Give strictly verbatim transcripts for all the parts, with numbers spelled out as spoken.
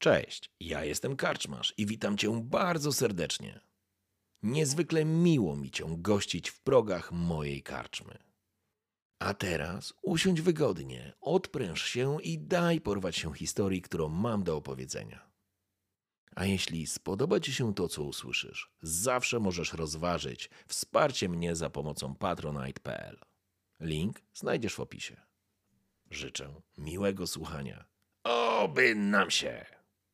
Cześć, ja jestem Karczmarz i witam Cię bardzo serdecznie. Niezwykle miło mi Cię gościć w progach mojej karczmy. A teraz usiądź wygodnie, odpręż się i daj porwać się historii, którą mam do opowiedzenia. A jeśli spodoba Ci się to, co usłyszysz, zawsze możesz rozważyć wsparcie mnie za pomocą patronite kropka p l. Link znajdziesz w opisie. Życzę miłego słuchania. Oby nam się!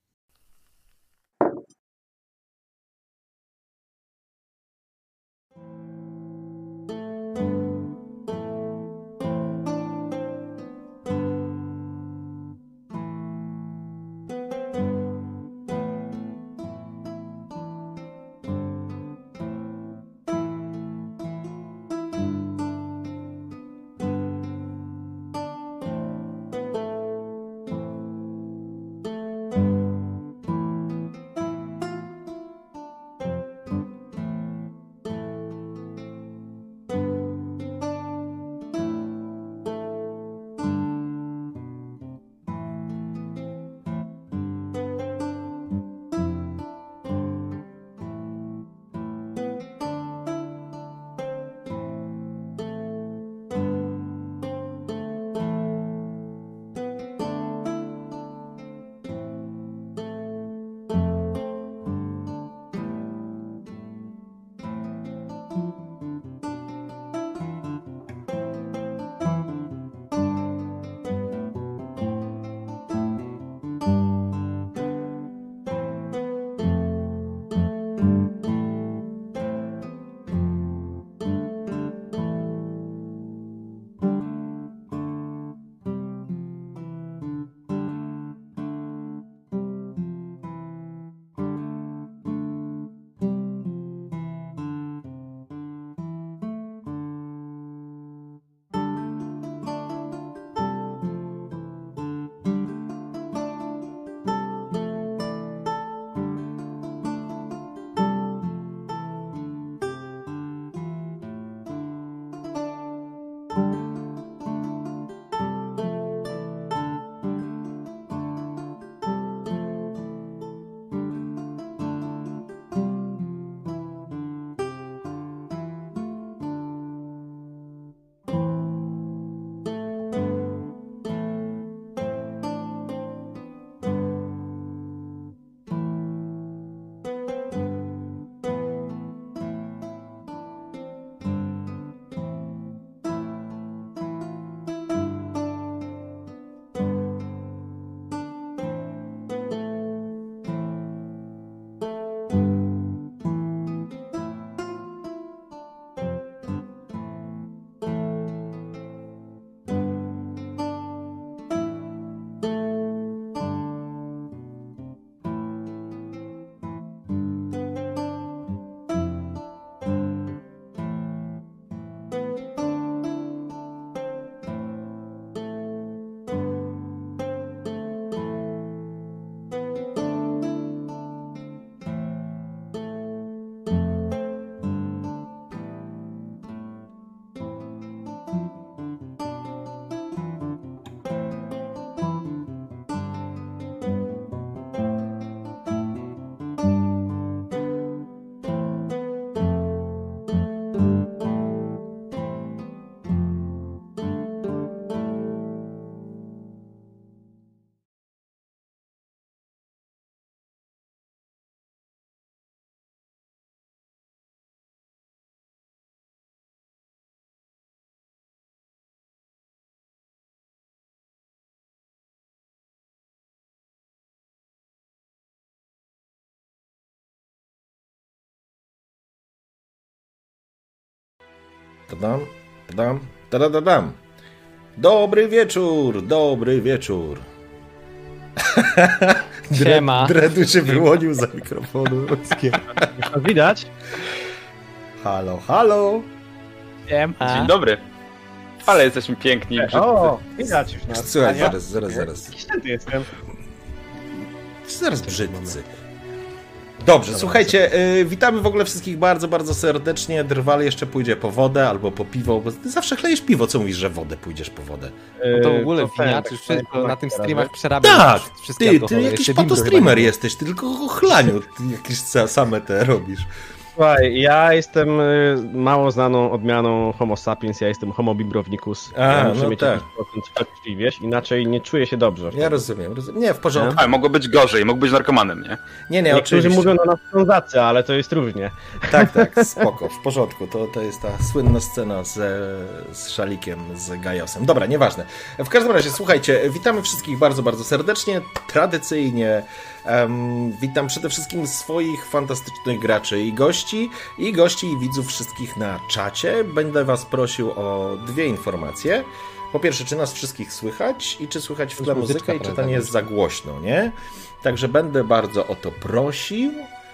Tadam, tadam, tadadadam. Dobry wieczór, dobry wieczór. Siema. Dredu się wyłonił za mikrofonu. To widać? Halo, halo. Siema. Dzień dobry. Ale jesteśmy piękni. O, widać już nas. Słuchaj, zaraz, zaraz, zaraz. Jakiś ten jestem. Zaraz brzydcy. Dobrze, słuchajcie, y, witamy w ogóle wszystkich bardzo, bardzo serdecznie. Drwal jeszcze pójdzie po wodę albo po piwo, bo ty zawsze chlejesz piwo, co mówisz, że wodę pójdziesz po wodę? Yy, To w ogóle ten, winiaczy, tak wszystko powiem, na tym tak, streamach tak. przerabiam Tak, wszystkie ty, ty alkohole. jakiś Jeszcze winko chyba patostreamer nie było. jesteś, ty tylko o chlaniu, ty jakieś sa- same te robisz. Słuchaj, ja jestem y, mało znaną odmianą homo sapiens, ja jestem homo bimbrownicus. A, ja muszę no mieć tak. jakiś procent krwi, wiesz, inaczej nie czuję się dobrze. Ja rozumiem, rozumiem. Nie, w porządku. Ale mogło być gorzej, mógł być narkomanem, nie? Nie, nie, Niektórzy oczywiście. mówią na nas ządzacy, ale to jest różnie. Tak, tak, spoko, w porządku. To, to jest ta słynna scena z, z szalikiem, z Gajosem. Dobra, nieważne. W każdym razie, słuchajcie, witamy wszystkich bardzo, bardzo serdecznie. Tradycyjnie um, witam przede wszystkim swoich fantastycznych graczy i gości, i gości i widzów wszystkich na czacie. Będę was prosił o dwie informacje. Po pierwsze, czy nas wszystkich słychać i czy słychać w tle muzyczka muzykę i czy to trochę nie jest za głośno, nie? Także będę bardzo o to prosił.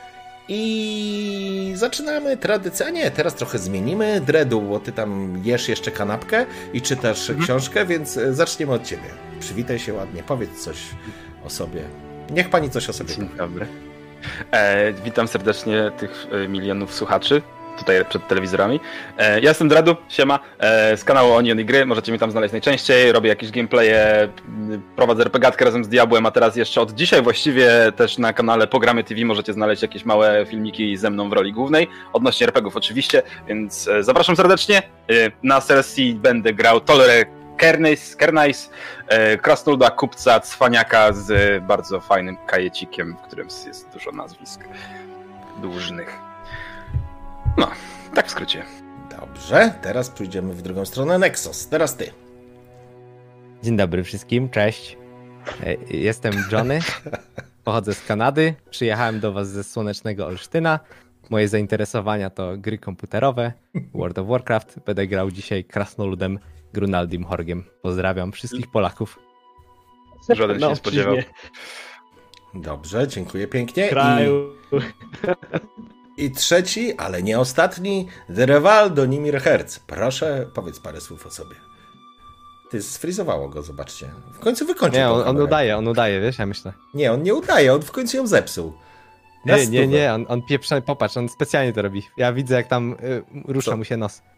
I zaczynamy tradycję. A nie, teraz trochę zmienimy. Dredu, bo ty tam jesz jeszcze kanapkę i czytasz książkę, więc e, zaczniemy od ciebie. Przywitaj się ładnie, powiedz coś o sobie. Niech pani coś o sobie Dzień powie. dobry. E, witam serdecznie tych e, milionów słuchaczy tutaj przed telewizorami. E, ja jestem Dredu, siema, e, z kanału Onion i Gry, możecie mnie tam znaleźć najczęściej, robię jakieś gameplaye, m, prowadzę RPGatkę razem z Diabłem, a teraz jeszcze od dzisiaj właściwie też na kanale Pogramy T V możecie znaleźć jakieś małe filmiki ze mną w roli głównej, odnośnie er pe gie ów oczywiście, więc e, zapraszam serdecznie. E, na sesji będę grał Tolere Kernais, Kernais e, krasnoluda, kupca, cwaniaka z bardzo fajnym kajecikiem, w którym jest dużo nazwisk dłużnych. No, tak w skrócie. Dobrze, teraz pójdziemy w drugą stronę. Nexus, teraz ty. Dzień dobry wszystkim, cześć. E, Jestem Johnny, pochodzę z Kanady, przyjechałem do was ze słonecznego Olsztyna. Moje zainteresowania to gry komputerowe, World of Warcraft. Będę grał dzisiaj krasnoludem Grunaldim Horgiem. Pozdrawiam wszystkich Polaków. Żaden się nie spodziewał. dziwnie. Dobrze, dziękuję pięknie. Kraju. I, I trzeci, ale nie ostatni, Drwal Donimir Herz. Proszę, powiedz parę słów o sobie. Ty, sfrizowało go, zobaczcie. W końcu wykończył Nie, tą on, on kamerę. udaje, on udaje, wiesz, ja myślę. Nie, on nie udaje, on w końcu ją zepsuł. Na Nie, nie, stówę. nie, on, on pieprze, popatrz, on specjalnie to robi. Ja widzę, jak tam y, rusza Co? mu się nos.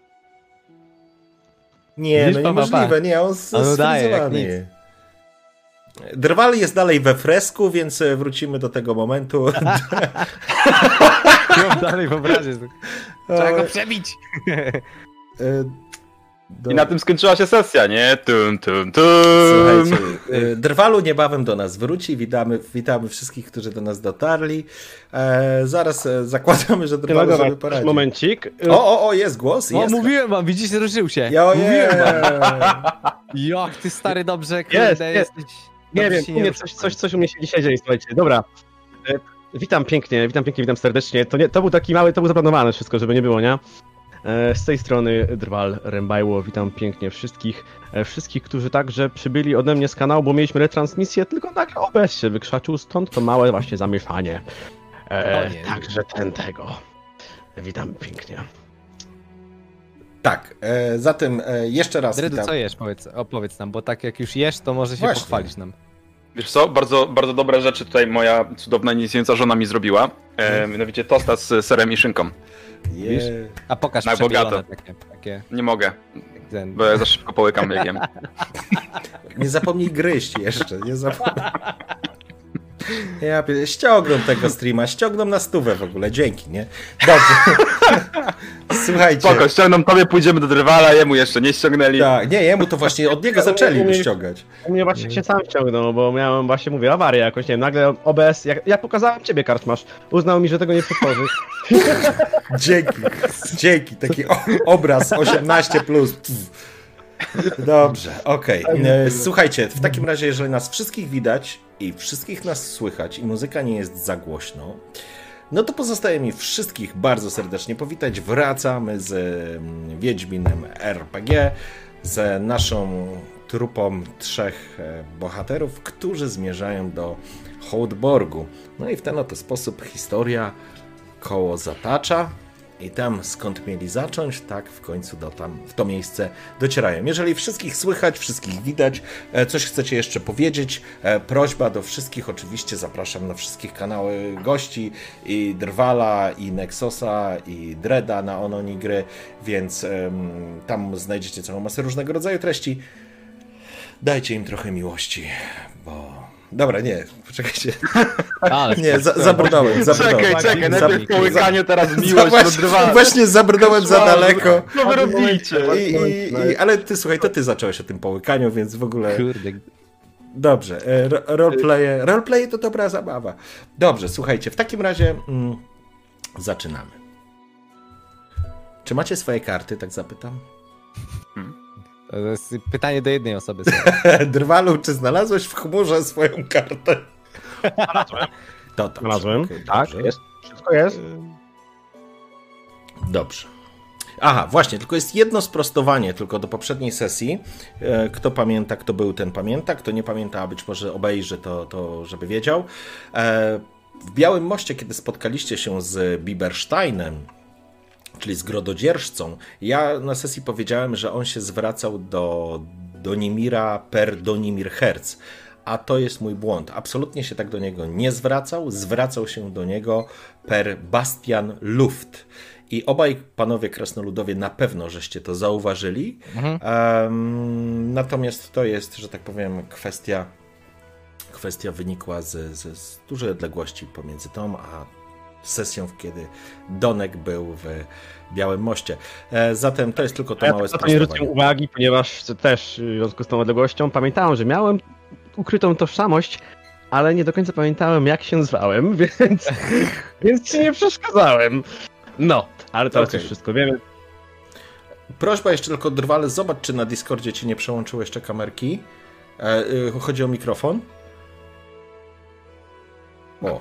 Nie, Widzisz, no pa, pa, pa. niemożliwe, nie, on, On udaje, jak sfrizowany. Drwal jest dalej we fresku, więc e, wrócimy do tego momentu. Ją dalej w obrazie. Trzeba go przebić. E, do... I na tym skończyła się sesja, nie? Tum, tum, tum. Słuchajcie, e, Drwalu niebawem do nas wróci. Witamy, witamy wszystkich, którzy do nas dotarli. E, zaraz e, zakładamy, że Drwalu Dobra, sobie poradzi. momencik. O, o, o, jest głos. O, Jest. mówiłem wam, widzisz, ruszył się. Ja, Mówiłem wam. ojej. Jak ty stary dobrze, Jest, kurde, jest. jesteś... Nie dobrze wiem, się u mnie rusza. coś, coś, coś u mnie się dzisiaj dzieje, słuchajcie. Dobra. E, Witam pięknie, witam pięknie, witam serdecznie. To, nie, to był taki mały, to było zaplanowane wszystko, żeby nie było, nie? E, Z tej strony Drwal Rembajło, witam pięknie wszystkich, e, wszystkich, którzy także przybyli ode mnie z kanału, bo mieliśmy retransmisję, tylko nagle O B S się wykrzaczył, stąd to małe właśnie zamieszanie. E, O nie. Także ten tego. Witam pięknie. Tak, e, zatem e, jeszcze raz Dredu, witam. co jesz? Powiedz, opowiedz nam, bo tak jak już jesz, to może się Właśnie. pochwalić nam. Wiesz co, bardzo, bardzo dobre rzeczy tutaj moja cudowna, nieistniejąca żona mi zrobiła. E, mianowicie tosta z serem i szynką. Je... A pokaż Na przebielone bogato. takie, takie Nie mogę, ten... bo ja za szybko połykam jak jem. Nie zapomnij gryźć jeszcze, nie zapomnij. Ja pie- ściągną tego streama, ściągną na stówę w ogóle, dzięki, nie? Dobrze. Słuchajcie. Spoko, ściągną tobie, pójdziemy do Drwala, jemu jeszcze nie ściągnęli. Tak, nie, jemu to właśnie od niego zaczęli ściągać. U mnie właśnie się sam ściągnął, bo miałem właśnie, mówię, awarię jakoś, nie wiem, nagle O B S, jak, ja pokazałem ciebie, Karczmasz, uznał mi, że tego nie przetworzy. Dzięki, dzięki, taki o, obraz osiemnaście plus. Dobrze, okej. E, Słuchajcie, w takim razie, jeżeli nas wszystkich widać i wszystkich nas słychać i muzyka nie jest za głośno, no to pozostaje mi wszystkich bardzo serdecznie powitać. Wracamy z mm, Wiedźminem er pe gie, z naszą trupą trzech e, bohaterów, którzy zmierzają do Hołdborgu. No i w ten oto sposób historia koło zatacza I tam, skąd mieli zacząć, tak w końcu do tam, w to miejsce docierają. Jeżeli wszystkich słychać, wszystkich widać, coś chcecie jeszcze powiedzieć, prośba do wszystkich, oczywiście zapraszam na wszystkich kanały gości, i Drwala, i Nexosa, i Dreda na Ononi Gry, więc um, tam znajdziecie całą masę różnego rodzaju treści. Dajcie im trochę miłości, bo... Dobra, nie, poczekajcie. Ale nie, za, zabrnąłem, zabrnąłem. Czekaj, czekaj, Za- najpierw po łykaniu, teraz za- miłość do właśnie, Drwala. właśnie zabrnąłem za daleko. Co wy robicie? I, i, i, ale ty, słuchaj, to ty zacząłeś o tym połykaniu, więc w ogóle... Kurde. Dobrze, e, ro- roleplaye, roleplaye to dobra zabawa. Dobrze, słuchajcie, w takim razie mm, zaczynamy. Czy macie swoje karty, tak zapytam? To jest pytanie do jednej osoby. Drwalu, czy znalazłeś w chmurze swoją kartę? Znalazłem. To tak. Znalazłem. okej, Tak, dobrze. jest. Wszystko jest. Dobrze. Aha, właśnie, tylko jest jedno sprostowanie tylko do poprzedniej sesji. E, Kto pamięta, kto był, ten pamięta. Kto nie pamięta, a być może obejrzy, to, to żeby wiedział. E, W Białym Moście, kiedy spotkaliście się z Bibersteinem, czyli z Grododzierżcą, ja na sesji powiedziałem, że on się zwracał do Donimira per Donimir Herz. A to jest mój błąd. Absolutnie się tak do niego nie zwracał. Zwracał się do niego per Bastian Luft. I obaj panowie krasnoludowie na pewno żeście to zauważyli. Mhm. Um, natomiast to jest, że tak powiem, kwestia, kwestia wynikła z, z, z dużej odległości pomiędzy tą a sesją, kiedy Donek był w Białym Moście. E, zatem to jest tylko to Ja małe na to nie zwróciłem sprostowanie. uwagi, ponieważ też w związku z tą odległością pamiętałem, że miałem ukrytą tożsamość, ale nie do końca pamiętałem, jak się zwałem, więc, więc ci nie przeszkadzałem. No, ale teraz Okej. już wszystko wiemy. Prośba jeszcze tylko, Drwale, zobacz, czy na Discordzie ci nie przełączyły jeszcze kamerki. E, y, chodzi o mikrofon. O.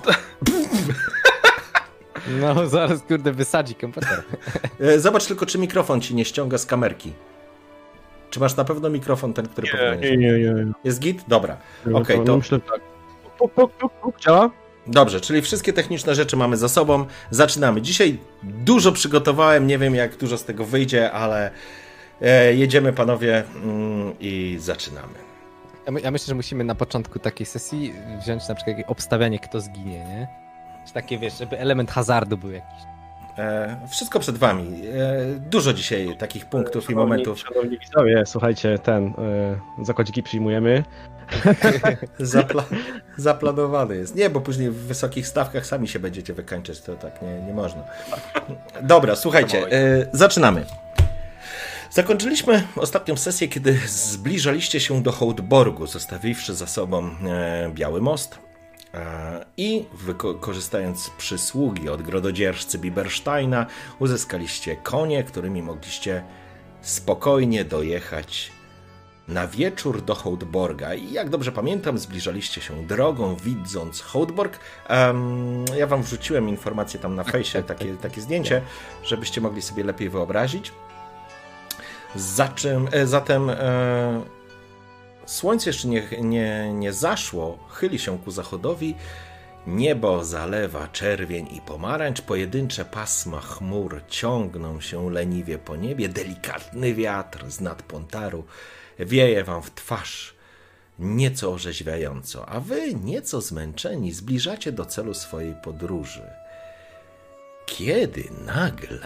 No, zaraz, kurde, wysadzi komputer. E, zobacz tylko, czy mikrofon ci nie ściąga z kamerki. Czy masz na pewno mikrofon ten, który powinieneś? nie, nie. Jest git? Dobra. No Okej, to to- myślę tak. Puk, puk, puk, puk, działa? Dobrze, czyli wszystkie techniczne rzeczy mamy za sobą. Zaczynamy. Dzisiaj dużo przygotowałem, nie wiem jak dużo z tego wyjdzie, ale e, jedziemy panowie mm, i zaczynamy. Ja, my, ja myślę, że musimy na początku takiej sesji wziąć na przykład jakieś obstawianie, kto zginie, nie? Czy takie, wiesz, żeby element hazardu był jakiś. E, wszystko przed wami. E, dużo dzisiaj takich punktów i momentów. Szanowni widzowie, słuchajcie, ten, y, zakładziki przyjmujemy. Zapla zaplanowany jest. Nie, bo później w wysokich stawkach sami się będziecie wykańczać, to tak nie, nie można. Dobra, słuchajcie, e, zaczynamy. Zakończyliśmy ostatnią sesję, kiedy zbliżaliście się do Hołdborgu, zostawiwszy za sobą e, Biały Most e, i wykorzystając z przysługi od grododzierżcy Bibersteina uzyskaliście konie, którymi mogliście spokojnie dojechać na wieczór do Hołdborga. I jak dobrze pamiętam, zbliżaliście się drogą, widząc Hołdborg. Um, ja wam wrzuciłem informację tam na fejsie, takie, takie zdjęcie, żebyście mogli sobie lepiej wyobrazić. Za czym, e, zatem e, słońce jeszcze nie, nie, nie zaszło, chyli się ku zachodowi, niebo zalewa czerwień i pomarańcz, pojedyncze pasma chmur ciągną się leniwie po niebie, delikatny wiatr z nad Pontaru wieje wam w twarz, nieco orzeźwiająco, a wy, nieco zmęczeni, zbliżacie do celu swojej podróży. Kiedy nagle...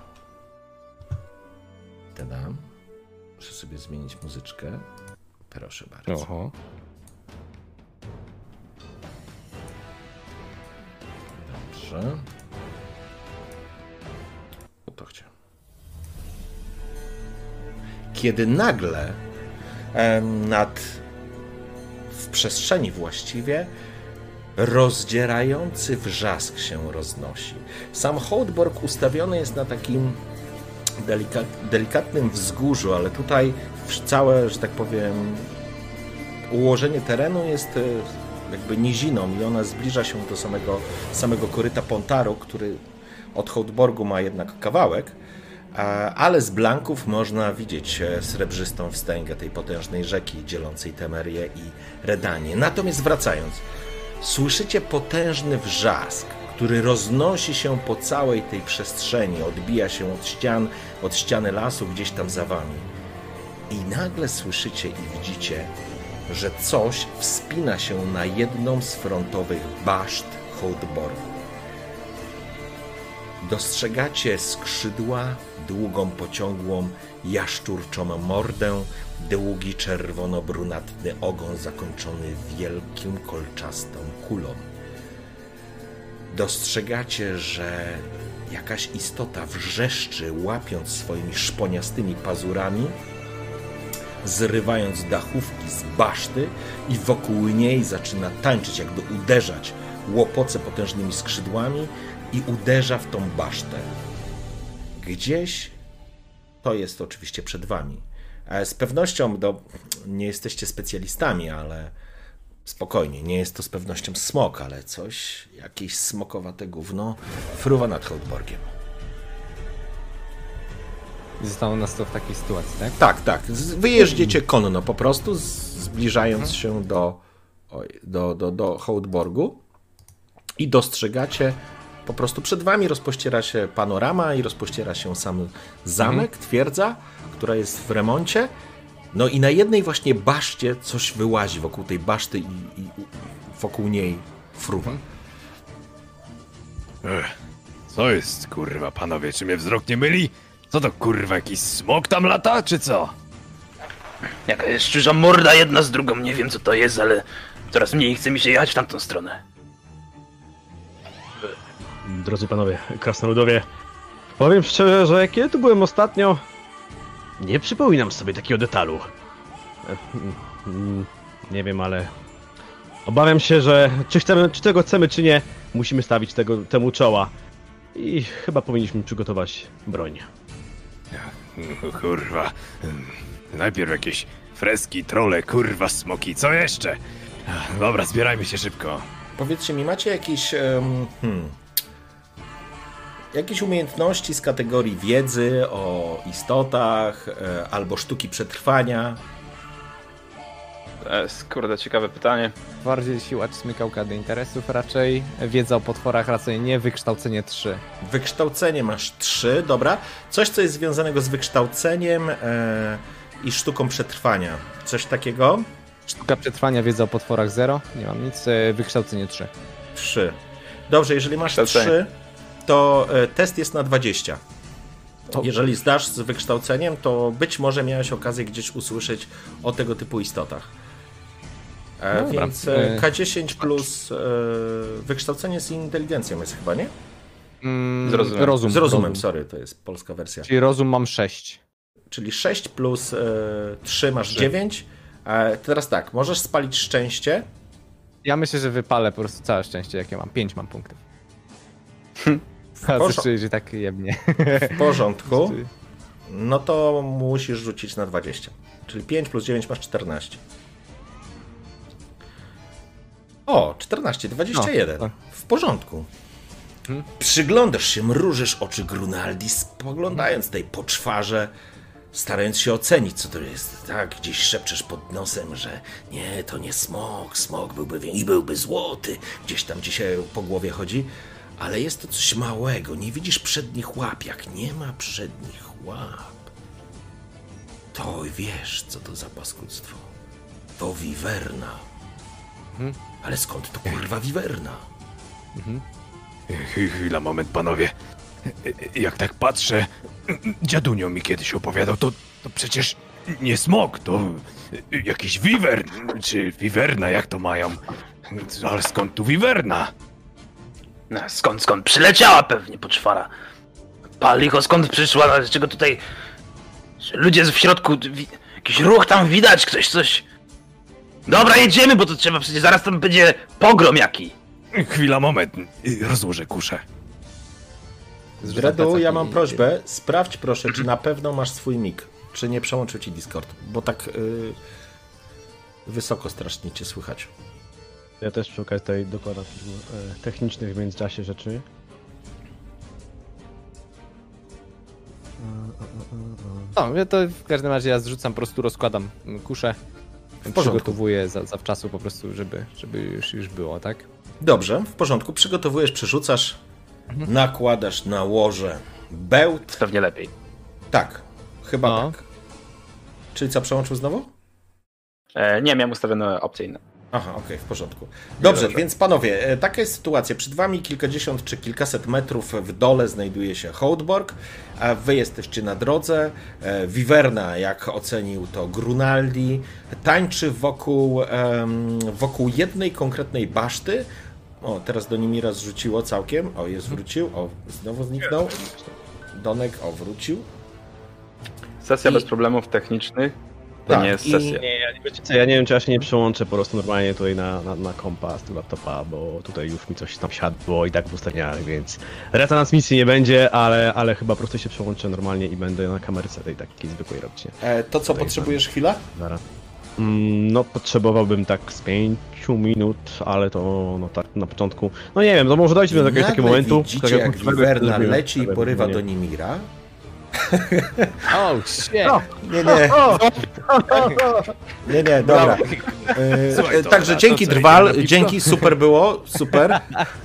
Tadam. Muszę sobie zmienić muzyczkę. Proszę bardzo. Oho. Dobrze. O to chciałem. Kiedy nagle em, nad w przestrzeni właściwie rozdzierający wrzask się roznosi. Sam Hołdborg ustawiony jest na takim delika- delikatnym wzgórzu, ale tutaj całe, że tak powiem, ułożenie terenu jest e, jakby niziną i ona zbliża się do samego, samego koryta Pontaru, który od Hołdborgu ma jednak kawałek, ale z Blanków można widzieć srebrzystą wstęgę tej potężnej rzeki dzielącej Temerię i Redanię. Natomiast wracając, słyszycie potężny wrzask, który roznosi się po całej tej przestrzeni, odbija się od ścian, od ściany lasu gdzieś tam za wami. I nagle słyszycie i widzicie, że coś wspina się na jedną z frontowych baszt Hołdborgu. Dostrzegacie skrzydła, długą, pociągłą, jaszczurczą mordę, długi, czerwono-brunatny ogon zakończony wielkim, kolczastą kulą. Dostrzegacie, że jakaś istota wrzeszczy, łapiąc swoimi szponiastymi pazurami, zrywając dachówki z baszty i wokół niej zaczyna tańczyć, jakby uderzać, łopoce potężnymi skrzydłami i uderza w tą basztę. Gdzieś to jest oczywiście przed wami. Z pewnością no, nie jesteście specjalistami, ale spokojnie, nie jest to z pewnością smok, ale coś, jakieś smokowate gówno fruwa nad Hołdborgiem. Zostało nas to w takiej sytuacji, tak? Tak, tak. Wyjeżdżacie konno po prostu, zbliżając się do, oj, do, do, do Hołdborgu i dostrzegacie, po prostu przed wami rozpościera się panorama i rozpościera się sam zamek, mhm. twierdza, która jest w remoncie. No i na jednej właśnie baszcie coś wyłazi wokół tej baszty i, i wokół niej fruwa. Ech, co jest, kurwa, panowie, czy mnie wzrok nie myli? Co to, kurwa, jakiś smok tam lata, czy co? Jaka szczurza morda jedna z drugą, nie wiem co to jest, ale coraz mniej chce mi się jechać w tamtą stronę. Drodzy panowie, krasnoludowie, powiem szczerze, że kiedy tu byłem ostatnio, nie przypominam sobie takiego detalu. Nie wiem, ale obawiam się, że czy, chcemy, czy tego chcemy, czy nie, musimy stawić tego, temu czoła. I chyba powinniśmy przygotować broń. Kurwa, najpierw jakieś freski, trole, kurwa, smoki, co jeszcze? Dobra, zbierajmy się szybko. Powiedzcie mi, macie jakieś um, hmm, jakieś umiejętności z kategorii wiedzy o istotach e, albo sztuki przetrwania? To jest, kurde, ciekawe pytanie. Bardziej siłacz smykałka do interesów raczej. Wiedza o potworach raczej nie, wykształcenie trzy. Wykształcenie masz trzy, dobra. Coś, co jest związanego z wykształceniem e, i sztuką przetrwania. Coś takiego? Sztuka przetrwania, wiedza o potworach zero, nie mam nic, wykształcenie trzy. trzy. Dobrze, jeżeli masz trzy, to e, test jest na dwadzieścia. Jeżeli zdasz z wykształceniem, to być może miałeś okazję gdzieś usłyszeć o tego typu istotach. E, no więc e, K dziesięć plus e, wykształcenie z inteligencją jest chyba, nie? Mm, z rozumem. Rozum, z rozumem, rozum. sorry, to jest polska wersja. Czyli rozum mam sześć. Czyli sześć plus e, trzy masz dziewięć. E, teraz tak, możesz spalić szczęście. Ja myślę, że wypalę po prostu całe szczęście, jakie mam. pięć mam punktów. A Porząd- to czuję, że tak jebnie. W porządku. No to musisz rzucić na dwadzieścia. Czyli pięć plus dziewięć masz czternaście. O, czternaście, dwadzieścia jeden. No, w porządku. Hmm? Przyglądasz się, mrużysz oczy Grunaldi, spoglądając tej poczwarze, starając się ocenić, co to jest. Tak, gdzieś szepczesz pod nosem, że nie, to nie smok, smok byłby i byłby złoty. Gdzieś tam dzisiaj po głowie chodzi. Ale jest to coś małego, nie widzisz przednich łap. Jak nie ma przednich łap, to wiesz, co to za paskudztwo. To wiwerna. Hmm? Ale skąd to kurwa wiwerna? Mhm. Chwila, moment, panowie. Jak tak patrzę, dziadunio mi kiedyś opowiadał, to, to przecież nie smok, to jakiś wiwern, czy wiwerna, jak to mają. Ale skąd tu wiwerna? No, skąd, skąd? Przyleciała pewnie poczwara. Palicho, skąd przyszła? No, czego tutaj... Ludzie w środku... Wi... Jakiś ruch tam widać, ktoś coś... Dobra, jedziemy, bo to trzeba przecież zaraz tam będzie pogrom jaki. Chwila, moment. Rozłożę kuszę. Dredu, ja mam prośbę. Sprawdź proszę, czy na pewno masz swój nick. Czy nie przełączył ci Discord. Bo tak yy, wysoko strasznie cię słychać. Ja też przy okazji tutaj dokładam e, technicznych w międzyczasie rzeczy. No, ja to w każdym razie ja zrzucam, po prostu rozkładam kuszę. Przygotowuję za, zawczasu po prostu, żeby, żeby już, już było, tak? Dobrze, w porządku. Przygotowujesz, przerzucasz, mhm. nakładasz na łoże bełt. Pewnie lepiej. Tak, chyba no. tak. Czyli co, przełączył znowu? E, nie, miałem ustawione opcje inne. Aha, okej, okay, w porządku. Dobrze, dobrze, więc panowie, taka jest sytuacja. Przed wami kilkadziesiąt czy kilkaset metrów w dole znajduje się Hołdborg, a wy jesteście na drodze. Wiwerna, jak ocenił to Grunaldi, tańczy wokół, wokół jednej konkretnej baszty. O, teraz do Nimira zrzuciło całkiem. O, jest wrócił. O, znowu zniknął. Donek, o, wrócił. Sesja I... bez problemów technicznych. To tak, nie jest i... sesja. Nie, ja, wiecie co, ja nie wiem, czy ja się nie przełączę po prostu normalnie tutaj na, na, na kompa z tego laptopa, bo tutaj już mi coś tam siadło i tak w ustawieniach, więc rezonans misji nie będzie, ale, ale chyba po prostu się przełączę normalnie i będę na kamerce tej takiej zwykłej robić. Nie? E, to co, tutaj potrzebujesz chwilę? Zaraz. Mm, no potrzebowałbym tak z pięciu minut, ale to no tak na początku, no nie wiem, to może dojść do jakiegoś takiego momentu. Widzicie, tak jak Wiwerna leci i porywa do Nimira. Oh shit! Nie, nie. Nie, nie, dobra. Słuchaj, Także dzięki Drwal, dzięki, super było, super.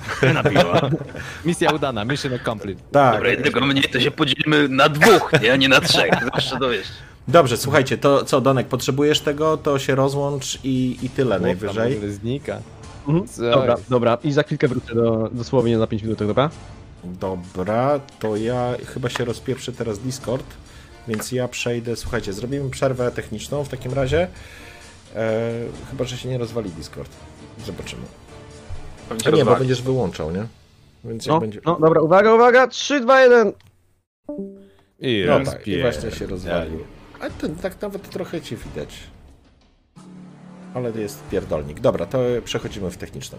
Misja udana, mission accomplished. Tak. Dobra, jednego mnie to się podzielimy na dwóch, nie, a nie na trzech. Zawsze to wiesz. Dobrze, słuchajcie, to co, Donek, potrzebujesz tego, to się rozłącz i, i tyle najwyżej. Znika. Mhm. Dobra, dobra. I za chwilkę wrócę do, dosłownie na pięć minut, dobra? Dobra, to ja chyba się rozpieprzę teraz Discord, więc ja przejdę, słuchajcie, zrobimy przerwę techniczną w takim razie, e, chyba, że się nie rozwali Discord, zobaczymy. A nie, rozwali. Bo będziesz wyłączał, nie? Więc jak no, będzie... no dobra, uwaga, uwaga, trzy, dwa, jeden! I no tak, i właśnie się rozwalił. A to tak nawet trochę ci widać. Ale to jest pierdolnik. Dobra, to przechodzimy w techniczną.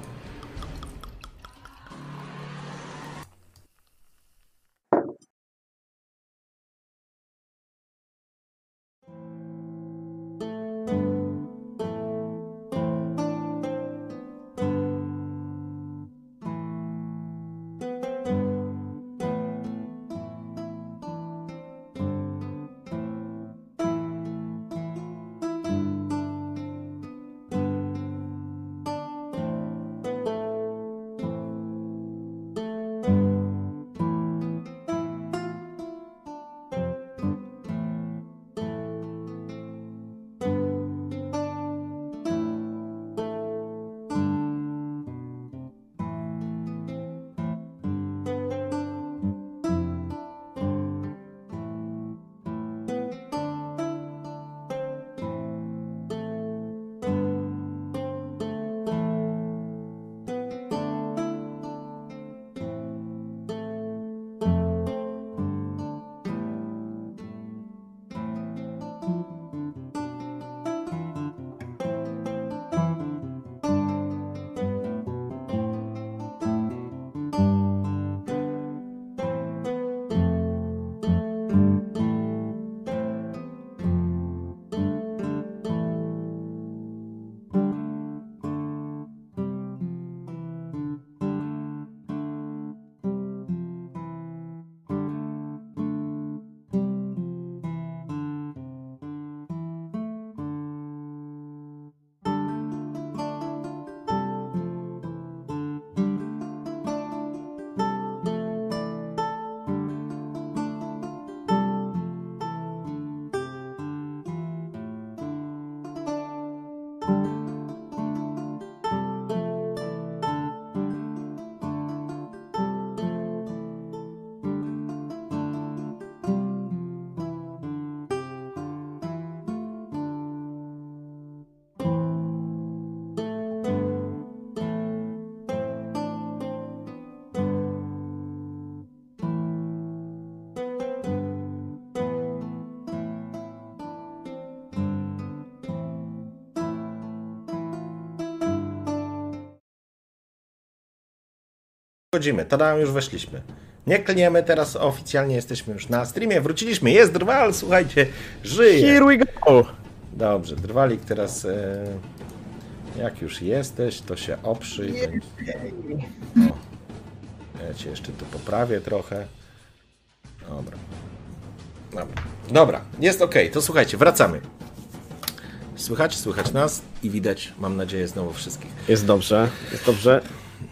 Wchodzimy, tada, już weszliśmy. Nie klniemy, teraz oficjalnie jesteśmy już na streamie, wróciliśmy, jest Drwal, słuchajcie, żyje. Here we go! Dobrze, Drwalik teraz, e, jak już jesteś, to się oprzyj. O, ja cię jeszcze tu poprawię trochę. Dobra. Dobra, Dobra. Jest ok, to słuchajcie, wracamy. Słychać, słychać nas i widać, mam nadzieję, znowu wszystkich. Jest dobrze, jest dobrze.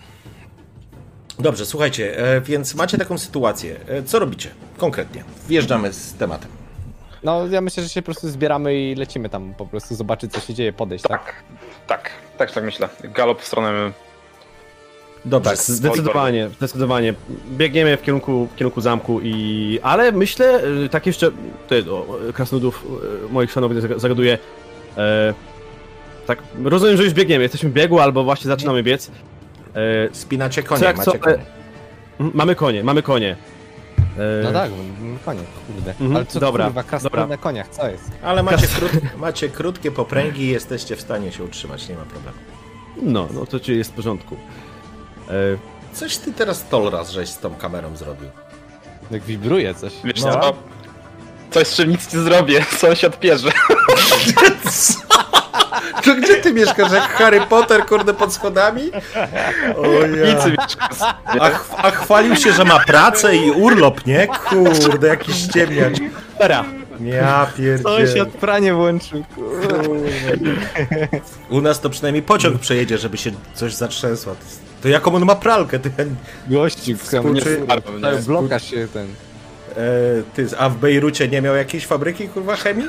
Dobrze, słuchajcie, e, więc macie taką sytuację. E, co robicie konkretnie? Wjeżdżamy z tematem. No, ja myślę, że się po prostu zbieramy i lecimy tam po prostu zobaczyć, co się dzieje, podejść, tak? Tak, tak, tak, tak myślę. Galop w stronę... Dobrze, Tak, zdecydowanie, zdecydowanie. Biegniemy w kierunku, w kierunku zamku i... Ale myślę, y, tak jeszcze... Tutaj do krasnoludów y, moich szanownych zag- zagaduję. E, tak, rozumiem, że już biegniemy. Jesteśmy w biegu albo właśnie zaczynamy biec. E, spinacie co konie, jak macie co, konie. e, m- mamy konie, mamy konie. E, No tak, m, konie, kurde. Mhm, Ale co dobra, kurwa, krasnoludy dobra. na koniach, co jest? Ale macie, krót, macie krótkie popręgi i jesteście w stanie się utrzymać, nie ma problemu. No, no to ci jest w porządku. E, Coś ty teraz Tolras żeś z tą kamerą zrobił. Jak wibruje coś. Wiesz No. co? Coś, z czym nic nie zrobię, sąsiad pierze. To gdzie ty mieszkasz, jak Harry Potter, kurde, pod schodami? O ja. Nic mieszka. A, ch- a chwalił się, że ma pracę i urlop, nie? Kurde, jakiś ściemniacz. Teraz. Ja pierdzielę. Sąsiad pranie włączył, kurwa. U nas to przynajmniej pociąg przejedzie, żeby się coś zatrzęsło. To, jest- to jaką on ma pralkę? Ty, e, Gościu, Współczy- cały blokaż się ten... ty, a w Bejrucie nie miał jakiejś fabryki, kurwa, chemii?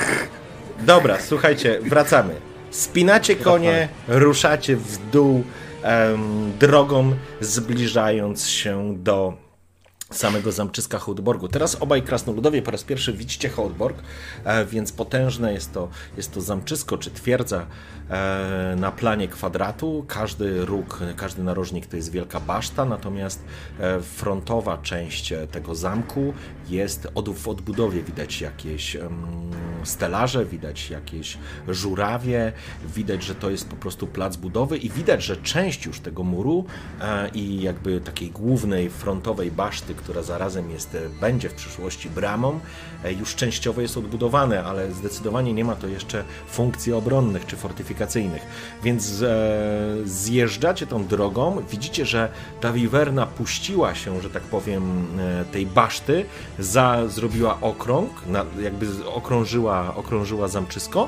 Dobra, słuchajcie, wracamy. Spinacie konie, ruszacie w dół em, drogą, zbliżając się do samego zamczyska Hołdborgu. Teraz obaj krasnoludowie po raz pierwszy widzicie Hołdborg, e, więc potężne jest to, jest to zamczysko czy twierdza e, na planie kwadratu. Każdy róg, każdy narożnik to jest wielka baszta, natomiast e, frontowa część tego zamku jest od, w odbudowie. Widać jakieś em, stelaże, widać jakieś żurawie, widać, że to jest po prostu plac budowy i widać, że część już tego muru e, i jakby takiej głównej frontowej baszty, która zarazem jest, będzie w przyszłości bramą, już częściowo jest odbudowane, ale zdecydowanie nie ma to jeszcze funkcji obronnych czy fortyfikacyjnych. Więc e, zjeżdżacie tą drogą, widzicie, że ta wiwerna puściła się, że tak powiem, e, tej baszty, za, zrobiła okrąg, na, jakby okrążyła, okrążyła zamczysko,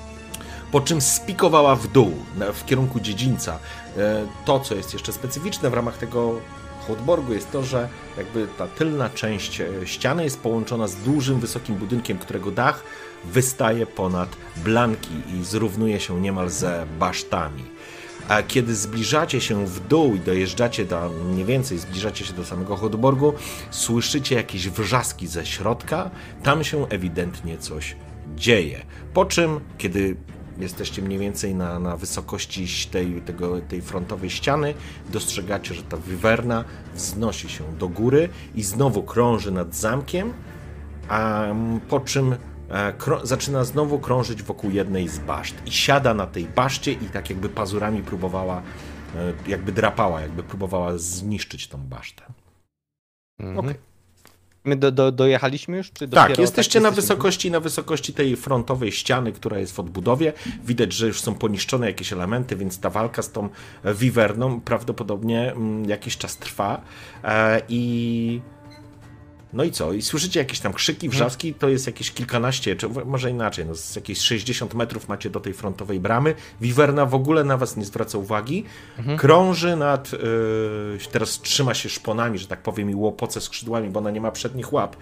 po czym spikowała w dół, na, w kierunku dziedzińca. E, to, co jest jeszcze specyficzne w ramach tego Hołdborgu, jest to, że jakby ta tylna część ściany jest połączona z dużym, wysokim budynkiem, którego dach wystaje ponad blanki i zrównuje się niemal ze basztami. A kiedy zbliżacie się w dół i dojeżdżacie do, mniej więcej zbliżacie się do samego Hołdborgu, słyszycie jakieś wrzaski ze środka, tam się ewidentnie coś dzieje. Po czym, kiedy jesteście mniej więcej na, na wysokości tej, tego, tej frontowej ściany, dostrzegacie, że ta wiwerna wznosi się do góry i znowu krąży nad zamkiem, a po czym e, krą- zaczyna znowu krążyć wokół jednej z baszt i siada na tej baszcie i tak jakby pazurami próbowała, e, jakby drapała, jakby próbowała zniszczyć tą basztę. Mhm. Okej. My do, do, dojechaliśmy już? Czy Tak, dopiero jesteście na jesteśmy? wysokości, na wysokości tej frontowej ściany, która jest w odbudowie. Widać, że już są poniszczone jakieś elementy, więc ta walka z tą wiwerną prawdopodobnie mm, jakiś czas trwa. E, I no i co? I słyszycie jakieś tam krzyki, wrzaski, to jest jakieś kilkanaście, czy może inaczej, no z jakieś sześćdziesiąt metrów macie do tej frontowej bramy. Wiwerna w ogóle na was nie zwraca uwagi. Mhm. Krąży nad, yy, teraz trzyma się szponami, że tak powiem, i łopoce skrzydłami, bo ona nie ma przednich łap.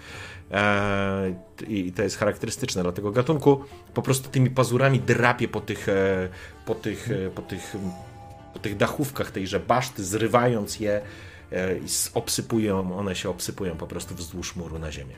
Eee, I to jest charakterystyczne dla tego gatunku. Po prostu tymi pazurami drapie po tych, e, po tych, e, po tych, po tych dachówkach tejże baszty, zrywając je e, i s- obsypują, one się obsypują po prostu wzdłuż muru na ziemię.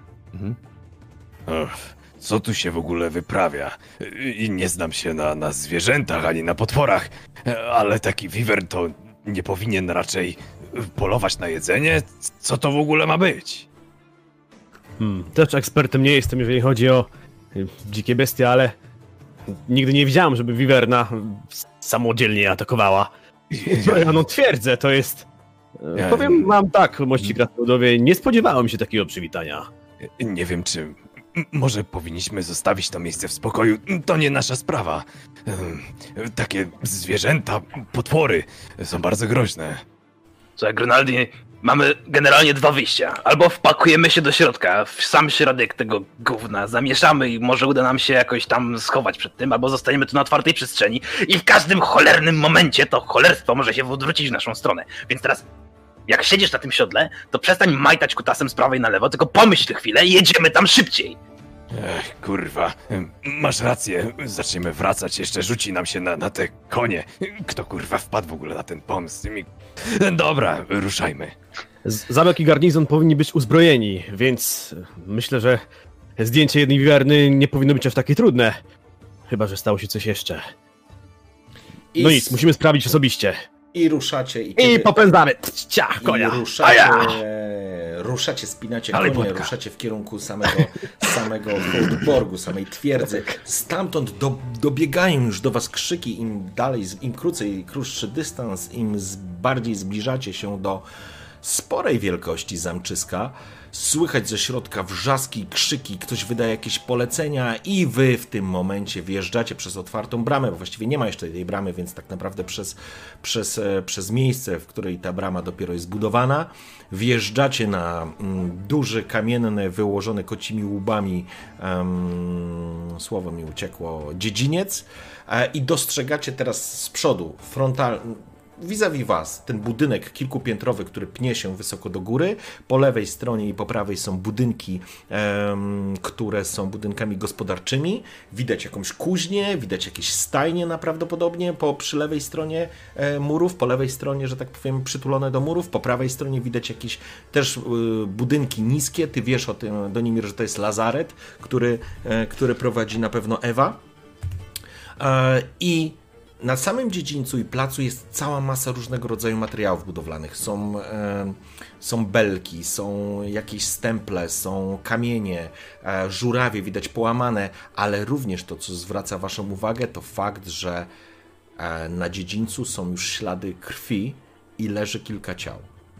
Ach, co tu się w ogóle wyprawia? I nie znam się na, na zwierzętach ani na potworach, ale taki wiwer to nie powinien raczej polować na jedzenie? Co to w ogóle ma być? Hmm, też ekspertem nie jestem, jeżeli chodzi o y, dzikie bestie, ale nigdy nie widziałem, żeby wiwerna y, samodzielnie atakowała. Ja no twierdzę, to jest... y, Ja- Powiem wam tak, mości krasnoludowie, nie spodziewałem się takiego przywitania. Nie wiem, czy m- może powinniśmy zostawić to miejsce w spokoju. To nie nasza sprawa. Ym, Takie zwierzęta, potwory są bardzo groźne. Słuchaj, Grunaldi, mamy generalnie dwa wyjścia. Albo wpakujemy się do środka, w sam środek tego gówna, zamieszamy i może uda nam się jakoś tam schować przed tym, albo zostaniemy tu na otwartej przestrzeni i w każdym cholernym momencie to cholerstwo może się odwrócić w naszą stronę. Więc teraz jak siedzisz na tym siodle, to przestań majtać kutasem z prawej na lewo, tylko pomyśl chwilę i jedziemy tam szybciej. Ech, kurwa, masz rację, zaczniemy wracać, jeszcze rzuci nam się na, na te konie. Kto kurwa wpadł w ogóle na ten pomysł? Mi... Dobra, ruszajmy. Z- Zamek i garnizon powinni być uzbrojeni, więc myślę, że zdjęcie jednej wiwerny nie powinno być aż takie trudne. Chyba że stało się coś jeszcze. I No s- nic, musimy sprawdzić osobiście. I ruszacie. I, I kiedy... popędzamy! Cia, I konia! ruszacie, ruszacie, spinacie Ale konie, płotka. ruszacie w kierunku samego, samego Holdborgu, samej twierdzy. Stamtąd do, dobiegają już do was krzyki, im dalej, im krócej, krótszy dystans, im z, bardziej zbliżacie się do sporej wielkości zamczyska. Słychać ze środka wrzaski, krzyki, ktoś wydaje jakieś polecenia i wy w tym momencie wjeżdżacie przez otwartą bramę, bo właściwie nie ma jeszcze tej bramy, więc tak naprawdę przez, przez, przez miejsce, w której ta brama dopiero jest budowana, wjeżdżacie na mm, duży, kamienny, wyłożony kocimi łbami, um, słowo mi uciekło, dziedziniec e, i dostrzegacie teraz z przodu, frontal, vis-a-vis was, ten budynek kilkupiętrowy, który pnie się wysoko do góry. Po lewej stronie i po prawej są budynki, em, które są budynkami gospodarczymi. Widać jakąś kuźnię, widać jakieś stajnie prawdopodobnie po, przy lewej stronie e, murów, po lewej stronie, że tak powiem, przytulone do murów. Po prawej stronie widać jakieś też y, budynki niskie. Ty wiesz o tym, Donimir, że to jest lazaret, który, e, który prowadzi na pewno Ewa. E, I na samym dziedzińcu i placu jest cała masa różnego rodzaju materiałów budowlanych. Są, e, są belki, są jakieś stemple, są kamienie, e, żurawie widać połamane, ale również to, co zwraca waszą uwagę, to fakt, że e, na dziedzińcu są już ślady krwi i leży kilka ciał.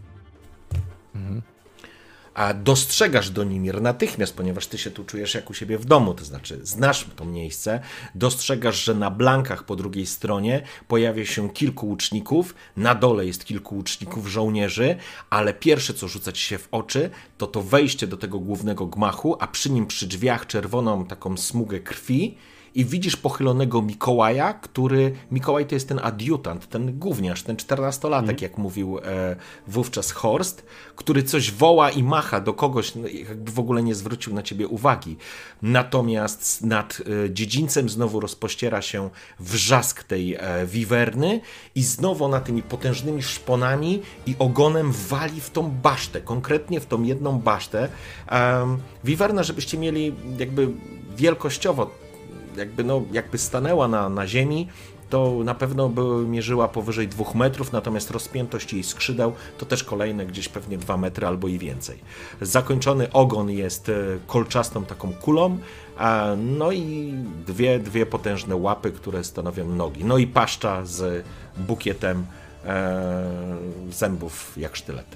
Mhm. A dostrzegasz, Donimir, natychmiast, ponieważ ty się tu czujesz jak u siebie w domu, to znaczy znasz to miejsce, dostrzegasz, że na blankach po drugiej stronie pojawia się kilku łuczników, na dole jest kilku łuczników żołnierzy, ale pierwsze, co rzuca ci się w oczy, to to wejście do tego głównego gmachu, a przy nim przy drzwiach czerwoną taką smugę krwi i widzisz pochylonego Mikołaja, który... Mikołaj to jest ten adiutant, ten gówniarz, ten czternastolatek, mm. jak mówił e, wówczas Horst, który coś woła i macha do kogoś, no, jakby w ogóle nie zwrócił na ciebie uwagi. Natomiast nad e, dziedzińcem znowu rozpościera się wrzask tej e, wiwerny i znowu ona tymi potężnymi szponami i ogonem wali w tą basztę, konkretnie w tą jedną basztę. E, wiwerna, żebyście mieli jakby wielkościowo jakby, no, jakby stanęła na, na ziemi, to na pewno by mierzyła powyżej dwóch metrów, natomiast rozpiętość jej skrzydeł to też kolejne gdzieś pewnie dwa metry albo i więcej. Zakończony ogon jest kolczastą taką kulą, a no i dwie, dwie potężne łapy, które stanowią nogi. No i paszcza z bukietem e, zębów jak sztylety.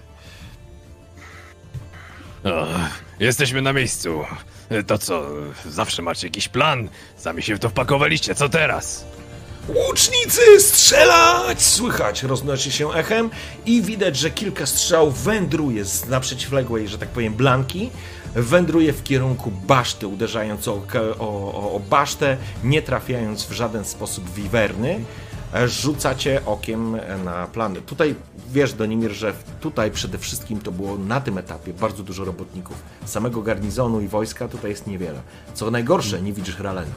O, jesteśmy na miejscu. To co, zawsze macie jakiś plan? Sami się w to wpakowaliście, co teraz? Łucznicy, strzelać! Słychać, roznosi się echem i widać, że kilka strzał wędruje z naprzeciwległej, że tak powiem, blanki, wędruje w kierunku baszty, uderzając o, o, o basztę, nie trafiając w żaden sposób wiwerny. Rzucacie okiem na plany. Tutaj wiesz, Donimir, że tutaj przede wszystkim to było na tym etapie bardzo dużo robotników. Samego garnizonu i wojska tutaj jest niewiele. Co najgorsze, nie widzisz Ralena.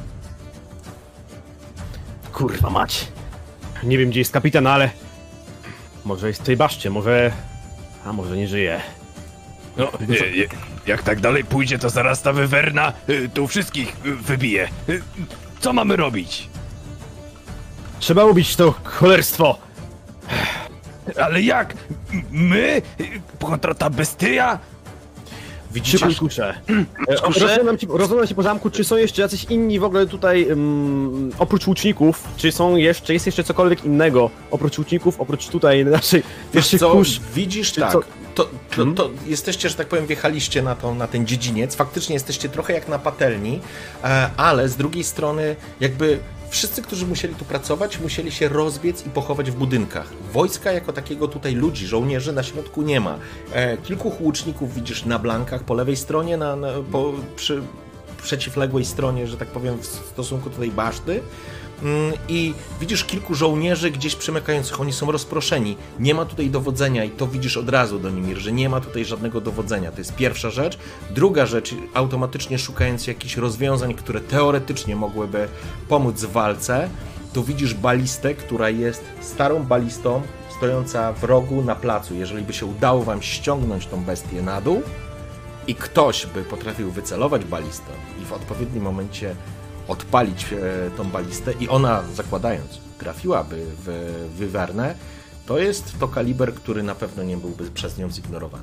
Kurwa mać. Nie wiem, gdzie jest kapitan, ale... Może jest w tej baszcie, może... A może nie żyje. No, nie, nie, jak tak dalej pójdzie, to zaraz ta wywerna y, tu wszystkich y, wybije. Y, co mamy robić? Trzeba ubić to cholerstwo! Ale jak? M- My? Y, Kontra ta bestia? Widzicie? Szybko kuszę. Rozglądam się, rozglądam się po zamku, czy są jeszcze jacyś inni w ogóle tutaj, um, oprócz łuczników, czy są jeszcze, jest jeszcze cokolwiek innego, oprócz łuczników, oprócz tutaj naszych Wiesz co, kurz. widzisz, Czy tak, co? to, to, to jesteście, że tak powiem, wjechaliście na, to, na ten dziedziniec, faktycznie jesteście trochę jak na patelni, e, ale z drugiej strony jakby wszyscy, którzy musieli tu pracować, musieli się rozbiec i pochować w budynkach. Wojska jako takiego tutaj ludzi, żołnierzy na środku nie ma. E, kilku łuczników widzisz na blankach po lewej stronie, na, na, po, przy przeciwległej stronie, że tak powiem, w stosunku do tej baszty. i widzisz kilku żołnierzy gdzieś przemykających, oni są rozproszeni, nie ma tutaj dowodzenia i to widzisz od razu, Donimir, że nie ma tutaj żadnego dowodzenia, to jest pierwsza rzecz. Druga rzecz, automatycznie szukając jakichś rozwiązań, które teoretycznie mogłyby pomóc w walce, to widzisz balistę, która jest starą balistą, stojąca w rogu na placu. Jeżeli by się udało wam ściągnąć tą bestię na dół i ktoś by potrafił wycelować balistą i w odpowiednim momencie odpalić e, tą balistę i ona, zakładając, trafiłaby w Wyvernę, to jest to kaliber, który na pewno nie byłby przez nią zignorowany.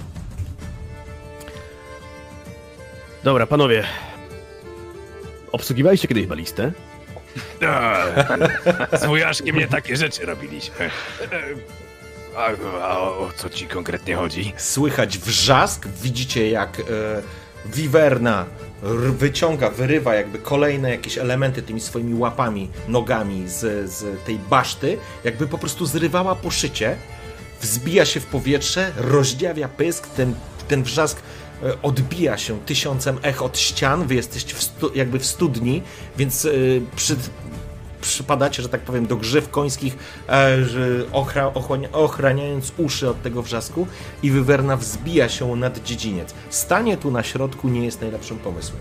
Dobra, panowie. Obsługiwaliście kiedyś balistę? Z wujaszkiem nie takie rzeczy robiliśmy. A, a o co ci konkretnie chodzi? Słychać wrzask, widzicie jak e, Wyverna wyciąga, wyrywa jakby kolejne jakieś elementy tymi swoimi łapami, nogami z, z tej baszty, jakby po prostu zrywała poszycie, wzbija się w powietrze, rozdziawia pysk, ten, ten wrzask odbija się tysiącem ech od ścian, wy jesteście w stu, jakby w studni, więc yy, przy, przypadacie, że tak powiem, do grzyw końskich, e, że ochra, ochłania, ochraniając uszy od tego wrzasku i Wyverna wzbija się nad dziedziniec. Stanie tu na środku nie jest najlepszym pomysłem.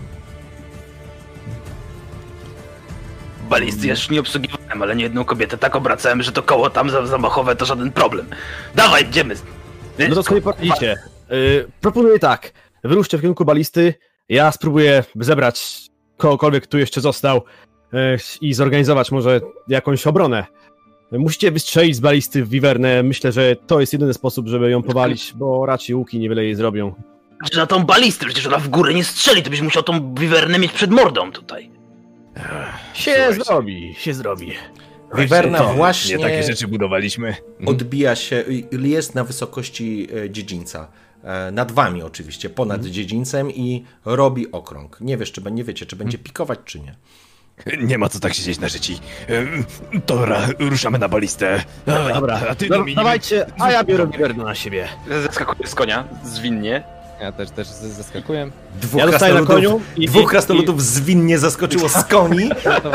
Balisty jeszcze nie obsługiwałem, ale nie jedną kobietę tak obracałem, że to koło tam zamachowe to żaden problem. Dawaj, idziemy! No to sobie poradzicie. Yy, proponuję tak. Wyruszcie w kierunku balisty, ja spróbuję zebrać kogokolwiek tu jeszcze został yy, i zorganizować może jakąś obronę. Musicie wystrzelić z balisty w Wyvernę. Myślę, że to jest jedyny sposób, żeby ją powalić, bo raczej łuki niewiele jej zrobią. Czy na tą balistę? Przecież ona w górę nie strzeli, to byś musiał tą Wyvernę mieć przed mordą tutaj. Się Słuchajcie. zrobi, się zrobi. Wyverna To właśnie Nie takie rzeczy budowaliśmy. odbija się, jest na wysokości dziedzińca. Nad wami oczywiście, ponad Mhm. dziedzińcem i robi okrąg. Nie wiesz, czy nie wiecie, czy będzie pikować, czy nie. Nie ma co tak siedzieć na życi. Ym, Dobra, ruszamy na balistę. A, Dobra, a ty no, Dominik, dawajcie, a ja biorę Wyvernę na siebie. Zeskakuję z konia, zwinnie. Ja też, też z- zaskakuję. Dwóch Ja zostaję na krasnoludów, koniu i- dwóch i- krasnoludów zwinnie zaskoczyło z koni.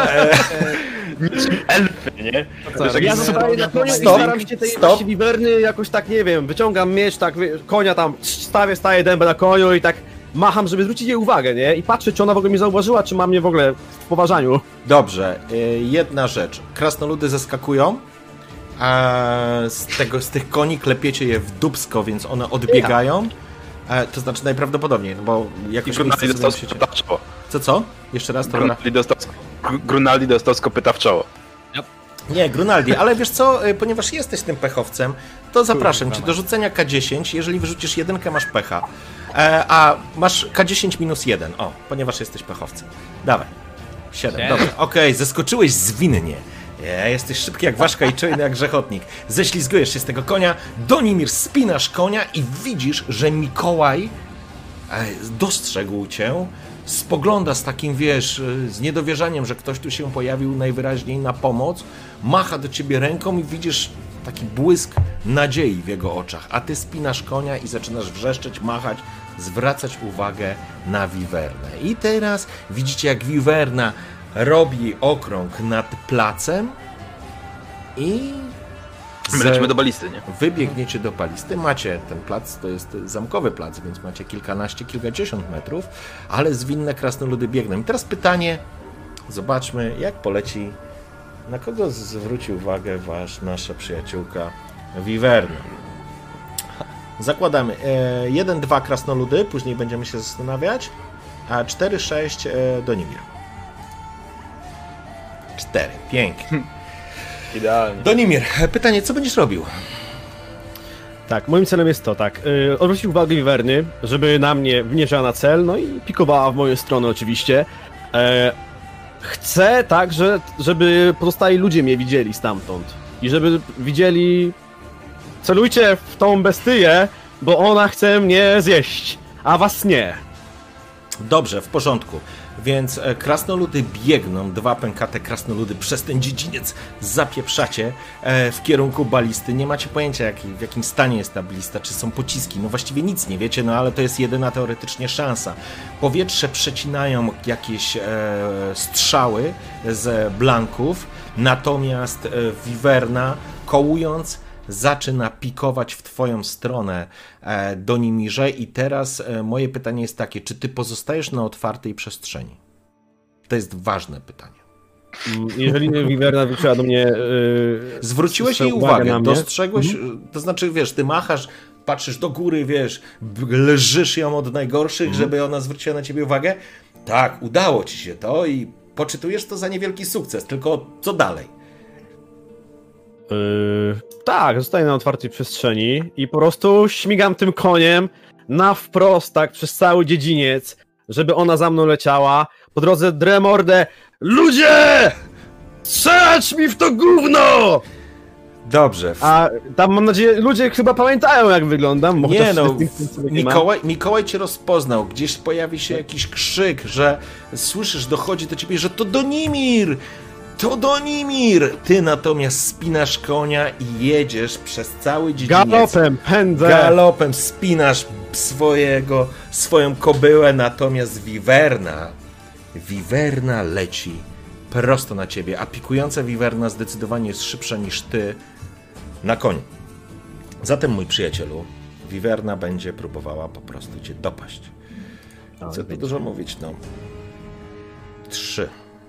Elfy, nie? co, Wiesz, jak Ja jest- zostaję na koniu i Stop, staram się tej stop. właśnie Wyverny jakoś tak, nie wiem, wyciągam miecz, tak, wy- konia tam stawię, staję dębę na koniu i tak macham, żeby zwrócić jej uwagę, nie? I patrzę, czy ona w ogóle mnie zauważyła, czy ma mnie w ogóle w poważaniu. Dobrze, y, jedna rzecz. Krasnoludy zeskakują, a z, tego, z tych koni klepiecie je w dupsko, więc one odbiegają. E, to znaczy najprawdopodobniej, no bo I jakoś Grunaldi miejsce dostał sobie musicie... skopyta w czoło. Co, co? Jeszcze raz to... Grunaldi dostał, sk- Grunaldi dostał skopyta w czoło. Nie, Grunaldi, ale wiesz co, y, ponieważ jesteś tym pechowcem, to zapraszam cię do rzucenia K dziesięć. Jeżeli wyrzucisz jedynkę, masz pecha. E, a masz K dziesięć minus jeden, o, ponieważ jesteś pechowcem. Dawaj. siedem, dobra. Okej, zeskoczyłeś zwinnie. Nie, jesteś szybki jak ważka i czujny jak grzechotnik. Ześlizgujesz się z tego konia, Donimir spinasz konia i widzisz, że Mikołaj e, dostrzegł cię, spogląda z takim, wiesz, e, z niedowierzaniem, że ktoś tu się pojawił najwyraźniej na pomoc, macha do ciebie ręką i widzisz taki błysk nadziei w jego oczach, a ty spinasz konia i zaczynasz wrzeszczeć, machać, zwracać uwagę na Wyvernę. I teraz widzicie, jak Wyverna robi okrąg nad placem i My lecimy do balisty, nie? wybiegniecie do balisty. Macie ten plac, to jest zamkowy plac, więc macie kilkanaście, kilkadziesiąt metrów, ale zwinne krasnoludy biegną. I teraz pytanie, zobaczmy, jak poleci, na kogo zwróci uwagę wasz, nasza przyjaciółka Wyverna. Zakładamy e, jeden, dwa krasnoludy, później będziemy się zastanawiać, a cztery, sześć e, Donimir. cztery, pięknie. Idealnie. Donimir, pytanie, co będziesz robił? Tak, moim celem jest to, tak, yy, odwrócić uwagę Wyverny, żeby na mnie wymierzała na cel, no i pikowała w moją stronę oczywiście. E, chcę tak, że, żeby pozostali ludzie mnie widzieli stamtąd i żeby widzieli, celujcie w tą bestyję, bo ona chce mnie zjeść, a was nie. Dobrze, w porządku. więc e, krasnoludy biegną, dwa pękate krasnoludy przez ten dziedziniec zapieprzacie e, w kierunku balisty. Nie macie pojęcia, jak, w jakim stanie jest ta balista, czy są pociski. No właściwie nic nie wiecie, no ale to jest jedyna teoretycznie szansa. Powietrze przecinają jakieś e, strzały z blanków, natomiast e, Wiwerna, kołując, zaczyna pikować w twoją stronę, e, Donimirze. I teraz e, moje pytanie jest takie, czy ty pozostajesz na otwartej przestrzeni? To jest ważne pytanie. Jeżeli Wiwerna wyczuła do mnie... Yy, Zwróciłeś jej uwagę, dostrzegłeś, mm. to znaczy, wiesz, ty machasz, patrzysz do góry, wiesz, lżysz ją od najgorszych, mm. żeby ona zwróciła na ciebie uwagę. Tak, udało ci się to i poczytujesz to za niewielki sukces, tylko co dalej? Yy, tak, zostaję na otwartej przestrzeni i po prostu śmigam tym koniem na wprost, tak, przez cały dziedziniec, żeby ona za mną leciała. Po drodze drę mordę. Ludzie! Strzelać mi w to gówno! Dobrze. A tam mam nadzieję, ludzie chyba pamiętają, jak wyglądam. Nie no, Mikołaj, Mikołaj cię rozpoznał. Gdzieś pojawi się jakiś krzyk, że słyszysz, dochodzi do ciebie, że to Donimir! To Donimir! Ty natomiast spinasz konia i jedziesz przez cały dziedziniec. Galopem pędzę! Galopem spinasz swojego, swoją kobyłę, natomiast Wiwerna, Wiwerna leci prosto na ciebie, a pikująca Wiwerna zdecydowanie jest szybsza niż ty na koniu. Zatem, mój przyjacielu, Wiwerna będzie próbowała po prostu cię dopaść. Co tu dużo mówić, no. Trzy.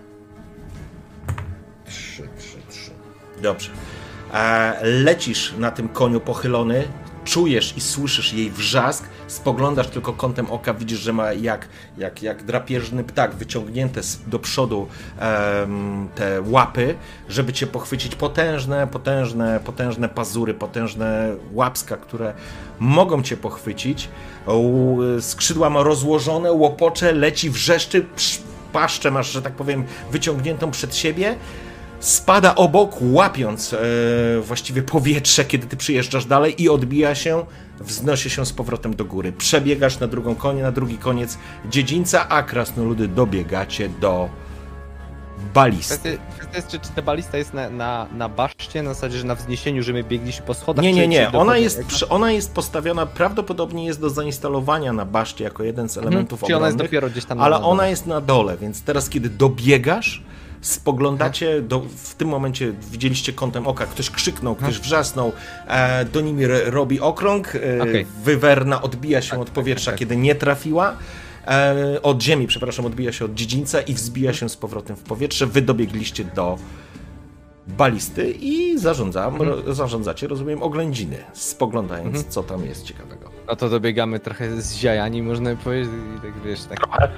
Trzy, trzy, trzy. Dobrze. E, lecisz na tym koniu pochylony, czujesz i słyszysz jej wrzask, spoglądasz tylko kątem oka, widzisz, że ma jak, jak, jak drapieżny ptak wyciągnięte do przodu em, te łapy, żeby cię pochwycić. Potężne, potężne, potężne pazury, potężne łapska, które mogą cię pochwycić. U, skrzydła ma rozłożone, łopocze, leci, wrzeszczy, paszczę masz, że tak powiem, wyciągniętą przed siebie. Spada obok, łapiąc e, właściwie powietrze, kiedy ty przyjeżdżasz dalej, i odbija się, wznosi się z powrotem do góry. Przebiegasz na drugą koniec, na drugi koniec dziedzińca, a krasnoludy dobiegacie do balisty. Kwestia jest, czy, czy ta balista jest na, na, na baszcie, na zasadzie, że na wzniesieniu, że my biegliśmy po schodach? Nie, nie, czy, nie. czy Ona jest, przy, ona jest postawiona, prawdopodobnie jest do zainstalowania na baszcie jako jeden z elementów hmm, obronnych, ona jest dopiero gdzieś tam ale na ona jest na dole, więc teraz, kiedy dobiegasz, spoglądacie, do, w tym momencie widzieliście kątem oka, ktoś krzyknął, ktoś wrzasnął, e, Donimir robi okrąg, e, okay. Wywerna odbija się tak, od powietrza, tak, tak. kiedy nie trafiła, e, od ziemi, przepraszam, odbija się od dziedzińca i wzbija się z powrotem w powietrze. Wy dobiegliście do balisty i zarządzam, mhm. ro, zarządzacie, rozumiem, oględziny, spoglądając, mhm. co tam jest ciekawego. No to dobiegamy trochę zziajani, można powiedzieć, i tak wiesz, tak...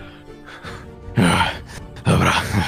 Dobra.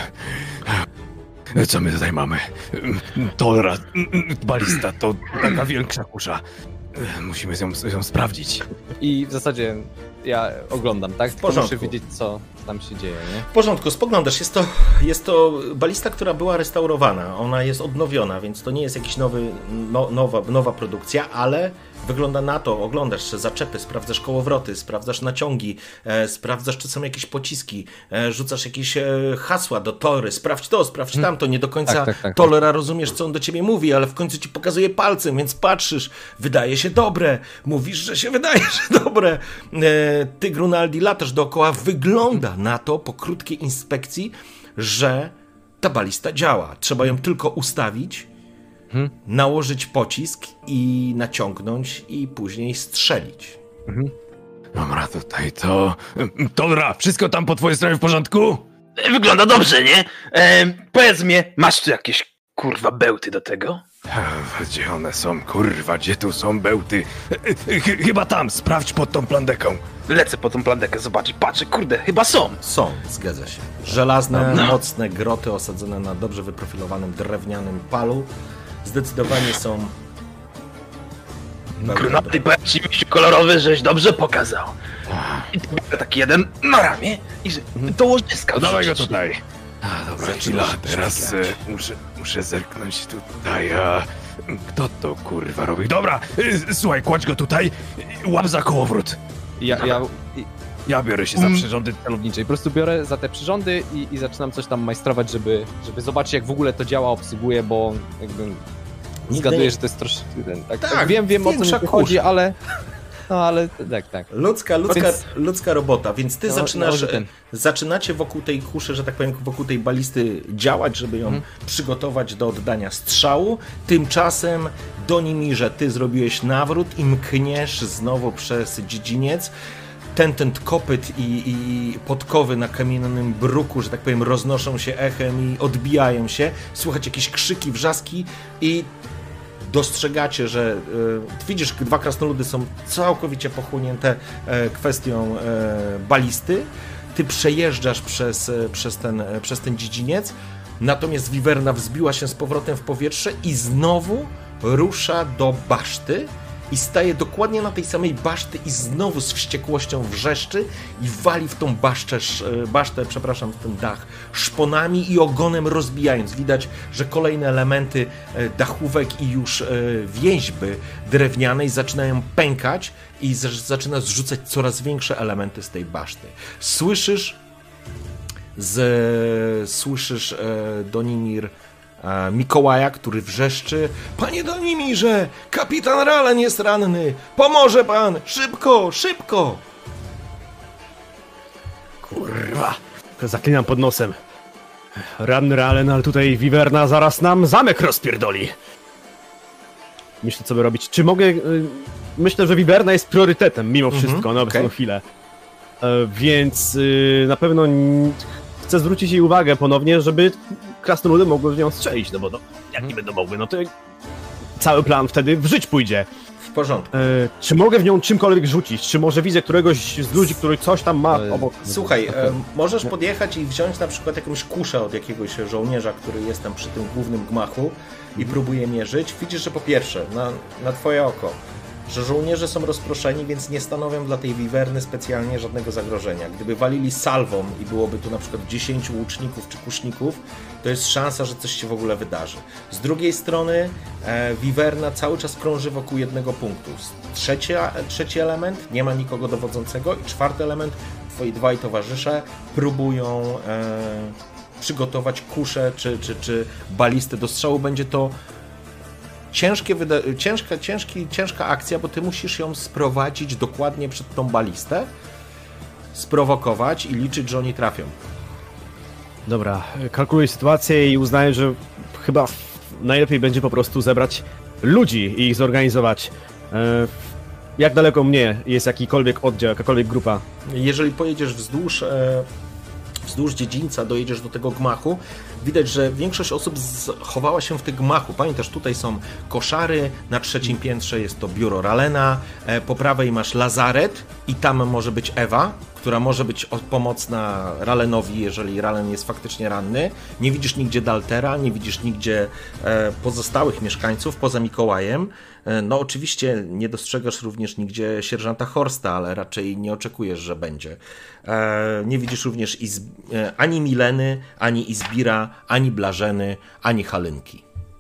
Co my tutaj mamy? Tolra, balista, to taka wielka kusza. Musimy ją, ją sprawdzić. I w zasadzie ja oglądam, tak? W porządku. Muszę wiedzieć, co tam się dzieje, nie? W porządku, spoglądasz. Jest to, jest to balista, która była restaurowana. Ona jest odnowiona, więc to nie jest jakiś nowy, no, nowa, nowa produkcja, ale wygląda na to, oglądasz zaczepy, sprawdzasz kołowroty, sprawdzasz naciągi, e, sprawdzasz, czy są jakieś pociski, e, rzucasz jakieś e, hasła do Tory, sprawdź to, sprawdź hmm. tamto. Nie do końca tak, tak, tak, Tolera rozumiesz, co on do ciebie mówi, ale w końcu ci pokazuje palcem, więc patrzysz, wydaje się dobre, mówisz, że się wydaje, że dobre. E, ty, Grunaldi, latasz dookoła, wygląda na to po krótkiej inspekcji, że ta balista działa. Trzeba ją tylko ustawić, Hmm? nałożyć pocisk i naciągnąć i później strzelić. Mhm. Dobra, tutaj to... Tolra, wszystko tam po twojej stronie w porządku? Wygląda dobrze, nie? E, powiedz mi, masz tu jakieś, kurwa, bełty do tego? Gdzie one są, kurwa, gdzie tu są bełty? Ch- chyba tam, sprawdź pod tą plandeką. Lecę po tą plandekę, zobaczyć, patrzę, kurde, chyba są. Są, zgadza się. Żelazne, no. mocne groty osadzone na dobrze wyprofilowanym drewnianym palu. Zdecydowanie są... Grunaty, powiem ci, miściu kolorowy, żeś dobrze pokazał. I to biorę taki jeden na ramię i że do łożyska. Dawaj go tutaj. A, dobra, chwila, teraz e, muszę, muszę zerknąć tutaj, a... Kto to, kurwa, robi? Dobra, e, słuchaj, kładź go tutaj, łap za kołowrót. Ja, ja... Ja biorę się za Mm. przyrządy. celowniczej. Po prostu biorę za te przyrządy i, i zaczynam coś tam majstrować, żeby, żeby zobaczyć, jak w ogóle to działa, obsługuje, bo jakby zgaduję, nie- że to jest troszkę ten, tak, Tak, tak, wiem, wiem o co większa mi chodzi, kusza. ale no ale tak, tak. Ludzka, ludzka, Więc- ludzka robota, więc ty No, zaczynasz, może ten. zaczynacie wokół tej kuszy, że tak powiem, wokół tej balisty działać, żeby ją Mhm. przygotować do oddania strzału. Tymczasem Donimirze, ty zrobiłeś nawrót i mkniesz znowu przez dziedziniec. Ten, ten kopyt i, i podkowy na kamiennym bruku, że tak powiem, roznoszą się echem i odbijają się. Słychać jakieś krzyki, wrzaski i dostrzegacie, że y, widzisz, dwa krasnoludy są całkowicie pochłonięte e, kwestią e, balisty. Ty przejeżdżasz przez, e, przez, ten, e, przez ten dziedziniec, natomiast Wiwerna wzbiła się z powrotem w powietrze i znowu rusza do baszty i staje dokładnie na tej samej baszty i znowu z wściekłością wrzeszczy i wali w tą baszczę, sz- basztę, przepraszam, w ten dach szponami i ogonem rozbijając. Widać, że kolejne elementy e, dachówek i już e, więźby drewnianej zaczynają pękać i z- zaczyna zrzucać coraz większe elementy z tej baszty. Słyszysz z, słyszysz e, Donimir e, Mikołaja, który wrzeszczy: Panie Donimirze, kapitan Ralen jest ranny, pomoże pan, szybko, szybko! Kurwa, zaklinam pod nosem. Ranny Ralen, ale tutaj Wiwerna zaraz nam zamek rozpierdoli. Myślę, co by robić. Czy mogę... y, Myślę, że Wiwerna jest priorytetem mimo Mhm, wszystko na obecną okej. chwilę. E, Więc y, na pewno n- chcę zwrócić jej uwagę ponownie, żeby krasnoludy mogły w nią strzelić, no bo no, jak nie będą mogły, no to cały plan wtedy w żyć pójdzie. W porządku. E, Czy mogę w nią czymkolwiek rzucić? Czy może widzę któregoś z ludzi, który coś tam ma E, obok... Słuchaj, e, możesz podjechać i wziąć na przykład jakąś kuszę od jakiegoś żołnierza, który jest tam przy tym głównym gmachu i próbuje mierzyć. Widzisz, że po pierwsze, na, na twoje oko, że żołnierze są rozproszeni, więc nie stanowią dla tej wiwerny specjalnie żadnego zagrożenia. Gdyby walili salwą i byłoby tu na przykład dziesięciu łuczników czy kuszników, to jest szansa, że coś się w ogóle wydarzy. Z drugiej strony e, wiwerna cały czas krąży wokół jednego punktu. Trzeci, trzeci element, nie ma nikogo dowodzącego i czwarty element, twoi dwaj towarzysze próbują e, przygotować kuszę czy, czy, czy balistę do strzału. Będzie to ciężkie, wyda- ciężka, ciężki, ciężka akcja, bo ty musisz ją sprowadzić dokładnie przed tą balistę, sprowokować i liczyć, że oni trafią. Dobra, kalkuluję sytuację i uznaję, że chyba f- najlepiej będzie po prostu zebrać ludzi i ich zorganizować. E, Jak daleko mnie jest jakikolwiek oddział, jakakolwiek grupa? Jeżeli pojedziesz wzdłuż, e, wzdłuż dziedzińca, dojedziesz do tego gmachu, widać, że większość osób z- chowała się w tym gmachu. Pamiętasz, tutaj są koszary, na trzecim piętrze jest to biuro Ralena, e, po prawej masz lazaret i tam może być Ewa, która może być o- pomocna Ralenowi, jeżeli Ralen jest faktycznie ranny. Nie widzisz nigdzie Daltera, nie widzisz nigdzie e, pozostałych mieszkańców poza Mikołajem. E, no oczywiście nie dostrzegasz również nigdzie sierżanta Horsta, ale raczej nie oczekujesz, że będzie. E, nie widzisz również Iz, e, ani Mileny, ani Izbira, ani Blażeny, ani Halynki.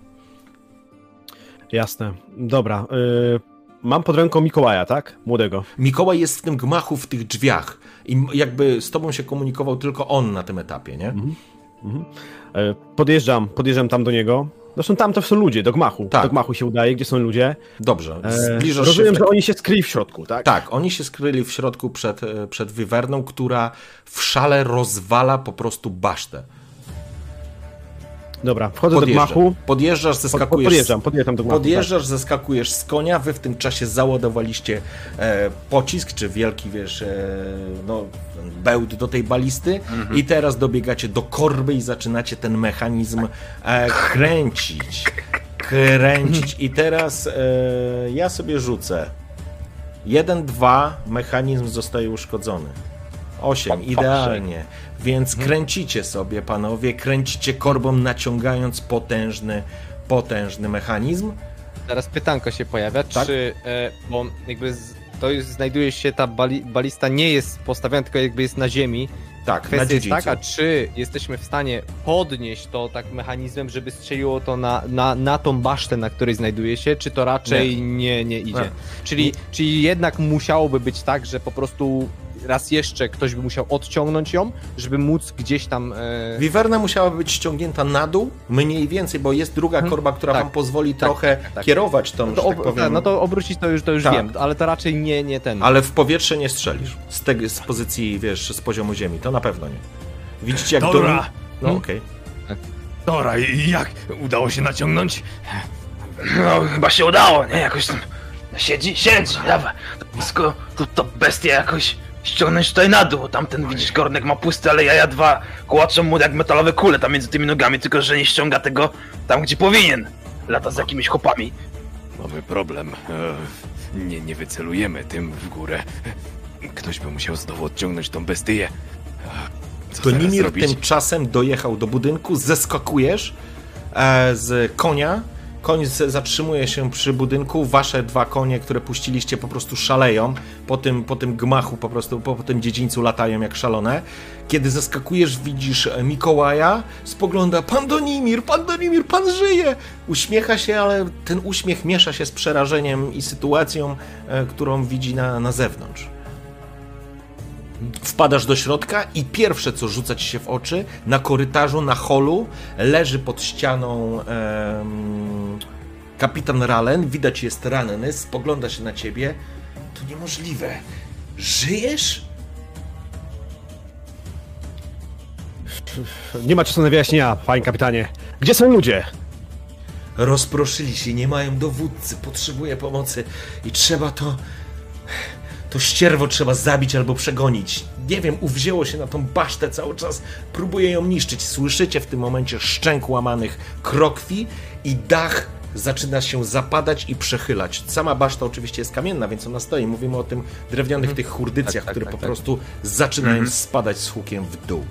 Jasne, dobra. y, Mam pod ręką Mikołaja, tak? Młodego. Mikołaj jest w tym gmachu, w tych drzwiach i m- jakby z tobą się komunikował tylko on na tym etapie, nie? E, Podjeżdżam, podjeżdżam tam do niego. Zresztą tam to są ludzie, do gmachu. Tak. Do gmachu się udaje, gdzie są ludzie. Dobrze, E, zbliżasz się... Rozumiem, w że oni się skryli w środku, tak? Tak, oni się skryli w środku przed, e, przed Wywerną, która w szale rozwala po prostu basztę. Dobra, wchodzę Podjeżdżasz, do gmachu. podjeżdżasz, Pod, zeskakujesz... podjeżdżam, podjeżdżam do gmachu. Podjeżdżasz, zeskakujesz z konia, wy w tym czasie załadowaliście e, pocisk, czy wielki, wiesz, e, no, bełt do tej balisty i teraz dobiegacie do korby i zaczynacie ten mechanizm e, kręcić. Kręcić. I teraz e, ja sobie rzucę. Jeden, dwa, mechanizm zostaje uszkodzony. Osiem, idealnie. Więc kręcicie sobie, panowie, kręcicie korbą, naciągając potężny, potężny mechanizm. Teraz pytanko się pojawia, Tak? czy, e, bo jakby z, to jest, znajduje się, ta bali, balista nie jest postawiona, tylko jakby jest na ziemi. Tak, na Kwestia jest dziedzińcu. taka, czy jesteśmy w stanie podnieść to tak mechanizmem, żeby strzeliło to na, na, na tą basztę, na której znajduje się, czy to raczej nie, nie, idzie. Nie. Czyli, czyli jednak musiałoby być tak, że po prostu raz jeszcze ktoś by musiał odciągnąć ją, żeby móc gdzieś tam... E... Wiwerna musiałaby być ściągnięta na dół, mniej więcej, bo jest druga korba, która tak, wam pozwoli tak, trochę tak, tak. kierować tą, No że to, tak ob... powiem... no to obrócić to już, to już tak. wiem, ale to raczej nie, nie ten. Ale w powietrze nie strzelisz. Z, te, z pozycji, wiesz, z poziomu ziemi. To na pewno nie. Widzicie, jak Dobra. do... No Hmm? okej. Okay. Dora, jak? Udało się naciągnąć? No, chyba się udało, nie? Jakoś tam siedzi, siedzi, dawaj. To, to, to bestia jakoś ściągnąć tutaj na dół. Tamten, widzisz, kornek ma pusty, ale jaja dwa kłaczą mu jak metalowe kule tam między tymi nogami, tylko że nie ściąga tego tam, gdzie powinien. Lata z jakimiś chłopami. Mamy problem. E, nie, nie wycelujemy tym w górę. Ktoś by musiał znowu odciągnąć tą bestię. Co To teraz Nimir zrobić? tymczasem dojechał do budynku, zeskakujesz e, z konia. Koń z, zatrzymuje się przy budynku, wasze dwa konie, które puściliście, po prostu szaleją, po tym, po tym gmachu, po prostu po, po tym dziedzińcu latają jak szalone. Kiedy zeskakujesz, widzisz Mikołaja, spogląda, pan Donimir, pan Donimir, pan żyje! Uśmiecha się, ale ten uśmiech miesza się z przerażeniem i sytuacją, e, którą widzi na, na zewnątrz. Wpadasz do środka i pierwsze, co rzuca ci się w oczy, na korytarzu, na holu, leży pod ścianą em, kapitan Ralen. Widać, jest ranny, spogląda się na ciebie. To niemożliwe. Żyjesz? Nie ma czasu na wyjaśnienia, panie kapitanie. Gdzie są ludzie? Rozproszyli się, nie mają dowódcy, potrzebuje pomocy i trzeba to... To ścierwo trzeba zabić albo przegonić. Nie wiem, uwzięło się na tą basztę cały czas, próbuje ją niszczyć. Słyszycie w tym momencie szczęk łamanych krokwi i dach zaczyna się zapadać i przechylać. Sama baszta oczywiście jest kamienna, więc ona stoi. Mówimy o tym drewnianych tych hurdycjach, tak, tak, które tak, po tak. prostu zaczynają Mhm. spadać z hukiem w dół.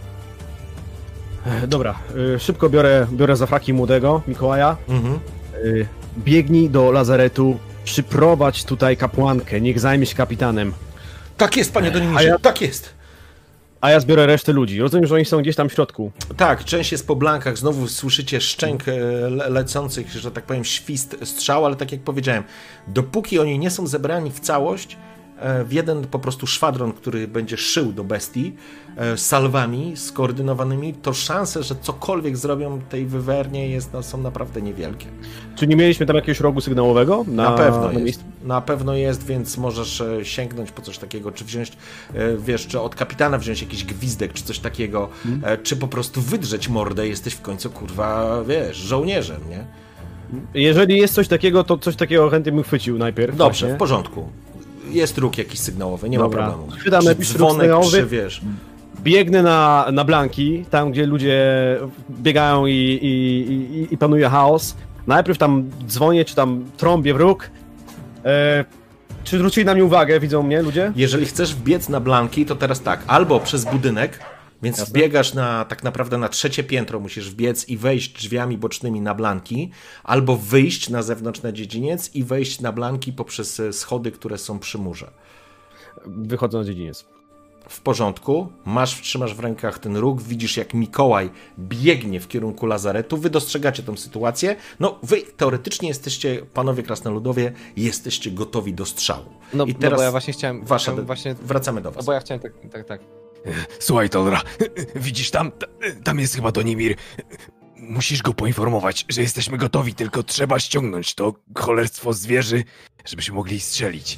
E, Dobra, y, szybko biorę, biorę za fraki młodego Mikołaja. Mhm. Y, Biegnij do lazaretu, przyprowadź tutaj kapłankę, niech zajmie się kapitanem. Tak jest, panie A Donimirze, ja- tak jest. A ja zbiorę resztę ludzi. Rozumiem, że oni są gdzieś tam w środku. Tak, część jest po blankach, znowu słyszycie szczęk e, le lecących, że tak powiem, świst strzał, ale tak jak powiedziałem, dopóki oni nie są zebrani w całość, e, w jeden po prostu szwadron, który będzie szył do bestii, e, salwami skoordynowanymi, to szanse, że cokolwiek zrobią tej wywernie jest, no, są naprawdę niewielkie. Czy nie mieliśmy tam jakiegoś rogu sygnałowego? Na, Na pewno na jest, miejscu? na pewno jest, więc możesz e, sięgnąć po coś takiego, czy wziąć, e, wiesz, czy od kapitana wziąć jakiś gwizdek, czy coś takiego, e, czy po prostu wydrzeć mordę, jesteś w końcu, kurwa, wiesz, żołnierzem, nie? Jeżeli jest coś takiego, to coś takiego chętnie bym chwycił najpierw. Dobrze, właśnie. w porządku. Jest róg jakiś sygnałowy, nie Dobra. ma problemu. Chwytam Czy jakiś róg dzwonek, sygnałowy. czy wiesz... Biegnę na, na blanki, tam gdzie ludzie biegają i, i, i, i panuje chaos. Najpierw tam dzwonię, czy tam trąbię w róg. E, czy zwrócili na mnie uwagę, widzą mnie ludzie? Jeżeli chcesz wbiec na blanki, to teraz tak, albo przez budynek, więc Jasne. wbiegasz na, tak naprawdę na trzecie piętro, musisz wbiec i wejść drzwiami bocznymi na blanki, albo wyjść na zewnątrz na dziedziniec i wejść na blanki poprzez e, schody, które są przy murze. Wychodzę na dziedziniec. W porządku, masz, trzymasz w rękach ten róg, widzisz jak Mikołaj biegnie w kierunku lazaretu, wy dostrzegacie tę sytuację, no wy teoretycznie jesteście, panowie krasnoludowie, jesteście gotowi do strzału. No, I no teraz bo ja właśnie chciałem... wasza, chciałem właśnie... wracamy do No was. bo ja chciałem tak, tak, tak. Słuchaj, Tolra, widzisz tam? Ta- Tam jest chyba Donimir. Musisz go poinformować, że jesteśmy gotowi, tylko trzeba ściągnąć to cholerstwo zwierzy, żebyśmy mogli strzelić.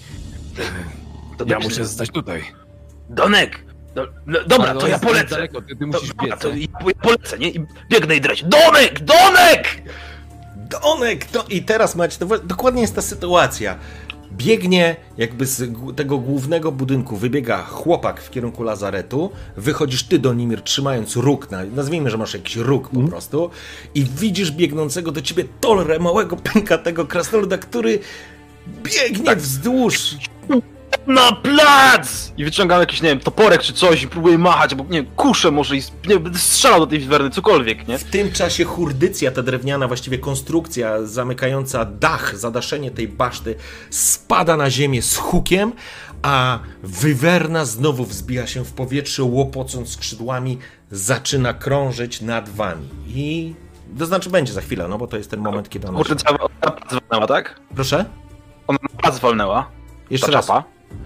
To Ja dobrze. muszę zostać tutaj. Donek! Do, no, dobra, Ale to on ja jest polecę. daleko, ty, ty To, musisz dobra, biec. to nie? ja ja polecę, nie? I biegnę i dreć. Donek! Donek! Donek! To... I teraz macie, to dokładnie jest ta sytuacja. Biegnie jakby z g- tego głównego budynku, wybiega chłopak w kierunku lazaretu, wychodzisz ty, Donimir, trzymając róg, na, nazwijmy, że masz jakiś róg po prostu, i widzisz biegnącego do ciebie Tolrę, małego, pękatego krasnoluda, który biegnie wzdłuż. Na plac! I wyciągam jakiś, nie wiem, toporek czy coś i próbuję machać, bo nie wiem, kuszę może i s- nie wiem, będę strzelał do tej wiwerny, cokolwiek, nie? W tym czasie hurdycja, ta drewniana właściwie konstrukcja zamykająca dach, zadaszenie tej baszty spada na ziemię z hukiem, a wywerna znowu wzbija się w powietrze, łopocąc skrzydłami, zaczyna krążyć nad wami. I to znaczy będzie za chwilę, no bo to jest ten moment, kiedy ona... Kurde, się- cała na plac walnęła, tak? Proszę? Ona na plac walnęła. Jeszcze Ta raz. czapa.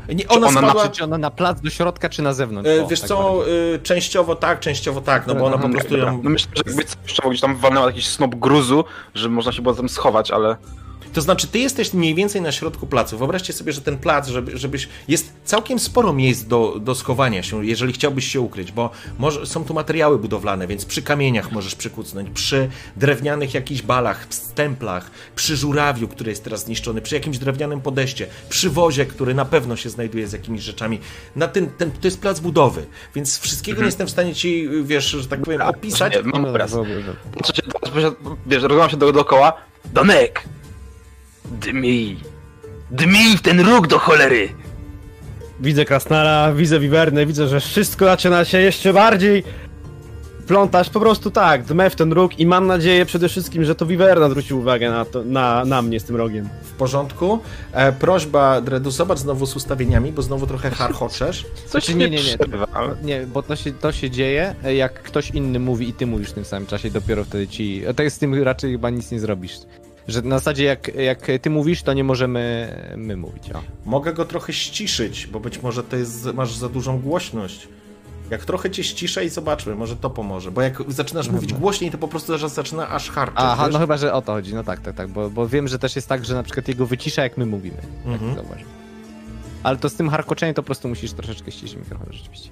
Nie, ona, ona spadła... na- Czy ona na plac do środka, czy na zewnątrz? E, O, Wiesz tak co, bardziej. y, częściowo tak, częściowo tak, no bo ona po prostu Dobra. ją... No myślę, że jakby coś gdzieś tam walnęła jakiś snop gruzu, że można się było tam schować, ale... To znaczy, ty jesteś mniej więcej na środku placu. Wyobraźcie sobie, że ten plac, żeby, żebyś... Jest całkiem sporo miejsc do, do schowania się, jeżeli chciałbyś się ukryć, bo może, są tu materiały budowlane, więc przy kamieniach możesz przykucnąć, przy drewnianych jakichś balach, stemplach, przy żurawiu, który jest teraz zniszczony, przy jakimś drewnianym podejście, przy wozie, który na pewno się znajduje z jakimiś rzeczami. Na ten, ten, to jest plac budowy, więc wszystkiego nie jestem w stanie ci, wiesz, że tak powiem, opisać. Nie, mam No, obraz. dobra, dobra. Patrzę się, wiesz, rozglądam się do, dookoła. Donek! Dmi! Dmi w ten róg do cholery! Widzę Krasnala, widzę Wiwernę, widzę, że wszystko zaczyna się jeszcze bardziej plątać. Po prostu tak, dmę w ten róg i mam nadzieję przede wszystkim, że to Wiwerna zwróci uwagę na, to, na, na mnie z tym rogiem. W porządku. E, prośba, Dredu, zobacz znowu z ustawieniami, bo znowu trochę harchoczesz. Coś Znaczy, nie, nie, nie. przerywa, ale... Nie, bo to się, to się dzieje, jak ktoś inny mówi i ty mówisz w tym samym czasie, dopiero wtedy ci... Tak z tym raczej chyba nic nie zrobisz. Że na zasadzie jak, jak ty mówisz, to nie możemy my mówić. O. Mogę go trochę ściszyć, bo być może to jest, masz za dużą głośność. Jak trochę cię ściszę i zobaczmy, może to pomoże. Bo jak zaczynasz mówić głośniej, to po prostu zaraz zaczyna aż harczyć. Aha, wiesz? no chyba, że o to chodzi. No tak, tak, tak. Bo, bo wiem, że też jest tak, że na przykład jego wycisza, jak my mówimy. Mhm. Tak, zauważ. Ale to z tym harkoczeniem to po prostu musisz troszeczkę ściszyć mikrofon, rzeczywiście.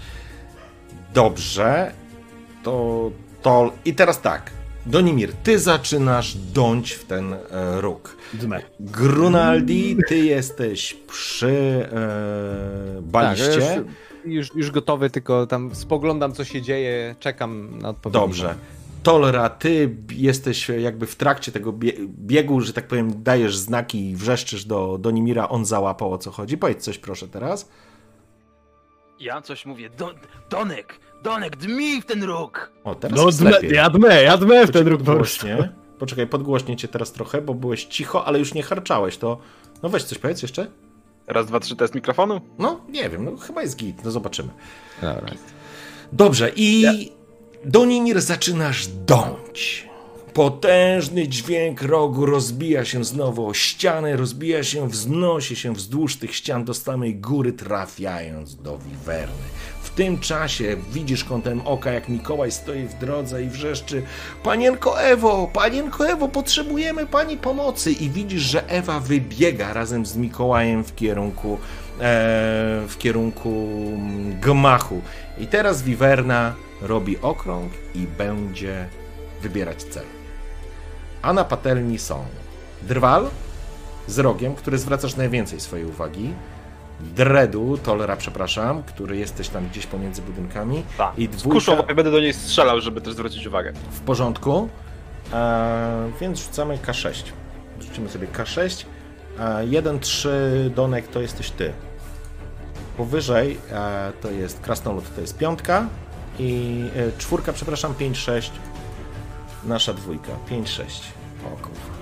Dobrze. To, to... I teraz tak. Donimir, ty zaczynasz dąć w ten e, róg. Dmę. Grunaldi, ty jesteś przy e, baliście. Tak, już, już, już gotowy, tylko tam spoglądam, co się dzieje, czekam na odpowiedź. Dobrze. Tolra, ty jesteś jakby w trakcie tego bie biegu, że tak powiem, dajesz znaki i wrzeszczysz do, do Nimira, on załapał, o co chodzi. Powiedz coś proszę teraz. Ja coś mówię. Don, Donek! Donek, dmi w ten róg! O, teraz No jest dmę, lepiej. ja dmę, ja dmę w ten róg po prostu. Podgłośnie. Poczekaj, podgłośnię cię teraz trochę, bo byłeś cicho, ale już nie harczałeś, to... No weź coś powiedz jeszcze. Raz, dwa, trzy, test mikrofonu? No, nie wiem, no chyba jest git, no zobaczymy. Dobra. Dobrze, i Donimir zaczynasz dąć. Potężny dźwięk rogu rozbija się znowu o ściany, rozbija się, wznosi się wzdłuż tych ścian do samej góry, trafiając do Wiwerny. W tym czasie widzisz kątem oka, jak Mikołaj stoi w drodze i wrzeszczy: Panienko Ewo, Panienko Ewo, potrzebujemy Pani pomocy. I widzisz, że Ewa wybiega razem z Mikołajem w kierunku, e, w kierunku gmachu. I teraz Wiwerna robi okrąg i będzie wybierać cel. A na patelni są Drwal z rogiem, który zwracasz najwięcej swojej uwagi, Dredu, Tolera, przepraszam, który jesteś tam gdzieś pomiędzy budynkami, Tak. i Z dwójka kuszą będę do niej strzelał, żeby też zwrócić uwagę. w porządku, e, więc rzucamy K sześć. Rzucimy sobie K sześć. E, jeden trzy, Donek, to jesteś ty. Powyżej e, to jest Krasnolud, to jest piątka i e, czwórka, przepraszam, pięć sześć. Nasza dwójka, pięć sześć. O kurwa.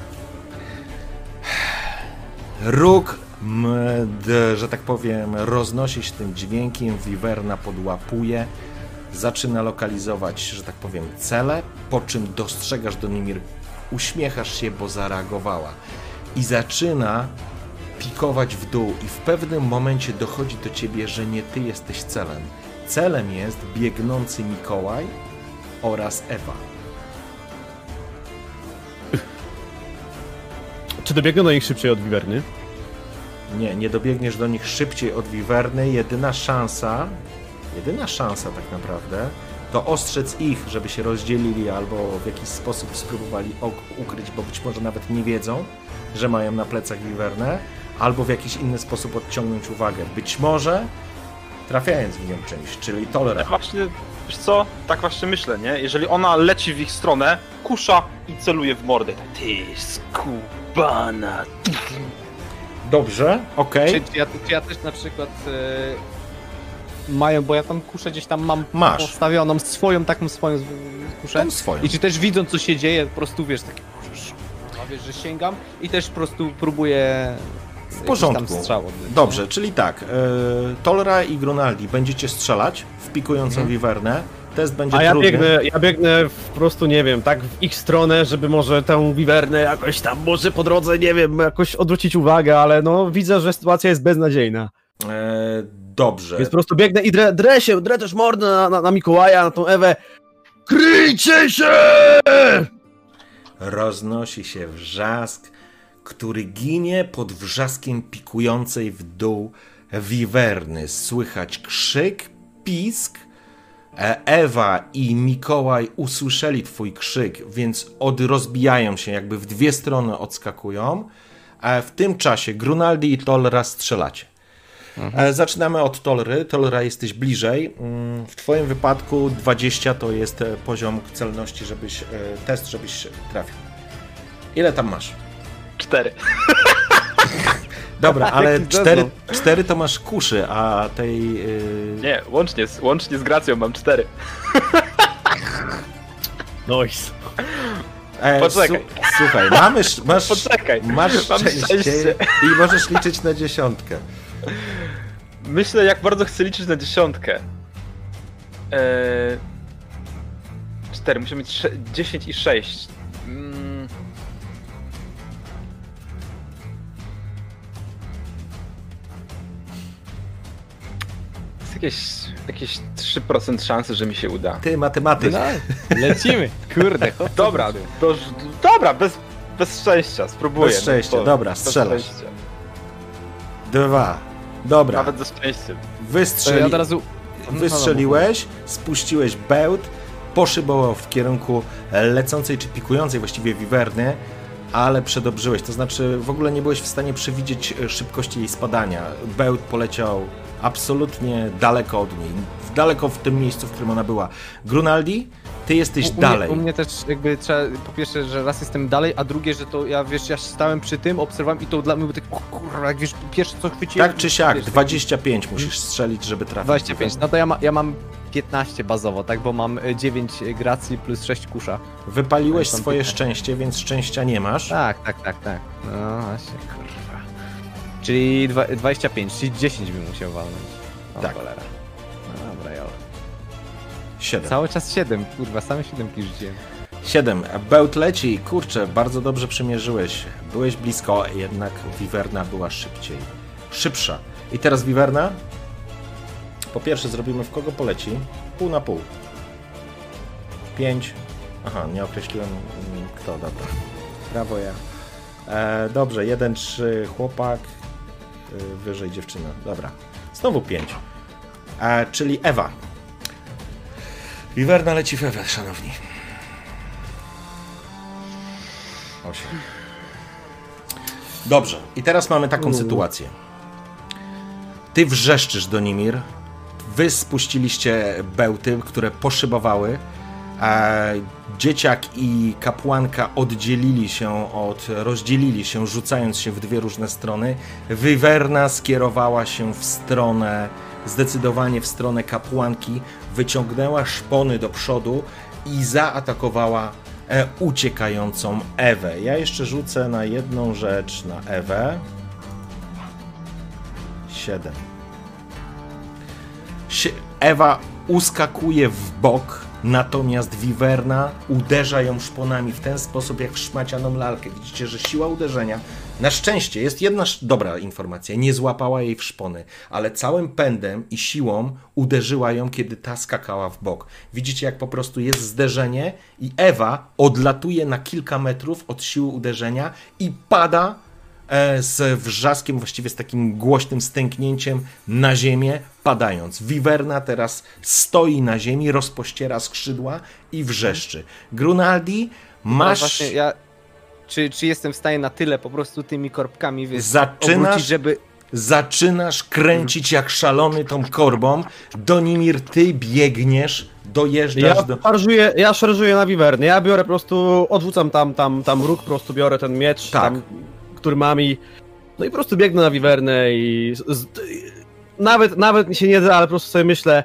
Róg, md, że tak powiem, roznosi się tym dźwiękiem, Wiwerna podłapuje, zaczyna lokalizować, że tak powiem, cele, po czym dostrzegasz Donimir, uśmiechasz się, bo zareagowała i zaczyna pikować w dół i w pewnym momencie dochodzi do ciebie, że nie ty jesteś celem. Celem jest biegnący Mikołaj oraz Ewa. Czy dobiegnę do nich szybciej od Wiwerny? Nie, nie dobiegniesz do nich szybciej od Wiwerny. Jedyna szansa, jedyna szansa tak naprawdę, to ostrzec ich, żeby się rozdzielili albo w jakiś sposób spróbowali ukryć, bo być może nawet nie wiedzą, że mają na plecach Wiwernę, albo w jakiś inny sposób odciągnąć uwagę. Być może trafiając w nią czymś, czyli tolerant. Właśnie, wiesz co, tak właśnie myślę, nie? Jeżeli ona leci w ich stronę, kusza i celuje w mordę. Ty skubana. Dobrze, okej. Czy, czy, ja, czy ja też na przykład e, mają, bo ja tam kuszę gdzieś tam mam Masz. postawioną swoją, taką swoją z- kuszę. Tą swoją. I czy też widząc co się dzieje, po prostu wiesz, takie, a wiesz, że sięgam i też po prostu próbuję w porządku. Tam strzał odbyć, Dobrze, nie? czyli tak, e, Tolra i Grunaldi będziecie strzelać w pikującą Mhm. wiwernę. Test będzie A ja trudny. biegnę, ja biegnę w, po prostu, nie wiem, tak w ich stronę, żeby może tę wiwernę jakoś tam, może po drodze, nie wiem, jakoś odwrócić uwagę, ale no widzę, że sytuacja jest beznadziejna. E, dobrze. Więc po prostu biegnę i drę, drę się, drę też mordę na, na, na Mikołaja, na tą Ewę. Kryjcie się! Roznosi się wrzask, który ginie pod wrzaskiem pikującej w dół wiwerny. Słychać krzyk, pisk. E, Ewa i Mikołaj usłyszeli twój krzyk, więc od rozbijają się, jakby w dwie strony odskakują. A w tym czasie Grunaldi i Tolra strzelacie. E, Zaczynamy od Tolry. Tolra, jesteś bliżej. Mm, W twoim wypadku dwadzieścia to jest e, poziom celności, żebyś, e, test, żebyś trafił. Ile tam masz? Cztery. Dobra, ale Jaki cztery, zezol. cztery to masz kuszy, a tej... Yy... Nie, łącznie, z- łącznie z gracją mam cztery. Nice. E, Poczekaj. su- Słuchaj, mamy, sz- masz, Poczekaj, masz mam szczęście szczęście. i możesz liczyć na dziesiątkę. Myślę, jak bardzo chcę liczyć na dziesiątkę. Eee... Cztery, muszę mieć sze- dziesięć i sześć. Mm. Jest jakieś, jakieś trzy procent szansy, że mi się uda. Ty, matematyk. No, lecimy. Kurde, chłop, co Dobra, ty? to, już- dobra, bez, bez szczęścia, spróbuję. Bez szczęścia, no, bo- dobra, bez strzelasz. szczęścia. Dwa. Dobra, Nawet ze szczęściem. To wystrzeli... ja od razu... No, wystrzeliłeś, spuściłeś bełt, poszybował w kierunku lecącej czy pikującej właściwie wiwerny, ale przedobrzyłeś, to znaczy w ogóle nie byłeś w stanie przewidzieć szybkości jej spadania. Bełt poleciał absolutnie daleko od niej, daleko w tym miejscu, w którym ona była. Grunaldi, ty jesteś U, u dalej. Mnie, u mnie też jakby trzeba, po pierwsze, że raz jestem dalej, a drugie, że to ja, wiesz, ja stałem przy tym, obserwowałem i to dla mnie było tak, o kurwa, jak wiesz, pierwsze co chwyciłem... Tak czy siak, wiesz, dwadzieścia pięć musisz strzelić, żeby trafić. dwadzieścia pięć, no to ja, ma, ja mam piętnaście bazowo, tak, bo mam y, dziewięć gracji plus sześć kusza. Wypaliłeś Tam swoje piętnaście. szczęście, więc szczęścia nie masz. Tak, tak, tak, tak. No właśnie, kurwa. Czyli dwa, dwadzieścia pięć, czyli dziesięć bym musiał walnąć. O, Tak. cholera. No dobra, jolo. siedem. Cały czas siedem, kurwa, same siódemki rzuciłem. siedem. Bełt leci. Kurczę, bardzo dobrze przymierzyłeś. Byłeś blisko, jednak wiwerna była szybciej. Szybsza. I teraz wiwerna. Po pierwsze zrobimy, w kogo poleci. Pół na pół. Pięć. Aha, nie określiłem mm, kto, dobra. Brawo ja. E, dobrze, jeden, trzy, chłopak. Y, wyżej dziewczyna. Dobra. Znowu pięć. E, czyli Ewa. Wiwerna leci w Ewę, szanowni. osiem. Dobrze, i teraz mamy taką sytuację. Ty wrzeszczysz do Nimir. Wy spuściliście bełty, które poszybowały. A dzieciak i kapłanka oddzielili się od, rozdzielili się, rzucając się w dwie różne strony. Wywerna skierowała się w stronę, zdecydowanie w stronę kapłanki, wyciągnęła szpony do przodu i zaatakowała e, uciekającą Ewę. Ja jeszcze rzucę na jedną rzecz na Ewę. Siedem. Sie- Ewa uskakuje w bok, natomiast wiwerna uderza ją szponami w ten sposób, jak w szmacianą lalkę. Widzicie, że siła uderzenia, na szczęście, jest jedna sz- dobra informacja, nie złapała jej w szpony, ale całym pędem i siłą uderzyła ją, kiedy ta skakała w bok. Widzicie, jak po prostu jest zderzenie i Ewa odlatuje na kilka metrów od siły uderzenia i pada e, z wrzaskiem, właściwie z takim głośnym stęknięciem na ziemię, padając. Wiwerna teraz stoi na ziemi, rozpościera skrzydła i wrzeszczy. Grunaldi, No masz... właśnie, ja... Czy, czy jestem w stanie na tyle po prostu tymi korbkami, wiesz, Zaczynasz- obrócić, żeby... Zaczynasz kręcić jak szalony tą korbą. Donimir, ty biegniesz, dojeżdżasz Ja do... szarżuję, ja szarżuję na wiwerny, ja biorę po prostu, odrzucam tam, tam, tam róg, po prostu biorę ten miecz, Tak. tam, który mam i... No i po prostu biegnę na wiwernę i... Z, z, nawet, nawet mi się nie da, ale po prostu sobie myślę...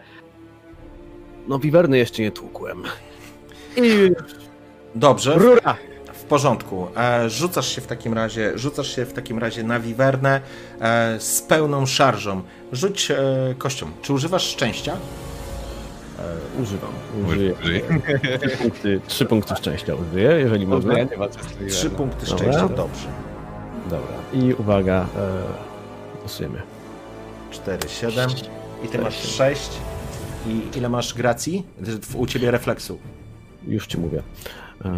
No wiwerny jeszcze nie tłukłem. I Dobrze. rura! porządku. E, rzucasz się w takim razie, rzucasz się w takim razie na wiwernę e, z pełną szarżą. Rzuć e, kością. Czy używasz szczęścia? E, używam. Użyję. Trzy punkty, trzy punkty szczęścia użyję, jeżeli można. Ja nie walczę z tej Trzy no. punkty Dobra. szczęścia, dobrze. Dobra. I uwaga, e, losujemy. cztery, siedem. I ty cztery, masz siedem. sześć. I ile masz gracji? U ciebie refleksu. Już ci mówię. E,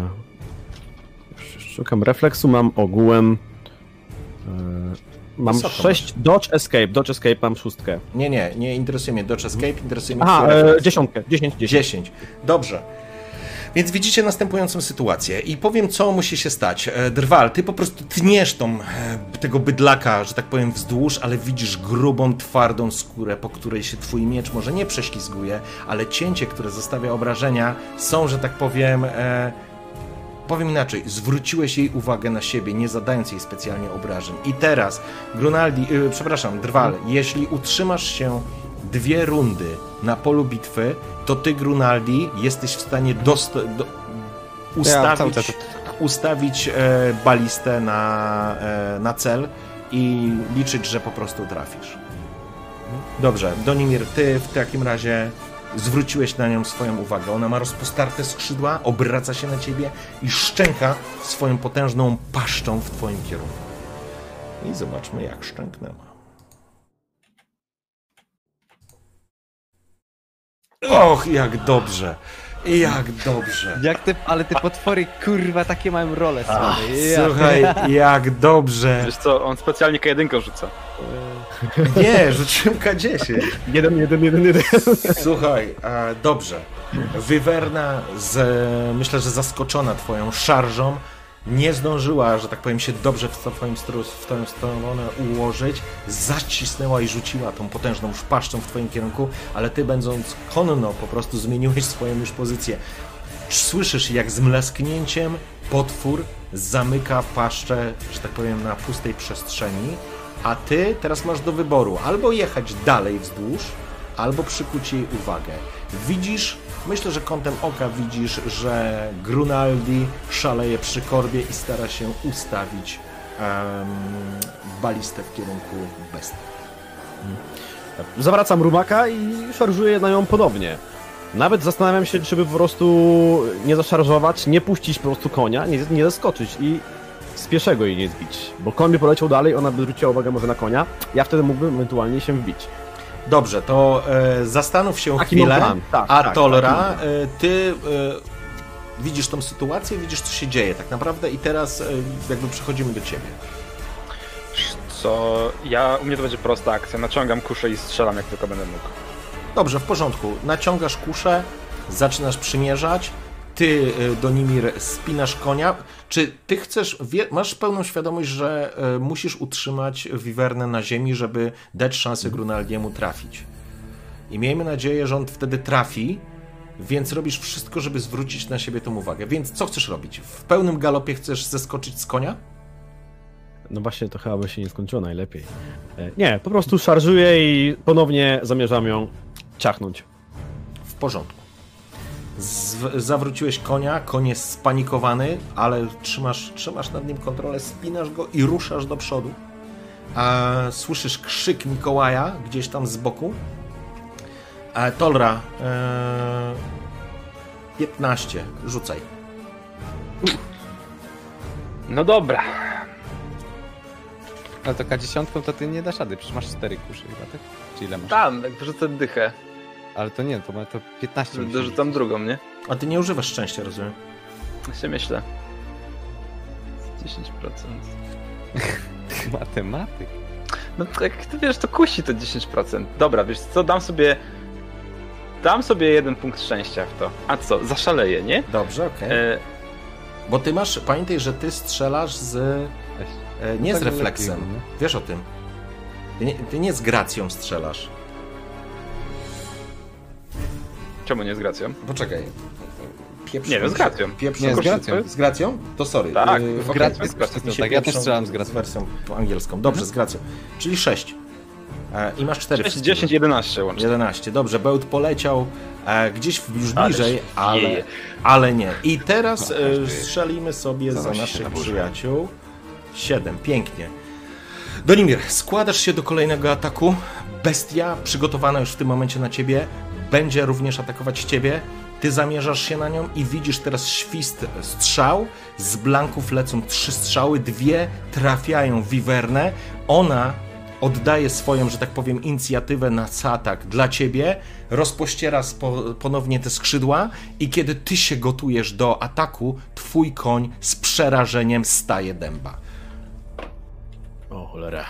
szukam refleksu, mam ogółem. E, mam Wysoko sześć dodge escape. Dodge escape mam szóstkę. Nie, nie, nie interesuje mnie Dodge Escape, interesuje mnie Aha, twój e, refleks. dziesiątkę. dziesięć, dziesięć. dziesięć. Dobrze. Więc widzicie następującą sytuację i powiem, co musi się stać. E, Drwal, ty po prostu tniesz tą, e, tego bydlaka, że tak powiem, wzdłuż, ale widzisz grubą, twardą skórę, po której się twój miecz może nie prześlizguje, ale cięcie, które zostawia obrażenia, są, że tak powiem, e, powiem inaczej, zwróciłeś jej uwagę na siebie, nie zadając jej specjalnie obrażeń. I teraz, Grunaldi, e, przepraszam, Drwal, jeśli utrzymasz się dwie rundy na polu bitwy, to ty, Grunaldi, jesteś w stanie dosta- do- ustawić, Ja cały ustawić e, balistę na, e, na cel i liczyć, że po prostu trafisz. Dobrze, Donimir, ty w takim razie zwróciłeś na nią swoją uwagę. Ona ma rozpostarte skrzydła, obraca się na ciebie i szczęka swoją potężną paszczą w twoim kierunku. I zobaczmy, jak szczęknęła. Och, jak dobrze! Jak dobrze! Jak te, ale te potwory, kurwa, takie mają role słabe. Ja. Słuchaj, jak dobrze! Wiesz co, on specjalnie K jeden rzuca. Nie, rzuciłem K dziesięć. Jeden, jeden, jeden, jeden. Słuchaj, e, dobrze. Wywerna, z, myślę, że zaskoczona twoją szarżą, nie zdążyła, że tak powiem, się dobrze w, twoim stru- w twoją stronę ułożyć, zacisnęła i rzuciła tą potężną szpaszczą w twoim kierunku, ale ty, będąc konno, po prostu zmieniłeś swoją już pozycję. Słyszysz, jak z mlesknięciem potwór zamyka paszczę, że tak powiem, na pustej przestrzeni, a ty teraz masz do wyboru albo jechać dalej wzdłuż, albo przykuć jej uwagę. Widzisz, myślę, że kątem oka widzisz, że Grunaldi szaleje przy korbie i stara się ustawić um, balistę w kierunku bestii. Zawracam rumaka i szarżuję na nią ponownie. Nawet zastanawiam się, czy by po prostu nie zaszarżować, nie puścić po prostu konia, nie, nie zaskoczyć i z pieszego jej nie zbić. Bo koń by poleciał dalej, ona by zwróciła uwagę może na konia, ja wtedy mógłbym ewentualnie się wbić. Dobrze, to e, zastanów się Taki chwilę, mam plan. Tak, a tak, Tolra, taki e, ty e, widzisz tą sytuację, widzisz, co się dzieje tak naprawdę i teraz e, jakby przechodzimy do ciebie. Co, ja, u mnie to będzie prosta akcja. Naciągam kuszę i strzelam, jak tylko będę mógł. Dobrze, w porządku. Naciągasz kuszę, zaczynasz przymierzać, ty, e, Donimir, spinasz konia. Czy ty chcesz, wie, masz pełną świadomość, że e, musisz utrzymać wiwernę na ziemi, żeby dać szansę Grunaldiemu trafić? I miejmy nadzieję, że on wtedy trafi, więc robisz wszystko, żeby zwrócić na siebie tą uwagę. Więc co chcesz robić? W pełnym galopie chcesz zeskoczyć z konia? No właśnie, to chyba by się nie skończyło najlepiej. E, Nie, po prostu szarżuję i ponownie zamierzam ją ciachnąć. W porządku. Z- zawróciłeś konia, koń jest spanikowany, ale trzymasz, trzymasz nad nim kontrolę, spinasz go i ruszasz do przodu. A słyszysz krzyk Mikołaja gdzieś tam z boku. A Tolra, e, piętnaście, rzucaj. No dobra. No to K dziesięć to ty nie dasz rady, przecież masz cztery kusze chyba, tak? Czy ile masz? Tam, jak wyrzucę dychę, Ale to nie, to ma to piętnaście. musi dorzucam być. drugą, nie? A ty nie używasz szczęścia, rozumiem? Ja się myślę. dziesięć procent. Matematyk. No to jak ty wiesz, to kusi to dziesięć procent. Dobra, wiesz co, dam sobie... Dam sobie jeden punkt szczęścia w to. A co, zaszaleję, nie? Dobrze, okej. E, Bo ty masz, pamiętaj, że ty strzelasz z... Weź. E, nie No z tak refleksem. lepiej, nie? Wiesz o tym. Ty nie, ty nie z gracją strzelasz. czemu nie z gracją? Poczekaj. Pieprz Nie, no z mi gracją. się- Pieprz Nie, z mi się- gracją. Z gracją? To sorry. Tak, Yy, w okej. gracją, Mi z gracją, się tak, ja też pieprzą strzelam z gracją. Z wersją po angielską. Dobrze, z gracją. Czyli sześć. E, I masz cztery. sześć, dziesięć, jedenaście łącznie. jedenaście, dobrze. Bełt poleciał e, gdzieś już bliżej, Ależ ale, wieje. ale nie. I teraz No, e, wieje. strzelimy sobie za Zanosi się naszych na burzę. przyjaciół. siedem, pięknie. Donimir, składasz się do kolejnego ataku. Bestia przygotowana już w tym momencie na ciebie będzie również atakować ciebie. Ty zamierzasz się na nią i widzisz teraz świst strzał. Z blanków lecą trzy strzały, dwie trafiają w wiwernę. Ona oddaje swoją, że tak powiem, inicjatywę na atak dla ciebie, rozpościera spo, ponownie te skrzydła i kiedy ty się gotujesz do ataku, twój koń z przerażeniem staje dęba. O cholera.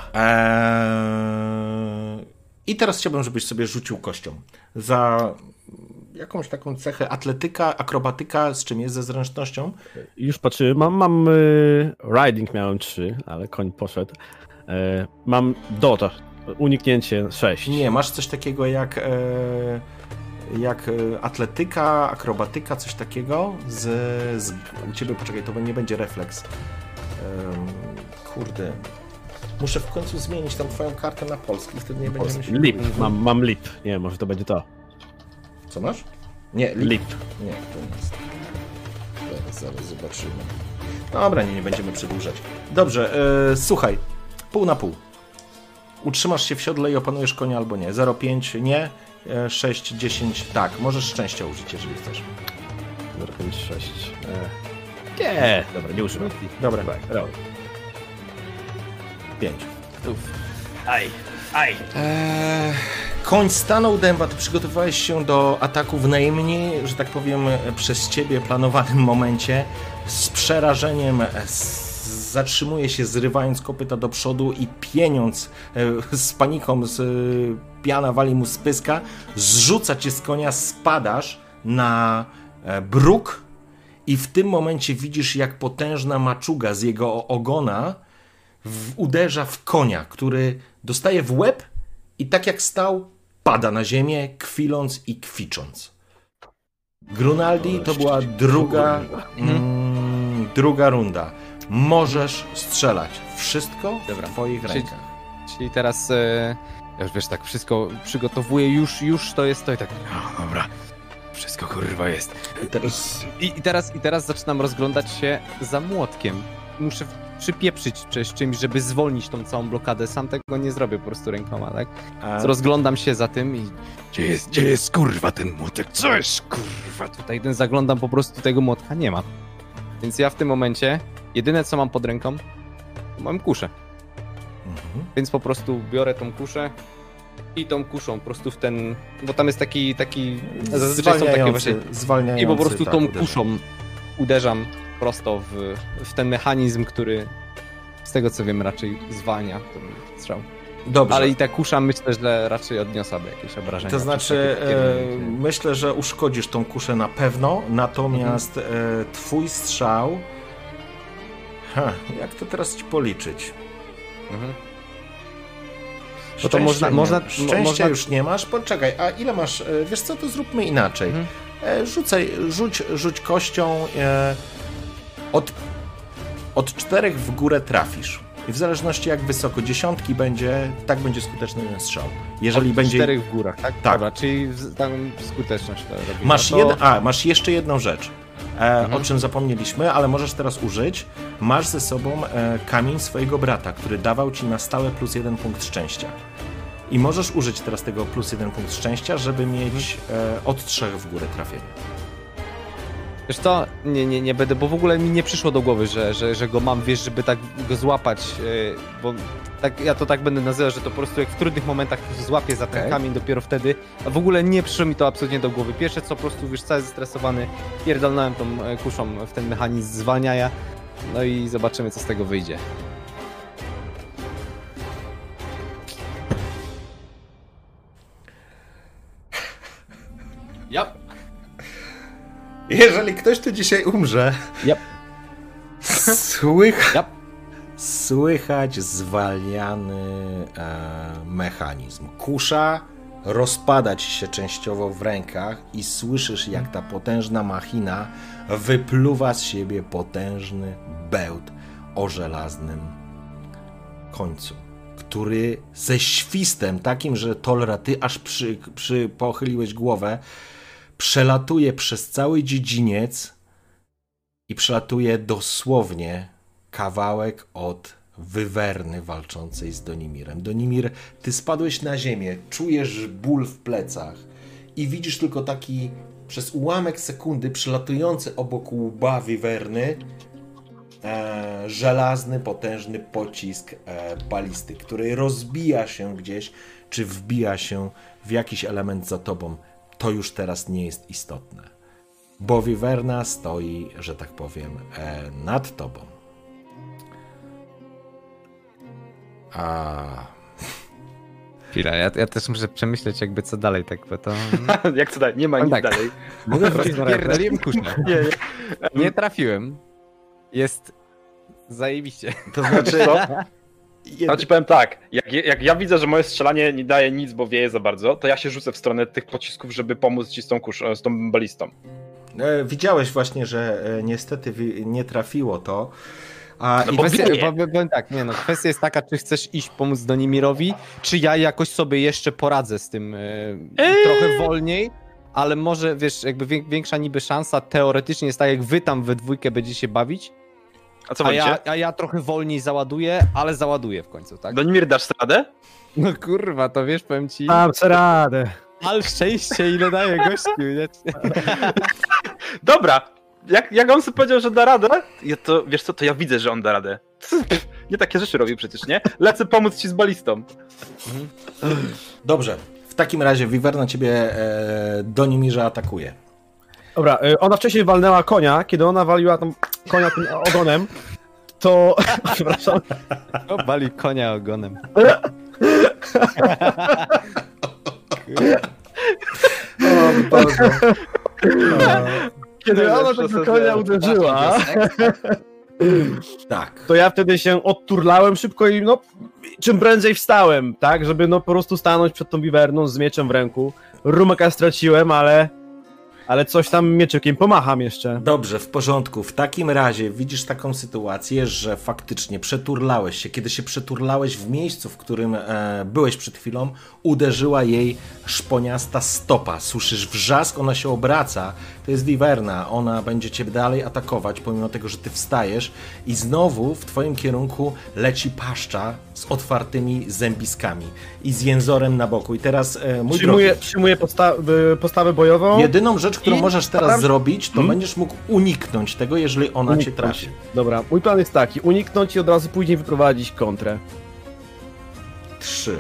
Eee... I teraz chciałbym, żebyś sobie rzucił kością za jakąś taką cechę atletyka, akrobatyka, z czym jest ze zręcznością. Już patrzyłem, mam, mam y, riding miałem trzy, ale koń poszedł. E, mam dota, uniknięcie sześć. Nie, masz coś takiego jak, e, jak e, atletyka, akrobatyka, coś takiego z, z... U ciebie, poczekaj, to nie będzie refleks. Em, kurde. Muszę w końcu zmienić tam twoją kartę na polski, wtedy nie będziemy się... Lip, mam, mam lip. Nie, może to będzie to. Co masz? Nie, lip. Lip. Nie, to nie jest. Zaraz, zaraz zobaczymy. Dobra, nie, nie będziemy przedłużać. Dobrze, e, słuchaj. Pół na pół. Utrzymasz się w siodle i opanujesz konia albo nie. zero przecinek pięć nie, e, sześć, dziesięć tak. Możesz szczęścia użyć, jeżeli chcesz. zero pięć sześć. E, nie, dobra, nie używam. Dobra, Dobra. pięć. Aj, aj. Eee, koń stanął dęba, ty przygotowałeś się do ataku w najmniej, że tak powiem, przez ciebie planowanym momencie. Z przerażeniem z, zatrzymuje się, zrywając kopyta do przodu i pieniąc e, z paniką, z e, piana wali mu z pyska, zrzuca cię z konia, spadasz na e, bruk i w tym momencie widzisz, jak potężna maczuga z jego ogona w, uderza w konia, który dostaje w łeb i tak jak stał, pada na ziemię, kwiląc i kwicząc. Grunaldi, to była druga, mm, druga runda. Możesz strzelać. Wszystko Dobra. w twoich Czyli- rękach. Czyli teraz, e, ja już wiesz, tak wszystko przygotowuję, już, już to jest to i tak. O, dobra. Wszystko kurwa jest. Teraz I, i, teraz, I teraz zaczynam rozglądać się za młotkiem. Muszę przypieprzyć czy- z czymś, żeby zwolnić tą całą blokadę. Sam tego nie zrobię po prostu rękoma, tak? a, Rozglądam się za tym i Gdzie jest, gdzie jest kurwa ten młotek? Co jest kurwa? tutaj ten zaglądam, po prostu tego młotka nie ma. Więc ja w tym momencie, jedyne co mam pod ręką, to mam kuszę. mhm. Więc po prostu biorę tą kuszę i tą kuszą po prostu w ten, bo tam jest taki, taki, zazwyczaj są takie właśnie, zwalniający, i po prostu tak, tą uderzenie. kuszą uderzam prosto w, w ten mechanizm, który z tego co wiem raczej zwalnia ten strzał. Dobrze. Ale i ta kusza myślę, że raczej odniosłaby jakieś obrażenia. To przez znaczy, takie e, kierunki. myślę, że uszkodzisz tą kuszę na pewno, natomiast e, twój strzał... Ha, jak to teraz ci policzyć? Mhm. Szczęścia, to można- nie, można- szczęścia można- już nie masz. Poczekaj, a ile masz? e, Wiesz co, to zróbmy inaczej. Mhm. E, Rzucaj, rzuć, rzuć kością. E, od, od czterech w górę trafisz. I w zależności jak wysoko dziesiątki będzie, tak będzie skuteczny ten strzał. Jeżeli Od będzie... czterech w górach, tak? Tak. Dobra, czyli z- tam skuteczność to robimy. Masz, No to... jed... A, masz jeszcze jedną rzecz, e, Mhm. o czym zapomnieliśmy, ale możesz teraz użyć. Masz ze sobą e, kamień swojego brata, który dawał ci na stałe plus jeden punkt szczęścia. I możesz użyć teraz tego plus jeden punkt szczęścia, żeby mieć e, od trzech w górę trafienie. Wiesz co, nie, nie, nie będę, bo w ogóle mi nie przyszło do głowy, że, że, że go mam, wiesz, żeby tak go złapać, yy, bo tak, ja to tak będę nazywał, że to po prostu jak w trudnych momentach złapię za ten Okej. kamień dopiero wtedy, a w ogóle nie przyszło mi to absolutnie do głowy. Pierwsze co, po prostu, wiesz, cały zestresowany, pierdolnąłem tą e, kuszą w ten mechanizm zwalniania, no i zobaczymy, co z tego wyjdzie. Yep. Jeżeli ktoś tu dzisiaj umrze, Yep. słych... Yep. słychać zwalniany e, mechanizm. Kusza rozpada ci się częściowo w rękach i słyszysz, jak ta potężna machina wypluwa z siebie potężny bełt o żelaznym końcu, który ze świstem takim, że Tolra, ty aż przy, przy pochyliłeś głowę, przelatuje przez cały dziedziniec i przelatuje dosłownie kawałek od Wywerny walczącej z Donimirem. Donimir, ty spadłeś na ziemię, czujesz ból w plecach i widzisz tylko taki przez ułamek sekundy przelatujący obok łba Wywerny e, żelazny, potężny pocisk e, balisty, który rozbija się gdzieś, czy wbija się w jakiś element za tobą. To już teraz nie jest istotne, bo Wywerna stoi, że tak powiem, e, nad tobą. A... Chwila, ja, ja też muszę przemyśleć jakby co dalej, tak, bo to... Jak co dalej? Nie ma nic tak. dalej. Mogę rozpierdoliłem kuszę. Nie, nie. Nie trafiłem. Jest zajebiście. To znaczy... Co? Ja ci powiem tak, jak, jak ja widzę, że moje strzelanie nie daje nic, bo wieje za bardzo, to ja się rzucę w stronę tych pocisków, żeby pomóc ci z tą, kusz, z tą balistą. E, widziałeś właśnie, że e, niestety wi- nie trafiło to. A No i bo kwestia- Kwestia, bo, powiem tak, nie no, kwestia jest taka, czy chcesz iść pomóc Donimirowi, czy ja jakoś sobie jeszcze poradzę z tym e, Eee. trochę wolniej, ale może, wiesz, jakby wię- większa niby szansa teoretycznie jest tak, jak wy tam we dwójkę będziecie się bawić, A co a wolicie? ja, a ja trochę wolniej załaduję, ale załaduję w końcu, tak? Donimir, dasz radę? No kurwa, to wiesz, powiem ci, Mam co radę. al szczęście ile daje gościu, nie? Dobra, jak, jak on sobie powiedział, że da radę, ja to, wiesz co, to ja widzę, że on da radę. Nie takie rzeczy robił przecież, nie? Lecę pomóc ci z balistą. Dobrze, w takim razie Wywerna ciebie e, Donimirze atakuje. Dobra, y, ona wcześniej walnęła konia, kiedy ona waliła tam konia tym ogonem, to... Przepraszam. O, bali konia ogonem. O Boże. Kiedy ona Proszę tego sobie konia uderzyła, Tak. to ja wtedy się odturlałem szybko i no, czym prędzej wstałem, tak, żeby no po prostu stanąć przed tą wiwerną z mieczem w ręku. Rumaka straciłem, ale... Ale coś tam mieczykiem pomacham jeszcze. Dobrze, w porządku. W takim razie widzisz taką sytuację, że faktycznie przeturlałeś się. Kiedy się przeturlałeś w miejscu, w którym e, byłeś przed chwilą, uderzyła jej szponiasta stopa. Słyszysz wrzask, ona się obraca. To jest Wywerna. Ona będzie cię dalej atakować, pomimo tego, że ty wstajesz. I znowu w twoim kierunku leci paszcza z otwartymi zębiskami i z jęzorem na boku. I teraz, e, mój Przyjmuję, drogi, przyjmuję posta- y, postawę bojową. jedyną rzecz, którą I możesz teraz staram- zrobić, to Hmm? będziesz mógł uniknąć tego, jeżeli ona cię Uniknąć. trafi. Dobra, mój plan jest taki, uniknąć i od razu później wyprowadzić kontrę. Trzy.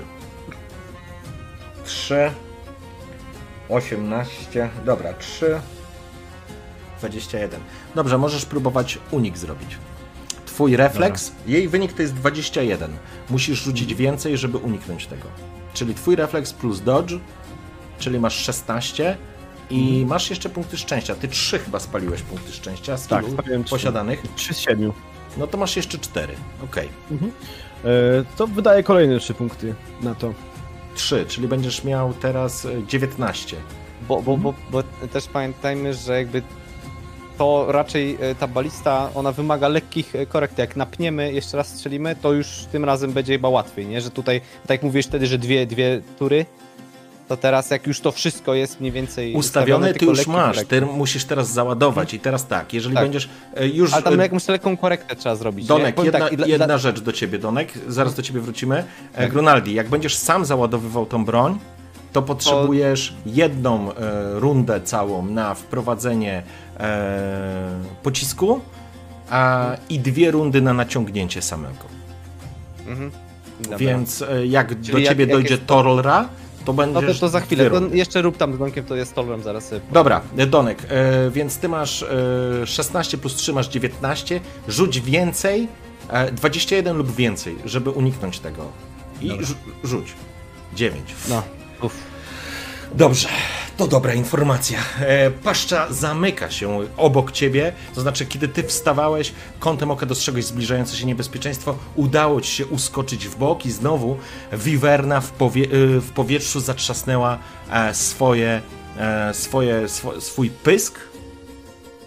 Trzy. Osiemnaście. Dobra, trzy. Dwadzieścia jeden. Dobrze, możesz próbować unik zrobić. Twój refleks, jej wynik to jest dwadzieścia jeden. Musisz rzucić więcej, żeby uniknąć tego. Czyli twój refleks plus dodge, czyli masz szesnaście i masz jeszcze punkty szczęścia. Ty trzy chyba spaliłeś punkty szczęścia z Tak, kilu spaliłem trzy. posiadanych. trzy z siedmiu. No to masz jeszcze cztery. Okej. E, to wydaje kolejne trzy punkty na to. trzy, czyli będziesz miał teraz e, dziewiętnaście. Bo, bo, bo, bo też pamiętajmy, że jakby to raczej e, ta balista, ona wymaga lekkich e, korekt. Jak napniemy, jeszcze raz strzelimy, to już tym razem będzie chyba łatwiej, nie? Że tutaj, tak jak mówisz wtedy, że dwie, dwie tury, to teraz jak już to wszystko jest mniej więcej Ustawione, ty tylko już lekki masz, korekt. ty musisz teraz załadować i teraz tak, jeżeli Tak. będziesz e, już... Ale tam e, jakąś lekką korektę trzeba zrobić. Donek, nie? Powiem jedna, tak, i dla- jedna dla- rzecz do ciebie, Donek, zaraz do ciebie wrócimy. E, Tak. Grunaldi, jak będziesz sam załadowywał tą broń, to potrzebujesz jedną e, rundę całą na wprowadzenie e, pocisku a, i dwie rundy na naciągnięcie samego. Mhm. Dobra. Więc e, jak do Czyli jak- ciebie jak dojdzie jest- Torlra, to No będziesz to, to za dwie chwilę, to rundy. jeszcze rób tam z Donkiem, to jest tolrem zaraz sobie. Dobra, Donek, e, więc ty masz e, szesnaście plus trzy, masz dziewiętnaście, rzuć więcej, e, dwadzieścia jeden lub więcej, żeby uniknąć tego. I rzu- rzuć. dziewięć. No, uff. Dobrze, to dobra informacja. E, paszcza zamyka się obok ciebie, to znaczy, kiedy ty wstawałeś, kątem oka dostrzegłeś zbliżające się niebezpieczeństwo, udało ci się uskoczyć w bok i znowu Wywerna w, powie- e, w powietrzu zatrzasnęła e, swoje, e, swoje, swo- swój pysk.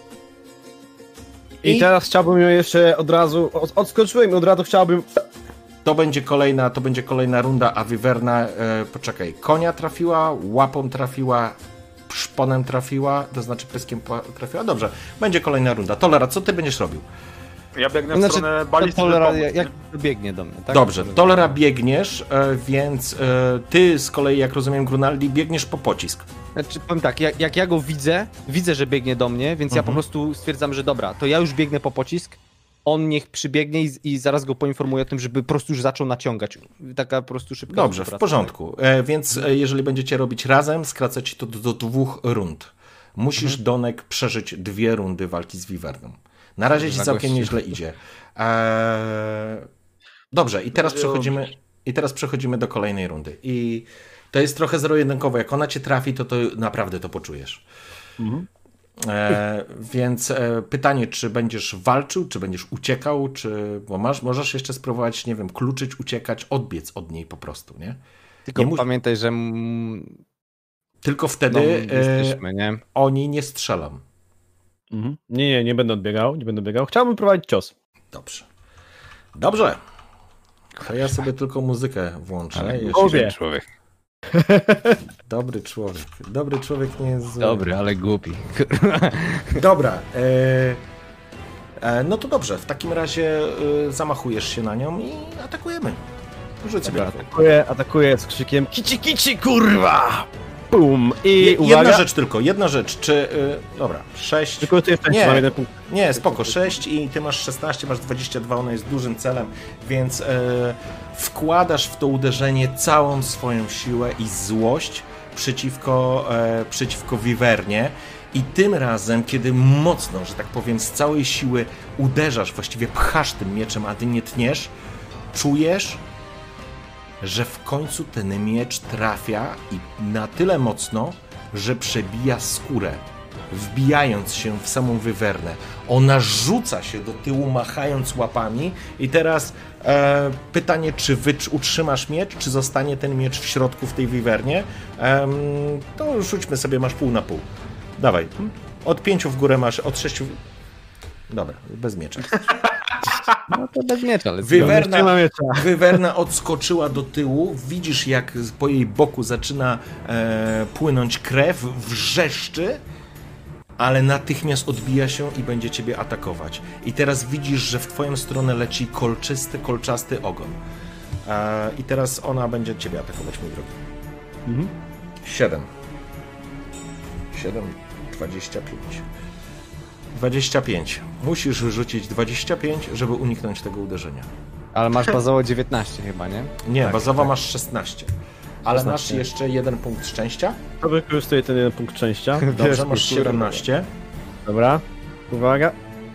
I, I- teraz chciałbym ją jeszcze od razu, od, odskoczyłem i od razu chciałbym to będzie kolejna, to będzie kolejna runda, a Wywerna, e, poczekaj, konia trafiła, łapą trafiła, szponem trafiła, to znaczy pyskiem trafiła. Dobrze, będzie kolejna runda. Tolera, co ty będziesz robił? Ja biegnę w Znaczy, stronę balisty, Tolera, żeby pomóc, jak nie? biegnie do mnie, tak? Dobrze, Tolera biegniesz, e, więc e, ty z kolei, jak rozumiem, Grunaldi, biegniesz po pocisk. Znaczy, powiem tak, jak, jak ja go widzę, widzę, że biegnie do mnie, więc ja po Mhm. prostu stwierdzam, że dobra, to ja już biegnę po pocisk, on niech przybiegnie i, i zaraz go poinformuję o tym, żeby po prostu już zaczął naciągać. Taka po prostu szybka Dobrze, w współpraca. porządku. E, więc e, jeżeli będziecie robić razem, skracę ci to do, do dwóch rund. Musisz, Mhm. Donek, przeżyć dwie rundy walki z Wiwerną. Na razie ci Za całkiem gości. nieźle idzie. Eee... Dobrze, i teraz przechodzimy, i teraz przechodzimy do kolejnej rundy. I to jest trochę zero-jedynkowo. Jak ona cię trafi, to, to naprawdę to poczujesz. Mhm. E, więc e, pytanie, czy będziesz walczył, czy będziesz uciekał, czy... Bo masz, możesz jeszcze spróbować, nie wiem, kluczyć, uciekać, odbiec od niej po prostu, nie? Tylko nie mu- pamiętaj, że mm, Tylko no, wtedy e, jesteśmy, nie? oni nie strzelam. Mhm. Nie, nie, nie będę odbiegał, nie będę odbiegał. Chciałbym prowadzić cios. Dobrze. Dobrze. To ja sobie tylko muzykę włączę. Ale Jeśli- Obie. głupi człowiek. Dobry człowiek. Dobry człowiek nie jest zły. Dobry, ale głupi. Dobra. E, e, no to dobrze. W takim razie e, zamachujesz się na nią i atakujemy. Rzuć sobie. Dobra, atakuję, atakuję z krzykiem kici kici kurwa! Bum! I Je, uwaga, jedna rzecz tylko, jedna rzecz. Czy... E, dobra, sześć... wykorzystuję szczęście, Nie. mam jeden punkt. Nie, spoko, sześć i ty masz szesnaście, masz dwadzieścia dwa, ona jest dużym celem, więc e, wkładasz w to uderzenie całą swoją siłę i złość przeciwko, e, przeciwko Wiwernie i tym razem, kiedy mocno, że tak powiem, z całej siły uderzasz, właściwie pchasz tym mieczem, a ty nie tniesz, czujesz, że w końcu ten miecz trafia i na tyle mocno, że przebija skórę, wbijając się w samą Wywernę. Ona rzuca się do tyłu, machając łapami i teraz e, pytanie, czy wy utrzymasz miecz, czy zostanie ten miecz w środku w tej Wiwernie? Em, to rzućmy sobie, masz pół na pół. Dawaj. Od pięciu w górę masz, od sześciu... Dobra, bez miecza. No to bez miecza, ale Wywerna, Nie ma miecza. Wywerna odskoczyła do tyłu, widzisz jak po jej boku zaczyna e, płynąć krew, wrzeszczy, ale natychmiast odbija się i będzie ciebie atakować. I teraz widzisz, że w twoją stronę leci kolczysty, kolczasty ogon. E, I teraz ona będzie ciebie atakować, mój drogi. Mhm. siedem. siedem, dwadzieścia pięć. dwadzieścia pięć. Musisz rzucić dwadzieścia pięć, żeby uniknąć tego uderzenia. Ale masz bazowo dziewiętnaście chyba, nie? Nie, Tak, bazowo tak. masz szesnaście. Ale masz szesnaście. jeszcze jeden punkt szczęścia. To wykorzystuję ten jeden punkt szczęścia. Dobrze, Wiesz, masz kurwa. siedemnaście. Dobra, uwaga.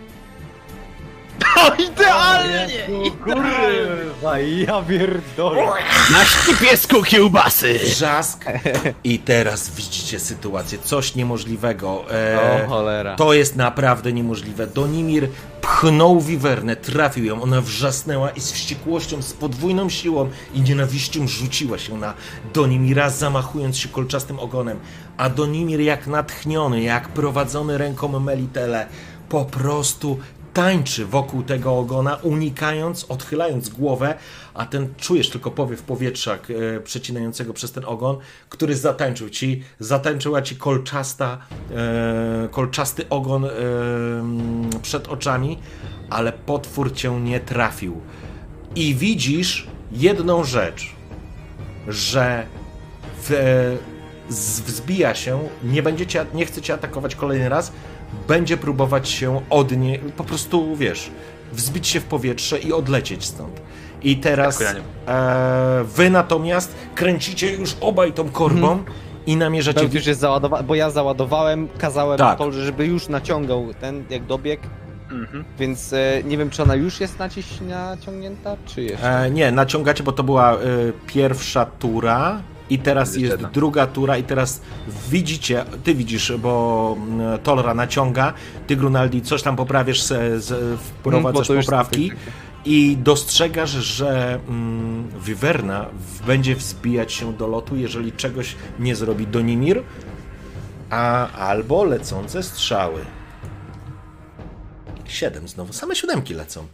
Idealnie! Kurwa, ja pierdolę. Na piesku kiełbasy! Wrzask. I teraz widzicie sytuację. Coś niemożliwego. E, O cholera. to jest naprawdę niemożliwe. Donimir pchnął Wiwernę, trafił ją. Ona wrzasnęła i z wściekłością, z podwójną siłą i nienawiścią rzuciła się na Donimira, zamachując się kolczastym ogonem. A Donimir jak natchniony, jak prowadzony ręką Melitele, po prostu tańczy wokół tego ogona, unikając, odchylając głowę, a ten czujesz tylko powiew powietrza e, przecinającego przez ten ogon, który zatańczył ci, zatańczyła ci kolczasta, e, kolczasty ogon e, przed oczami, ale potwór cię nie trafił. I widzisz jedną rzecz, że w, z, wzbija się, nie, będzie cię, nie chce cię atakować kolejny raz, będzie próbować się od niej, po prostu, wiesz, wzbić się w powietrze i odlecieć stąd. I teraz Jak e, wy natomiast kręcicie już obaj tą korbą Mhm. i namierzacie... Bełt już jest załadowany, bo ja załadowałem, kazałem Tak. to, żeby już naciągał ten, jak dobiegł, Mhm. więc e, nie wiem, czy ona już jest naciś naciągnięta, czy jeszcze? E, nie, naciągacie, bo to była e, pierwsza tura i teraz Jeszcze jest jedna. druga tura i teraz widzicie, ty widzisz, bo mm, Tolra naciąga, ty Grunaldi coś tam poprawiasz, se, z, wprowadzasz bo to już poprawki tak, tak, i dostrzegasz, że mm, Wiwerna w- będzie wzbijać się do lotu, jeżeli czegoś nie zrobi Donimir, a albo lecące strzały. Siedem znowu, same siódemki lecą.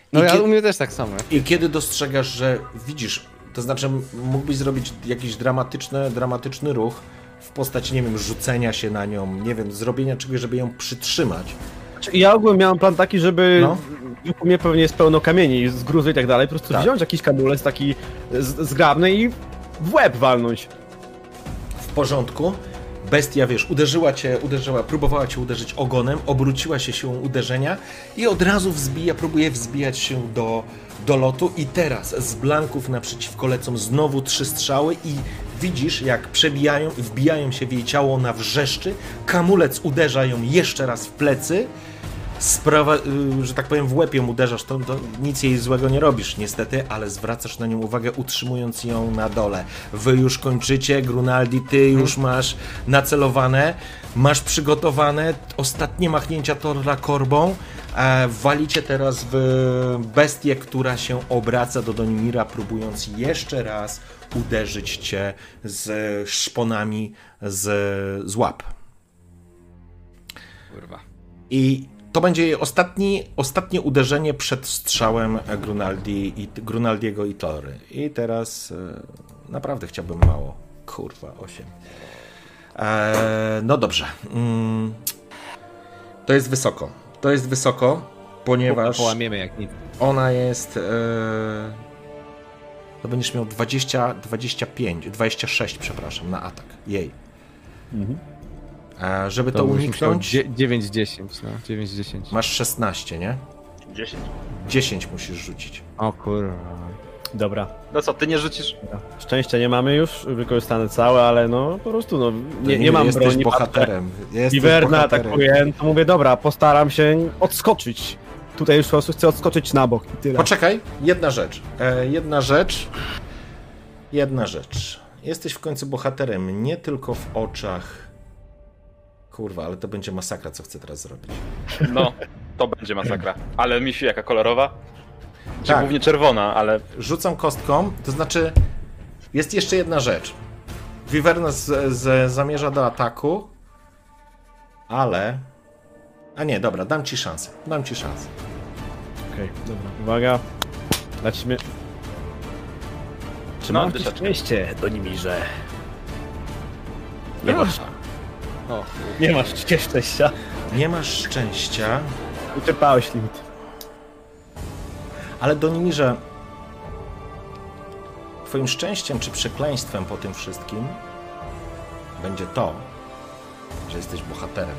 No I ja kie- u mnie też tak samo. I kiedy dostrzegasz, że widzisz, to znaczy mógłbyś zrobić jakiś dramatyczny, dramatyczny ruch w postaci, nie wiem, rzucenia się na nią, nie wiem, zrobienia czegoś, żeby ją przytrzymać. Ja ogólnie miałem plan taki, żeby No. u mnie pewnie jest pełno kamieni z gruzy i tak dalej, po prostu Tak. wziąć jakiś kamulec taki z- zgrabny i w łeb walnąć. W porządku. Bestia, wiesz, uderzyła cię, uderzyła, próbowała cię uderzyć ogonem, obróciła się siłą uderzenia i od razu wzbija, próbuje wzbijać się do, do lotu i teraz z blanków naprzeciwko lecą znowu trzy strzały i widzisz, jak przebijają i wbijają się w jej ciało, ona wrzeszczy, kamulec uderza ją jeszcze raz w plecy, sprawa, y, że tak powiem, w łeb ją uderzasz, to, to nic jej złego nie robisz niestety, ale zwracasz na nią uwagę, utrzymując ją na dole. Wy już kończycie, Grunaldi, ty już masz nacelowane, masz przygotowane ostatnie machnięcia Torla korbą, e, walicie teraz w bestię, która się obraca do Donimira, próbując jeszcze raz uderzyć cię z szponami z, z łap. Kurwa. I to będzie jej ostatni, ostatnie uderzenie przed strzałem Grunaldi i, Grunaldiego i Tory. I teraz e, naprawdę chciałbym mało. Kurwa, osiem. E, no dobrze. Mm, to jest wysoko. To jest wysoko, ponieważ Połamiemy jak nic. ona jest... E, to będziesz miał dwadzieścia, dwadzieścia pięć, dwadzieścia sześć, przepraszam, na atak. Jej. Mhm. E, żeby to, byś musiał uniknąć, dzie- dziewięć dziesięć, no. dziewięć dziesięć. masz szesnaście, nie? dziesięć. dziesięć musisz rzucić. O kurwa. Dobra. No co, ty nie rzucisz? Szczęścia nie mamy już, wykorzystane całe, ale no po prostu no, nie, To nie mam jesteś broni. bohaterem. Jesteś Wiwerna bohaterem. atakuje, to mówię, dobra, postaram się odskoczyć. Tutaj już po prostu chcę odskoczyć na bok i tyle. Poczekaj, jedna rzecz. E, jedna rzecz. Jedna rzecz. Jesteś w końcu bohaterem nie tylko w oczach. Kurwa, ale to będzie masakra, co chcę teraz zrobić. No, to będzie masakra. Ale misiu jaka kolorowa? Czy Tak. głównie czerwona, ale... Rzucam kostką, to znaczy jest jeszcze jedna rzecz. Wiwerna z, z, zamierza do ataku, ale... A nie, dobra, dam ci szansę. Dam ci szansę. Okej, dobra, uwaga. Lecimy. Czy No, mam wyszedł. szczęście do Nimirze? Nie masz, O, Nie masz szczęścia. nie masz szczęścia, Wyczerpałeś limit. ale do Nimirze twoim szczęściem czy przekleństwem po tym wszystkim będzie to, że jesteś bohaterem.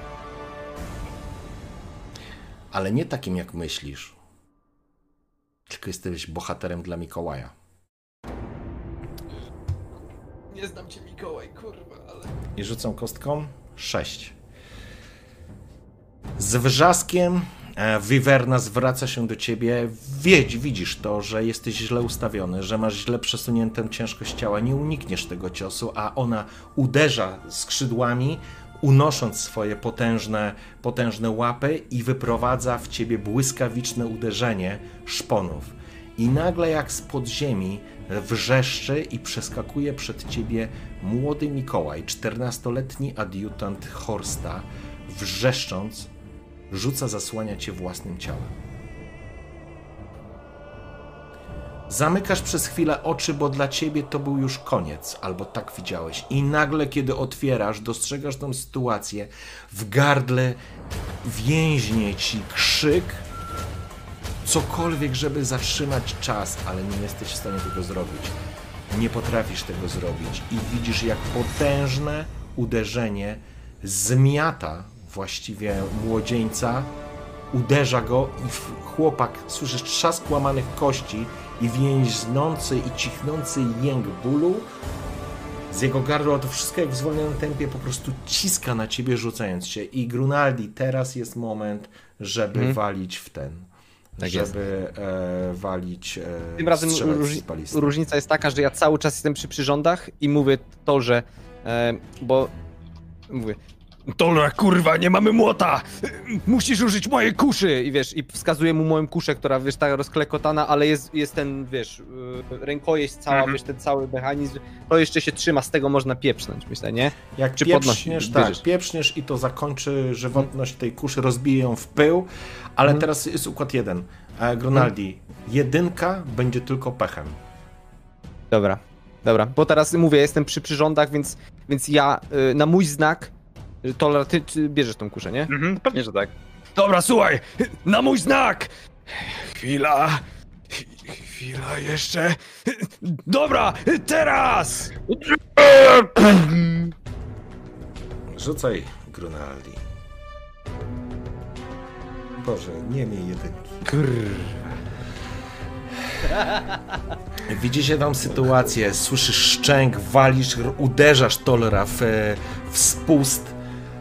Ale nie takim, jak myślisz. Tylko jesteś bohaterem dla Mikołaja. nie znam cię, Mikołaj, kurwa, ale... I rzucam kostką sześć. Z wrzaskiem e, Wiwerna zwraca się do ciebie. Wiedź, widzisz to, że jesteś źle ustawiony, że masz źle przesuniętą ciężkość ciała. Nie unikniesz tego ciosu, a ona uderza skrzydłami, unosząc swoje potężne, potężne łapy i wyprowadza w ciebie błyskawiczne uderzenie szponów. I nagle jak z podziemi wrzeszczy i przeskakuje przed ciebie młody Mikołaj, czternastoletni adiutant Horsta, wrzeszcząc, rzuca zasłania cię własnym ciałem. Zamykasz przez chwilę oczy, bo dla ciebie to był już koniec, albo tak widziałeś. I nagle, kiedy otwierasz, dostrzegasz tę sytuację, w gardle więźnie ci krzyk, cokolwiek, żeby zatrzymać czas, ale nie jesteś w stanie tego zrobić. Nie potrafisz tego zrobić i widzisz, jak potężne uderzenie zmiata właściwie młodzieńca, uderza go i chłopak, słyszysz trzask łamanych kości i więznący i cichnący jęk bólu z jego gardła, to wszystko jak w zwolnionym tempie po prostu ciska na ciebie, rzucając się. I Grunaldi, teraz jest moment, żeby Mhm. walić w ten. Tak żeby e, walić e, Tym razem strzelać różni- z balisty. różnica jest taka, że ja cały czas jestem przy przyrządach i mówię to, że... E, bo... Mówię, Tola, kurwa, nie mamy młota! Musisz użyć mojej kuszy! i wiesz, i wskazuję mu moją kuszę, która, wiesz, ta rozklekotana, ale jest, jest ten, wiesz, yy, rękojeść cała, Mhm. wiesz, ten cały mechanizm, to jeszcze się trzyma, z tego można pieprznąć, myślę, nie? Jak Czy pieprzniesz, podnosisz, tak, bierzesz? pieprzniesz i to zakończy żywotność tej kuszy, rozbije ją w pył, ale Mhm. teraz jest układ jeden. A Grunaldi, jedynka będzie tylko pechem. Dobra, dobra, bo teraz mówię, jestem przy przyrządach, więc, więc ja y, na mój znak, to ty, ty bierzesz tą kuszę, nie? Mhm, pewnie, że tak. Dobra, słuchaj, na mój znak! Chwila. Chwila jeszcze. Dobra, teraz! Rzucaj, Grunaldi. Boże, nie miej jedynki. Widzicie tam sytuację, słyszysz szczęk, walisz, uderzasz Tolera w, w spust.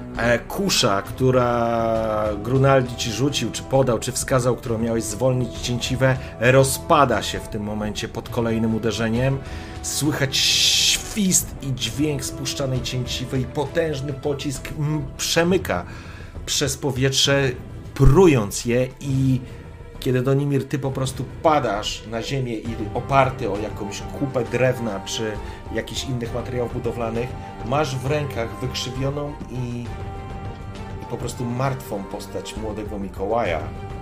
Kusza, która Grunaldi ci rzucił, czy podał, czy wskazał, którą miałeś zwolnić cięciwe, rozpada się w tym momencie pod kolejnym uderzeniem. Słychać świst i dźwięk spuszczanej cięciwej, potężny pocisk przemyka przez powietrze, prując je, i kiedy Donimir, ty po prostu padasz na ziemię i oparty o jakąś kupę drewna czy jakichś innych materiałów budowlanych, masz w rękach wykrzywioną i, i po prostu martwą postać młodego Mikołaja.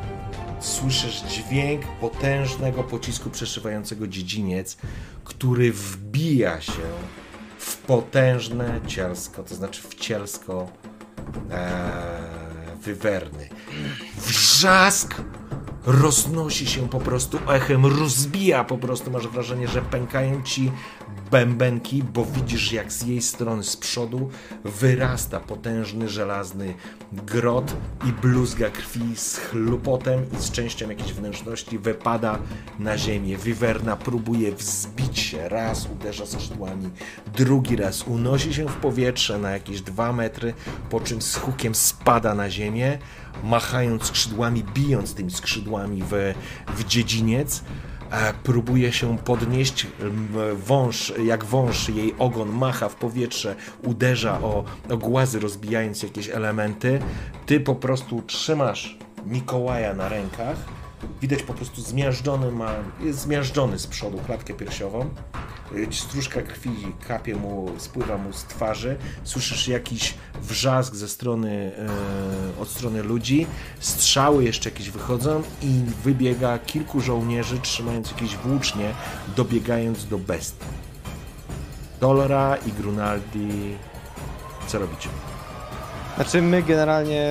Słyszysz dźwięk potężnego pocisku przeszywającego dziedziniec, który wbija się w potężne cielsko, to znaczy w cielsko ee, wywerny. Wrzask roznosi się po prostu echem, rozbija po prostu, masz wrażenie, że pękają ci bębenki, bo widzisz, jak z jej strony, z przodu, wyrasta potężny, żelazny grot i bluzga krwi z chlupotem i z częścią jakiejś wnętrzności wypada na ziemię. Wiwerna próbuje wzbić się, raz uderza skrzydłami, drugi raz unosi się w powietrze na jakieś dwa metry, po czym z hukiem spada na ziemię, machając skrzydłami, bijąc tymi skrzydłami w, w dziedziniec. Próbuje się podnieść, wąż, jak wąż, jej ogon macha w powietrze, uderza o, o głazy, rozbijając jakieś elementy. Ty po prostu trzymasz Mikołaja na rękach. Widać po prostu zmiażdżony ma, jest zmiażdżony z przodu, klatkę piersiową. Stróżka krwi kapie mu, spływa mu z twarzy. Słyszysz jakiś wrzask ze strony, e, od strony ludzi. Strzały jeszcze jakieś wychodzą i wybiega kilku żołnierzy, trzymając jakieś włócznie, dobiegając do bestii. Dolora i Grunaldi, co robicie? Znaczy my generalnie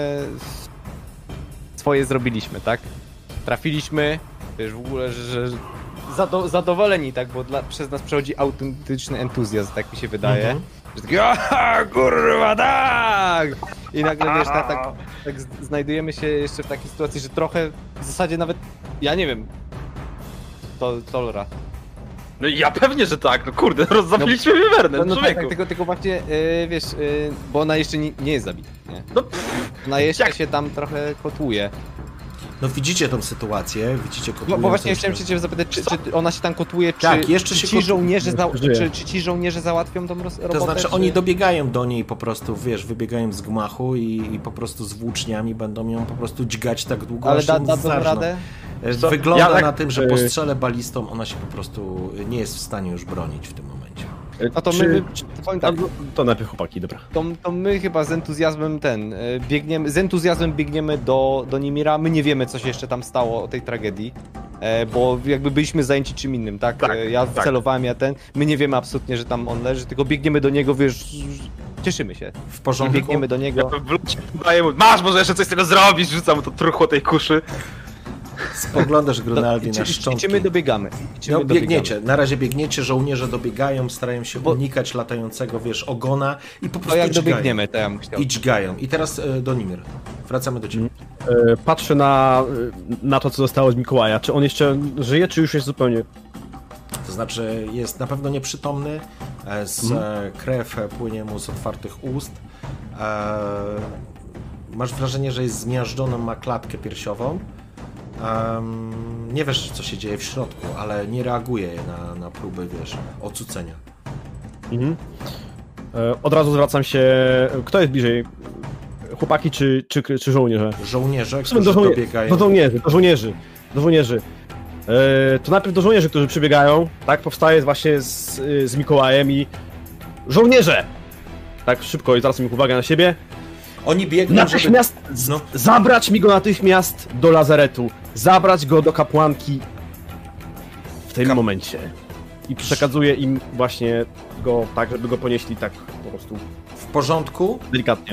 swoje zrobiliśmy, tak? Trafiliśmy, wiesz, w ogóle, że, że zado, zadowoleni, tak, bo dla, przez nas przechodzi autentyczny entuzjazm, tak mi się wydaje. Mhm. Że taki, aha, kurwa, tak! I nagle, wiesz, tak, tak, tak znajdujemy się jeszcze w takiej sytuacji, że trochę, w zasadzie nawet, ja nie wiem, to Tolra. No ja pewnie, że tak, no kurde, rozzabiliśmy no, Wivernę, no, no człowieku. tak, tak, tylko, tylko właśnie, yy, wiesz, yy, bo ona jeszcze nie, nie jest zabita, nie? No, ona jeszcze jak? się tam trochę kotłuje. No widzicie tą sytuację, widzicie Bo, bo właśnie chciałem się cię zapytać, czy, czy ona się tam kotłuje, czy, Tak, jeszcze czy, się ci kot- żołnierze za, żyje. czy, czy ci żołnierze załatwią tą roz, robotę? To znaczy czy... oni dobiegają do niej po prostu, wiesz, wybiegają z gmachu i, i po prostu z włóczniami będą ją po prostu dźgać tak długo, Ale aż da, się da tą zarżną. radę? co, Wygląda ja tak- na tym, że po y- strzale balistą ona się po prostu nie jest w stanie już bronić w tym momencie. No to Czy- my, powiem tak, To najpierw chłopaki, dobra. to, to my chyba z entuzjazmem ten, y, biegniemy, z entuzjazmem biegniemy do, do Nimira, my nie wiemy, co się jeszcze tam stało o tej tragedii, e, bo jakby byliśmy zajęci czym innym, tak? Tak, E, ja tak. celowałem, ja ten, my nie wiemy absolutnie, że tam on leży, tylko biegniemy do niego, wiesz, cieszymy się. W I porządku? biegniemy do niego. w locie daję mu, masz, może jeszcze coś z tego zrobić, rzucam mu to truchło tej kuszy. Spoglądasz, Grunaldi, I na czy, szczątki. czy my dobiegamy? I czy No my dobiegamy? biegniecie, na razie biegniecie, żołnierze dobiegają, starają się Bo- unikać latającego, wiesz, ogona i po To prostu jak dźgają. dobiegniemy, to ja bym chciał. I dźgają. I teraz e, Donimir, wracamy do ciebie. E, Patrzę na, na to, co zostało z Mikołaja. Czy on jeszcze żyje, czy już jest zupełnie... To znaczy jest na pewno nieprzytomny, e, z, e, krew e, płynie mu z otwartych ust. E, masz wrażenie, że jest zmiażdżony, ma klatkę piersiową. Em, nie wiesz, co się dzieje w środku, ale nie reaguje na, na próby, wiesz, ocucenia. Mhm. E, Od razu zwracam się... Kto jest bliżej? Chłopaki czy, czy, czy żołnierze? Żołnierze, W sumie którzy do, żołnie... dobiegają. do żołnierzy, do żołnierzy, do żołnierzy. E, to najpierw do żołnierzy, którzy przybiegają, tak, powstaje właśnie z, z Mikołajem i... Żołnierze! Tak szybko i zwracam ich uwagę na siebie. Oni biegną, żeby... Natychmiast No. zabrać mi go natychmiast do lazaretu. zabrać go do kapłanki w tym Kap- momencie. I przekazuję im właśnie go tak, żeby go ponieśli tak po prostu W porządku. delikatnie.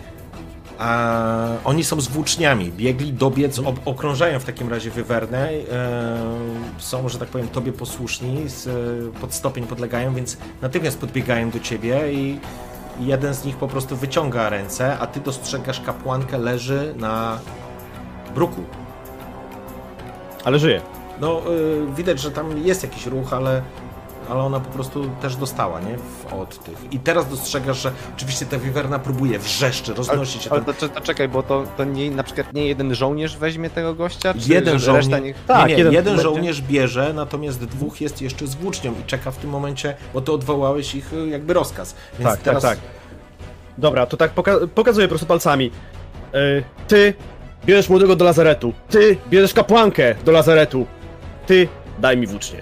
A oni są z włóczniami. Biegli dobiec, ob- okrążają w takim razie Wywernę. E, są, że tak powiem, tobie posłuszni, z, pod stopień podlegają, więc natychmiast podbiegają do ciebie i jeden z nich po prostu wyciąga ręce, a ty dostrzegasz kapłankę, leży na bruku. Ale żyje. No, y, widać, że tam jest jakiś ruch, ale, ale ona po prostu też dostała, nie? W, od tych. I teraz dostrzegasz, że oczywiście ta wiwerna próbuje, wrzeszczy, roznosi się Ale tam. to, to czekaj, bo to, to nie, na przykład nie jeden żołnierz weźmie tego gościa? Czy Jeden że reszta żołnierz, niech... Tak, nie, nie, jeden jeden, będzie- żołnierz bierze, natomiast dwóch jest jeszcze z włócznią i czeka w tym momencie, bo ty odwołałeś ich y, jakby rozkaz. Więc Tak, teraz... tak, tak. Dobra, to tak poka- pokazuję po prostu palcami. Yy, ty bierzesz młodego do lazaretu. Ty bierzesz kapłankę do lazaretu. Ty daj mi włócznie.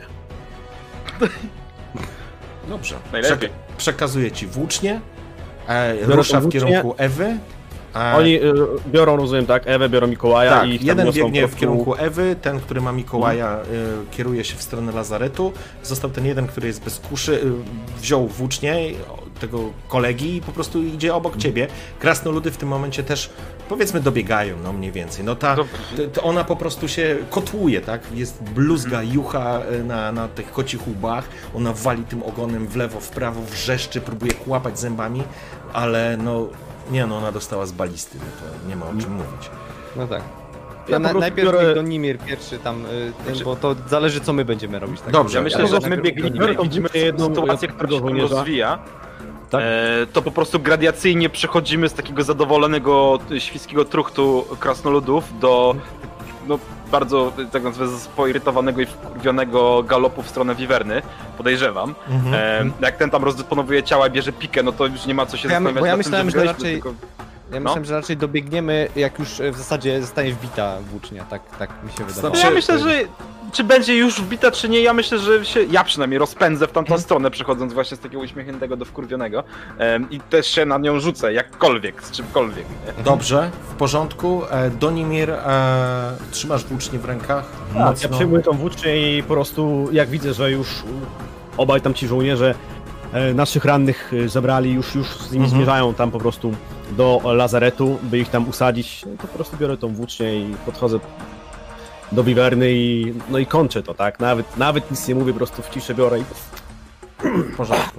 Dobrze. Najlepiej. Przeka- przekazuję ci włócznie, e, Biorę rusza tą w włócznię. kierunku Ewy. A... Oni y, biorą, rozumiem, tak, Ewę, biorą Mikołaja Tak, i ich tam jeden niosą biegnie po w prostu- kierunku Ewy, ten, który ma Mikołaja, y, kieruje się w stronę lazaretu. Został ten jeden, który jest bez kuszy, y, wziął włócznie o, tego kolegi i po prostu idzie obok ciebie. Krasnoludy w tym momencie też, powiedzmy, dobiegają, no mniej więcej. No ta, To- to, to ona po prostu się kotłuje, tak? Jest bluzga, jucha y, na, na tych kocich łbach, ona wali tym ogonem w lewo, w prawo, wrzeszczy, próbuje kłapać zębami, ale no, nie no, ona dostała z balisty, no to nie ma o czym mówić. No tak. Ja Ja na, po prostu najpierw biorę- niech Donimir pierwszy tam, y, ten, bo to zależy co my będziemy robić. Tak? Dobrze. Ja myślę, Ja że po my prostu biegniemy biorę i tą widzimy włócznię jedną, sytuację, jednego która się tam żołnierza. rozwija. Tak. E, to po prostu gradacyjnie przechodzimy z takiego zadowolonego y, świńskiego truchtu krasnoludów do no, bardzo, tak nazwę, poirytowanego i wkurwionego galopu w stronę Wiwerny, podejrzewam. Mhm. E, jak ten tam rozdysponowuje ciała i bierze pikę, no to już nie ma co się Ja my- zastanawiać bo ja nad tym, myślałem, że wygraliśmy, raczej- tylko- Ja No. myślałem, że raczej dobiegniemy, jak już y, w zasadzie zostanie wbita włócznia, tak, tak mi się wydawało. No ja myślę, że czy będzie już wbita, czy nie, ja myślę, że się, ja przynajmniej rozpędzę w tamtą stronę, przechodząc właśnie z takiego uśmiechniętego do wkurwionego em, i też się na nią rzucę, jakkolwiek, z czymkolwiek. Nie? Dobrze, w porządku. E, Donimir, e, trzymasz włócznie w rękach. Tak, ja mocno. przyjmuję tą włócznię i po prostu jak widzę, że już obaj tam ci żołnierze e, naszych rannych e, zabrali, już, już z nimi Mhm. zmierzają tam po prostu do lazaretu, by ich tam usadzić, no to po prostu biorę tą włócznię i podchodzę do Wiwerny i no i kończę to, tak? Nawet, nawet nic nie mówię, po prostu w ciszę biorę i W porządku.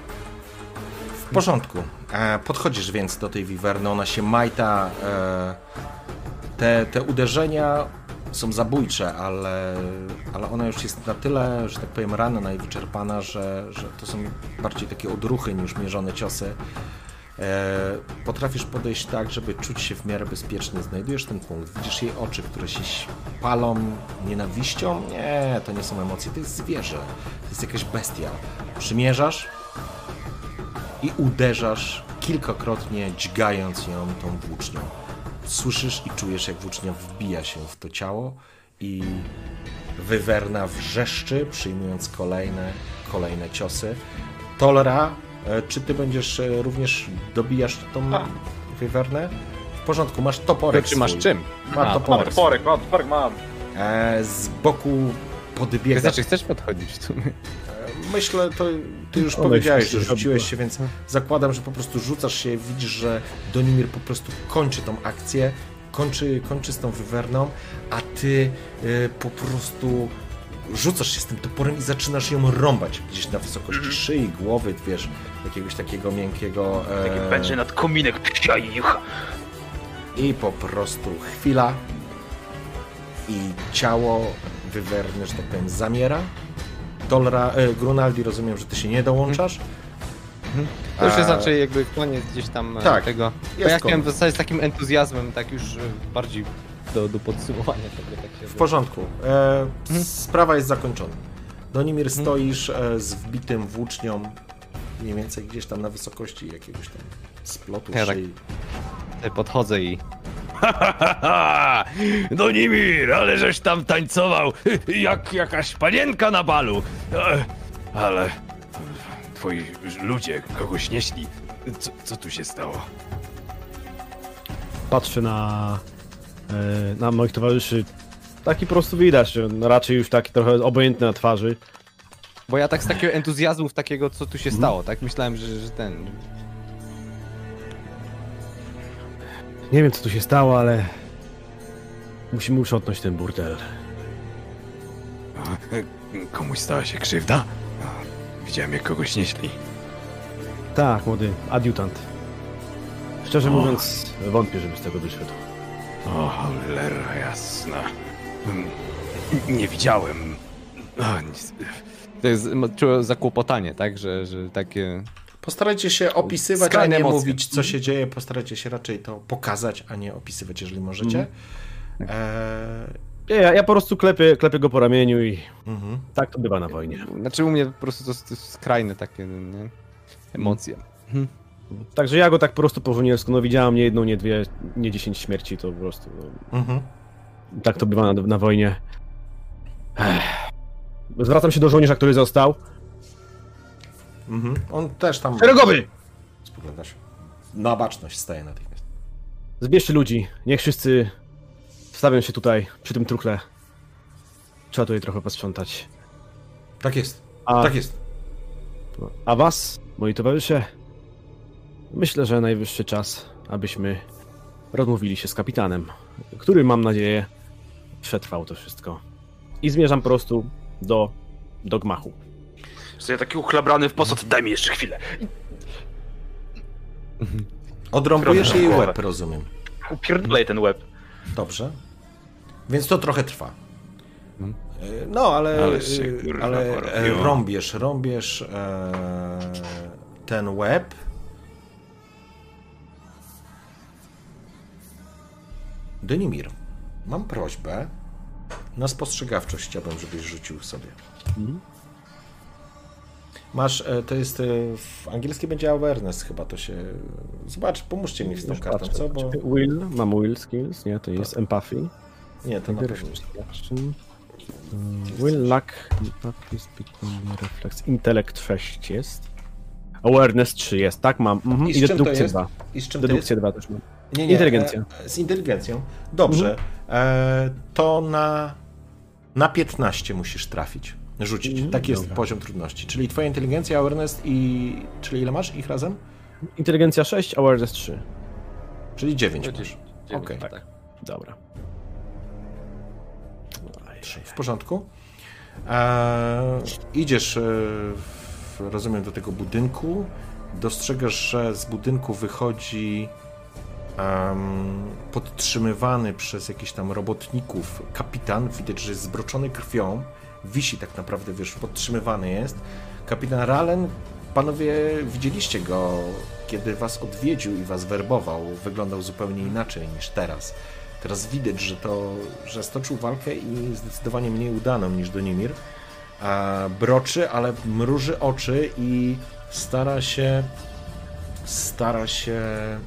W porządku. E, podchodzisz więc do tej wiwerny, ona się majta. E, te, te uderzenia są zabójcze, ale, ale ona już jest na tyle, że tak powiem, ranna i wyczerpana, że, że to są bardziej takie odruchy niż mierzone ciosy. E, potrafisz podejść tak, żeby czuć się w miarę bezpiecznie. Znajdujesz ten punkt, widzisz jej oczy, które się palą nienawiścią. Nie, to nie są emocje, to jest zwierzę. To jest jakaś bestia. Przymierzasz i uderzasz kilkakrotnie, dźgając ją tą włócznią. Słyszysz i czujesz, jak włócznia wbija się w to ciało i Wywerna wrzeszczy, przyjmując kolejne, kolejne ciosy. Tolra, e, czy ty będziesz e, również dobijasz tą Tak. Wywernę? W porządku, masz toporek Czy masz swój. czym? Ma A, Mam toporek. toporek, mam toporek, mam. E, z boku podbiega. Znaczy, chcesz podchodzić w sumie? Myślę, to ty już One powiedziałeś, się że zrobiło. rzuciłeś się, więc zakładam, że po prostu rzucasz się, widzisz, że Donimir po prostu kończy tą akcję, kończy, kończy z tą wywerną, a ty y, po prostu rzucasz się z tym toporem i zaczynasz ją rąbać gdzieś na wysokości szyi, głowy, wiesz, jakiegoś takiego miękkiego... e, Taki będzie nad kominek, psia i jucha. I po prostu chwila i ciało wywerny, że tak powiem, zamiera. Dolra, e, Grunaldi, rozumiem, że ty się nie dołączasz. To już jest A, raczej jakby koniec gdzieś tam e, tak, tego. Bo jest ja chciałem w koniec. zasadzie z takim entuzjazmem, tak już e, bardziej do, do podsumowania tego. Tak się W porządku. E, Sprawa jest zakończona. Donimir, stoisz e, z wbitym włócznią mniej więcej gdzieś tam na wysokości jakiegoś tam splotu Ja tak- szyi. Tutaj podchodzę i Ha, ha, ha, ha! Donimir, ale żeś tam tańcował jak jakaś panienka na balu. E, Ale twoi ludzie kogoś nieśli. Co, co tu się stało? patrzę na, e, na moich towarzyszy taki po prostu widać, no, raczej już taki trochę obojętny na twarzy. Bo ja tak z takiego entuzjazmu w takiego, co tu się stało, tak? Myślałem, że, że ten... Nie wiem, co tu się stało, ale musimy uprzątnąć ten burdel. Komuś stała się krzywda? Widziałem, jak kogoś nieśli. Tak, młody adiutant. Szczerze mówiąc, wątpię, żeby z tego wyszedł. O, cholera jasna. Hmm, Nie widziałem. A, nic. To jest czułem zakłopotanie, tak? Że, że takie... Postarajcie się opisywać, a Skrajne nie emocje. mówić, co się dzieje. Postarajcie się raczej to pokazać, a nie opisywać, jeżeli możecie. Eee, Nie, ja, ja po prostu klepię, klepię go po ramieniu i mhm. tak to bywa na wojnie. Znaczy u mnie po prostu to, to jest skrajne takie, nie? Emocje. Także ja go tak po prostu po żołniersku, no widziałem nie jedną, nie dwie, nie dziesięć śmierci, to po prostu, no, Mhm. tak to bywa na, na wojnie. Ech. Zwracam się do żołnierza, który został. Mhm. On też tam... Szeregowy! Spogląda się. Na baczność staje natychmiast. Zbierzcie ludzi, niech wszyscy wstawią się tutaj, przy tym truchle. Trzeba tutaj trochę posprzątać. Tak jest. A, Tak jest. a was, moi towarzysze, myślę, że najwyższy czas, abyśmy rozmówili się z kapitanem, który, mam nadzieję, przetrwał to wszystko. I zmierzam po prostu do, do gmachu. Że ja taki uchlabrany w posąd, daj mi jeszcze chwilę. Odrąbujesz jej Głowę. łeb, rozumiem. Upierdolej ten łeb. Dobrze. Więc to trochę trwa. E, No, ale, Ale się, e, kurwa, ale e, porobiło. rąbiesz, rąbiesz e, ten łeb. Denimir, mam prośbę. Na spostrzegawczość chciałbym, żebyś rzucił sobie. Masz, e, to jest, e, w angielskiej będzie awareness chyba, to się... Zobacz, pomóżcie mi z tą Już kartą, patrzę. co? Bo... Will, mam will skills, nie, to jest empathy. Nie, to na pewno. Will, luck, empathy, speak, reflex, intellect sześć jest. Awareness trzy jest, tak mam. Mhm. I I, z czym to dedukcja jest? dwa. I z czym to jest? Dedukcję dwa też mam. Nie, nie, Inteligencja. E, z inteligencją. Dobrze. E, to na, na piętnaście musisz trafić. Rzucić. Mhm, Tak jest dobra. poziom trudności. Czyli twoja inteligencja, awareness i... Czyli ile masz ich razem? Inteligencja sześć, awareness trzy. Czyli dziewięć masz. Okej. Tak. Dobra. Trzy. W porządku. E, idziesz, e, w, rozumiem, do tego budynku. Dostrzegasz, że z budynku wychodzi em, podtrzymywany przez jakichś tam robotników kapitan. Widać, że jest zbroczony krwią. Wisi tak naprawdę, wiesz, podtrzymywany jest. Kapitan Ralen, panowie widzieliście go, kiedy was odwiedził i was werbował. Wyglądał zupełnie inaczej niż teraz. Teraz widać, że to, że stoczył walkę i zdecydowanie mniej udaną niż Denimir. A broczy, ale mruży oczy i stara się stara się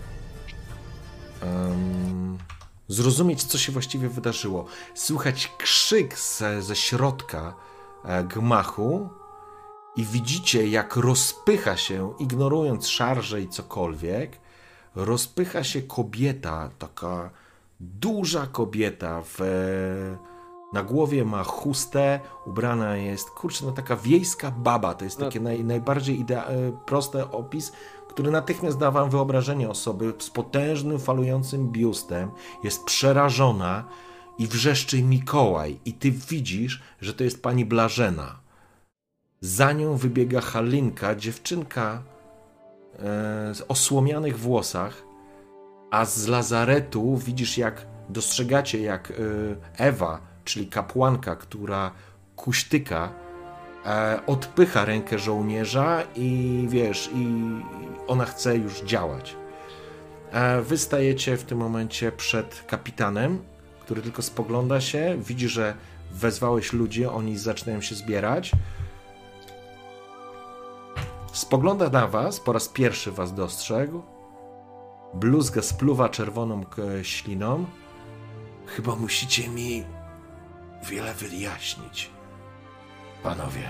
um, zrozumieć, co się właściwie wydarzyło. Słychać krzyk ze, ze środka e, gmachu i widzicie, jak rozpycha się, ignorując szarże i cokolwiek, rozpycha się kobieta, taka duża kobieta, w, na głowie ma chustę, ubrana jest, kurczę, no taka wiejska baba, to jest takie naj, najbardziej idea- prosty opis, który natychmiast da wam wyobrażenie osoby z potężnym, falującym biustem, jest przerażona i wrzeszczy Mikołaj i ty widzisz, że to jest pani Blażena. Za nią wybiega Halinka, dziewczynka e, o słomianych włosach, a z lazaretu widzisz, jak dostrzegacie, jak Ewa, czyli kapłanka, która kuśtyka, odpycha rękę żołnierza i wiesz, i ona chce już działać. Wy stajecie w tym momencie przed kapitanem, który tylko spogląda się, widzi, że wezwałeś ludzi, oni zaczynają się zbierać. Spogląda na was, po raz pierwszy was dostrzegł. Bluzga spluwa czerwoną śliną. Chyba musicie mi wiele wyjaśnić, panowie.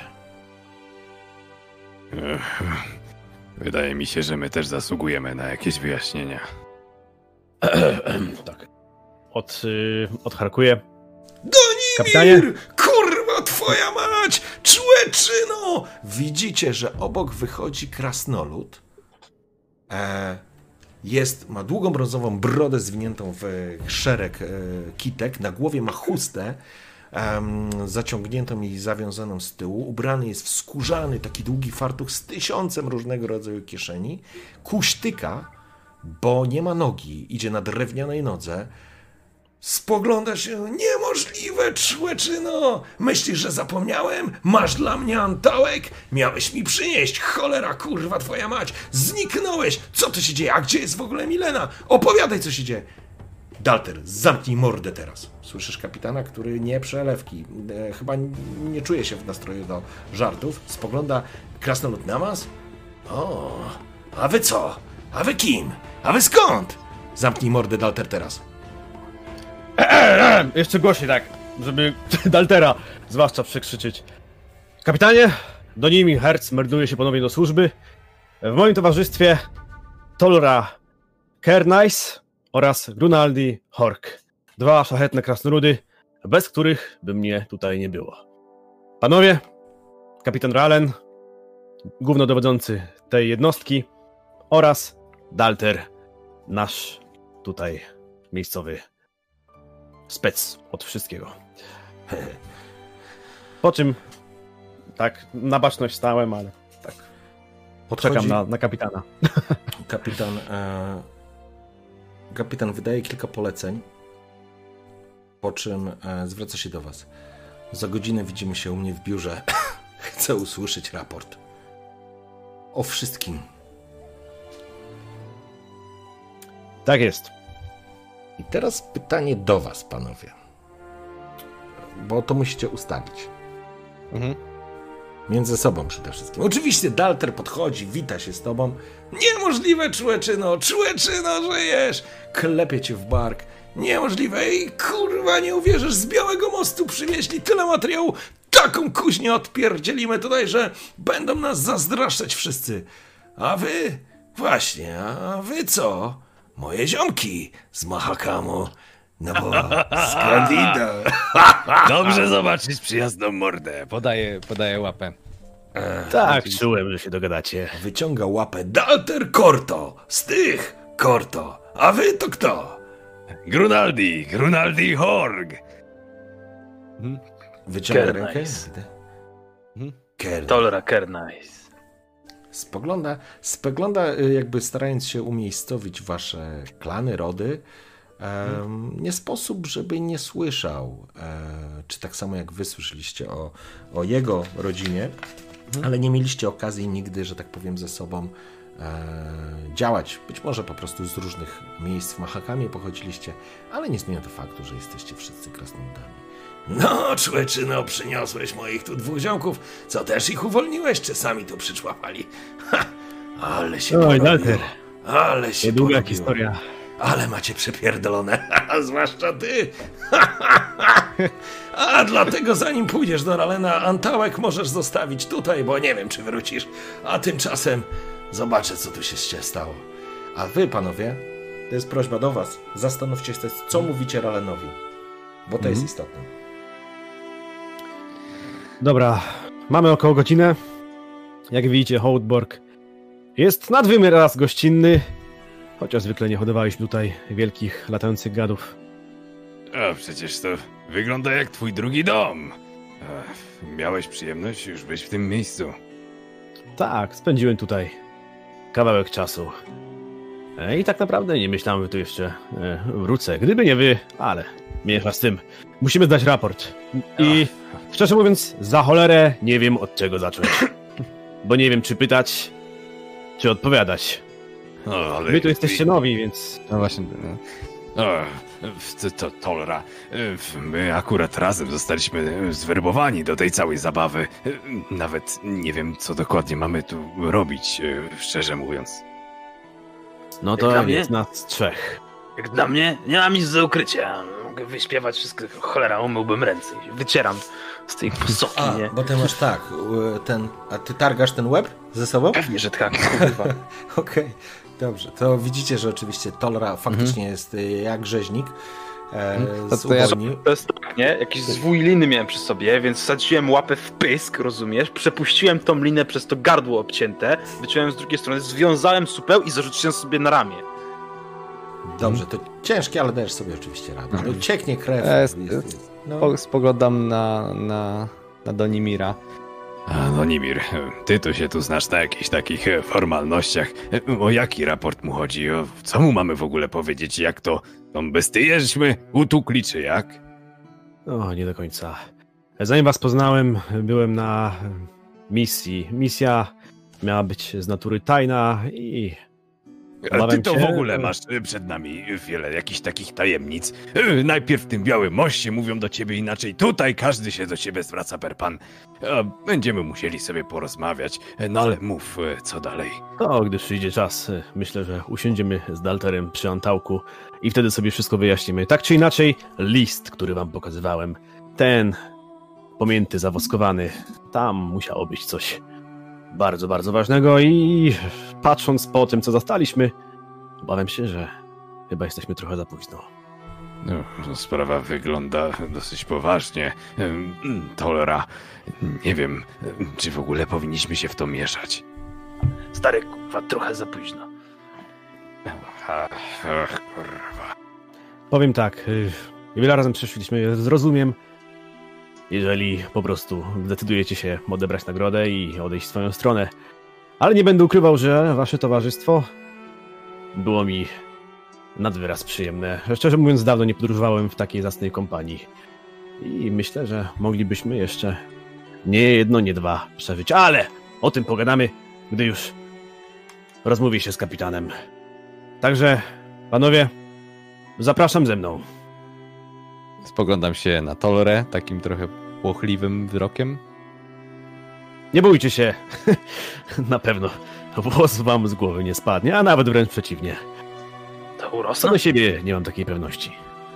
Ech, wydaje mi się, że my też zasługujemy na jakieś wyjaśnienia. Tak. Od, y, odharkuję. Goni Kapitanie? Kurwa twoja mać! Człeczyno! Widzicie, że obok wychodzi krasnolud. E, jest, ma długą brązową brodę zwiniętą w szereg e, kitek. Na głowie ma chustę um, zaciągniętą i zawiązaną z tyłu. Ubrany jest w skórzany, taki długi fartuch z tysiącem różnego rodzaju kieszeni. Kuśtyka, bo nie ma nogi, idzie na drewnianej nodze. Spogląda się, niemożliwe, człeczyno! Myślisz, że zapomniałem? Masz dla mnie antałek? Miałeś mi przynieść, cholera kurwa twoja mać! Zniknąłeś! Co to się dzieje? A gdzie jest w ogóle Milena? Opowiadaj, co się dzieje! Dalter, zamknij mordę teraz. Słyszysz kapitana, który nie przelewki. E, chyba nie czuje się w nastroju do żartów. Spogląda krasnolud na was. O, a wy co? A wy kim? A wy skąd? Zamknij mordę, Dalter, teraz. Jeszcze głośniej tak, żeby Daltera zwłaszcza przekrzyczyć. Kapitanie, Donimi Hertz melduje się ponownie do służby. W moim towarzystwie Tolra Kernais oraz Grunaldi Hork. Dwa szlachetne krasnoludy, bez których by mnie tutaj nie było. Panowie, kapitan Ralen, głównodowodzący tej jednostki oraz Dalter, nasz tutaj miejscowy spec od wszystkiego. Po czym, tak, na baczność stałem, ale tak, Podchodzi czekam na, na kapitana. Kapitan, e, kapitan wydaje kilka poleceń, po czym e, zwraca się do was. Za godzinę widzimy się u mnie w biurze. Chcę usłyszeć raport. O wszystkim. Tak jest. I teraz pytanie do was, panowie. Bo to musicie ustalić. Mhm. Między sobą przede wszystkim. Oczywiście Dalter podchodzi, wita się z tobą. Niemożliwe, człeczyno, człeczyno, żyjesz! Klepie cię w bark. Niemożliwe, ej, kurwa, nie uwierzysz, z Białego Mostu przywieźli tyle materiału, taką kuźnię odpierdzielimy tutaj, że będą nas zazdraszczać wszyscy. A wy? Właśnie, a wy co? Moje ziomki z Mahakamu. No bo skądinąd. Dobrze zobaczyć przyjazną mordę. Podaję, podaję łapę. Tak, czułem, że się dogadacie. Wyciąga łapę Dalter Korto, z tych Korto. A wy to kto? Grunaldi, Grunaldi Horg. Wyciąga Kernais. rękę. Mhm. Kernais. Tolra Kernais. Spogląda, spogląda y, jakby starając się umiejscowić wasze klany, rody. Um, nie sposób, żeby nie słyszał, e, czy tak samo jak wy słyszeliście o, o jego rodzinie, ale nie mieliście okazji nigdy, że tak powiem, ze sobą e, działać. Być może po prostu z różnych miejsc w Mahakamie pochodziliście, ale nie zmienia to faktu, że jesteście wszyscy krasnoludami. No, człeczyno, przyniosłeś moich tu dwóch ziomków, co też ich uwolniłeś, czy sami tu przyczłapali? Ha, ale się Oj, porobiło, Dalter. ale się Niedługa porobiło. historia. Ale macie przepierdolone, zwłaszcza ty. A dlatego zanim pójdziesz do Ralena, antałek możesz zostawić tutaj, bo nie wiem, czy wrócisz. A tymczasem zobaczę, co tu się stało. A wy, panowie, to jest prośba do was, zastanówcie się, co mówicie Ralenowi, bo to jest istotne. Dobra, mamy około godzinę. Jak widzicie, Hołdborg jest nadwymiar raz gościnny, chociaż zwykle nie hodowaliśmy tutaj wielkich, latających gadów. A przecież to wygląda jak twój drugi dom. Ech, miałeś przyjemność już być w tym miejscu. Tak, spędziłem tutaj kawałek czasu. E, I tak naprawdę nie myślałem, że tu jeszcze e, wrócę. Gdyby nie wy, ale mniejsza z tym. Musimy zdać raport. I szczerze mówiąc, za cholerę nie wiem, od czego zacząć. Bo nie wiem, czy pytać, czy odpowiadać. O, ale Wy tu jesteście nowi, więc... No właśnie. No. O, to, to Tolra. My akurat razem zostaliśmy zwerbowani do tej całej zabawy. Nawet nie wiem, co dokładnie mamy tu robić, szczerze mówiąc. No Jak to dla mnie? jest nas trzech. Jak dla mnie, nie mam nic do ukrycia. Mogę wyśpiewać wszystko, cholera, umyłbym ręce. Wycieram z tej posoki, A, nie? bo ty masz tak, y, ten, a ty targasz ten łeb ze sobą? Pewnie, że tak, kurwa. Okej, dobrze. To widzicie, że oczywiście Tolra faktycznie jest y, jak rzeźnik. e, To z to ja- ubojni. To jest tak, nie? Jakiś zwój liny miałem przy sobie, więc wsadziłem łapę w pysk, rozumiesz? Przepuściłem tą linę przez to gardło obcięte, wyciąłem z drugiej strony, związałem supeł i zarzuciłem sobie na ramię. Dobrze, to ciężkie, ale dajesz sobie oczywiście radę. No, cieknie krew. Jest- jest, jest. No, Po- Spoglądam na, na, na Donimira. A, no Nimir, ty to się tu znasz na jakichś takich e, formalnościach. E, O jaki raport mu chodzi? O co mu mamy w ogóle powiedzieć? Jak to tą bestyję żeśmy utukli, czy jak? O, nie do końca. Zanim was poznałem, byłem na misji. Misja miała być z natury tajna i... A ty Obawiam to się- w ogóle masz e, przed nami wiele jakichś takich tajemnic. E, Najpierw w tym Białym Moście mówią do ciebie inaczej, tutaj każdy się do ciebie zwraca per pan. A będziemy musieli sobie porozmawiać, E, no ale mów, e, co dalej. O, gdy przyjdzie czas, myślę, że usiądziemy z Dalterem przy Antałku i wtedy sobie wszystko wyjaśnimy. Tak czy inaczej, list, który wam pokazywałem, ten pomięty, zawoskowany, tam musiało być coś bardzo, bardzo ważnego i patrząc po tym, co zastaliśmy, obawiam się, że chyba jesteśmy trochę za późno. No, sprawa wygląda dosyć poważnie. Em, Tolera, nie wiem, em, czy w ogóle powinniśmy się w to mieszać. Stary, kurwa, trochę za późno. Ach, ach, kurwa. Powiem tak, y, wiele razem przeszliśmy, zrozumiem, jeżeli po prostu zdecydujecie się odebrać nagrodę i odejść w swoją stronę. Ale nie będę ukrywał, że wasze towarzystwo było mi nad wyraz przyjemne. Szczerze mówiąc, dawno nie podróżowałem w takiej zacnej kompanii. I myślę, że moglibyśmy jeszcze nie jedno, nie dwa przeżyć. Ale o tym pogadamy, gdy już rozmówię się z kapitanem. Także, panowie, zapraszam ze mną. Spoglądam się na Tolre takim trochę płochliwym wzrokiem. Nie bójcie się. Na pewno włos wam z głowy nie spadnie, a nawet wręcz przeciwnie. To Co urosną? do siebie nie mam takiej pewności.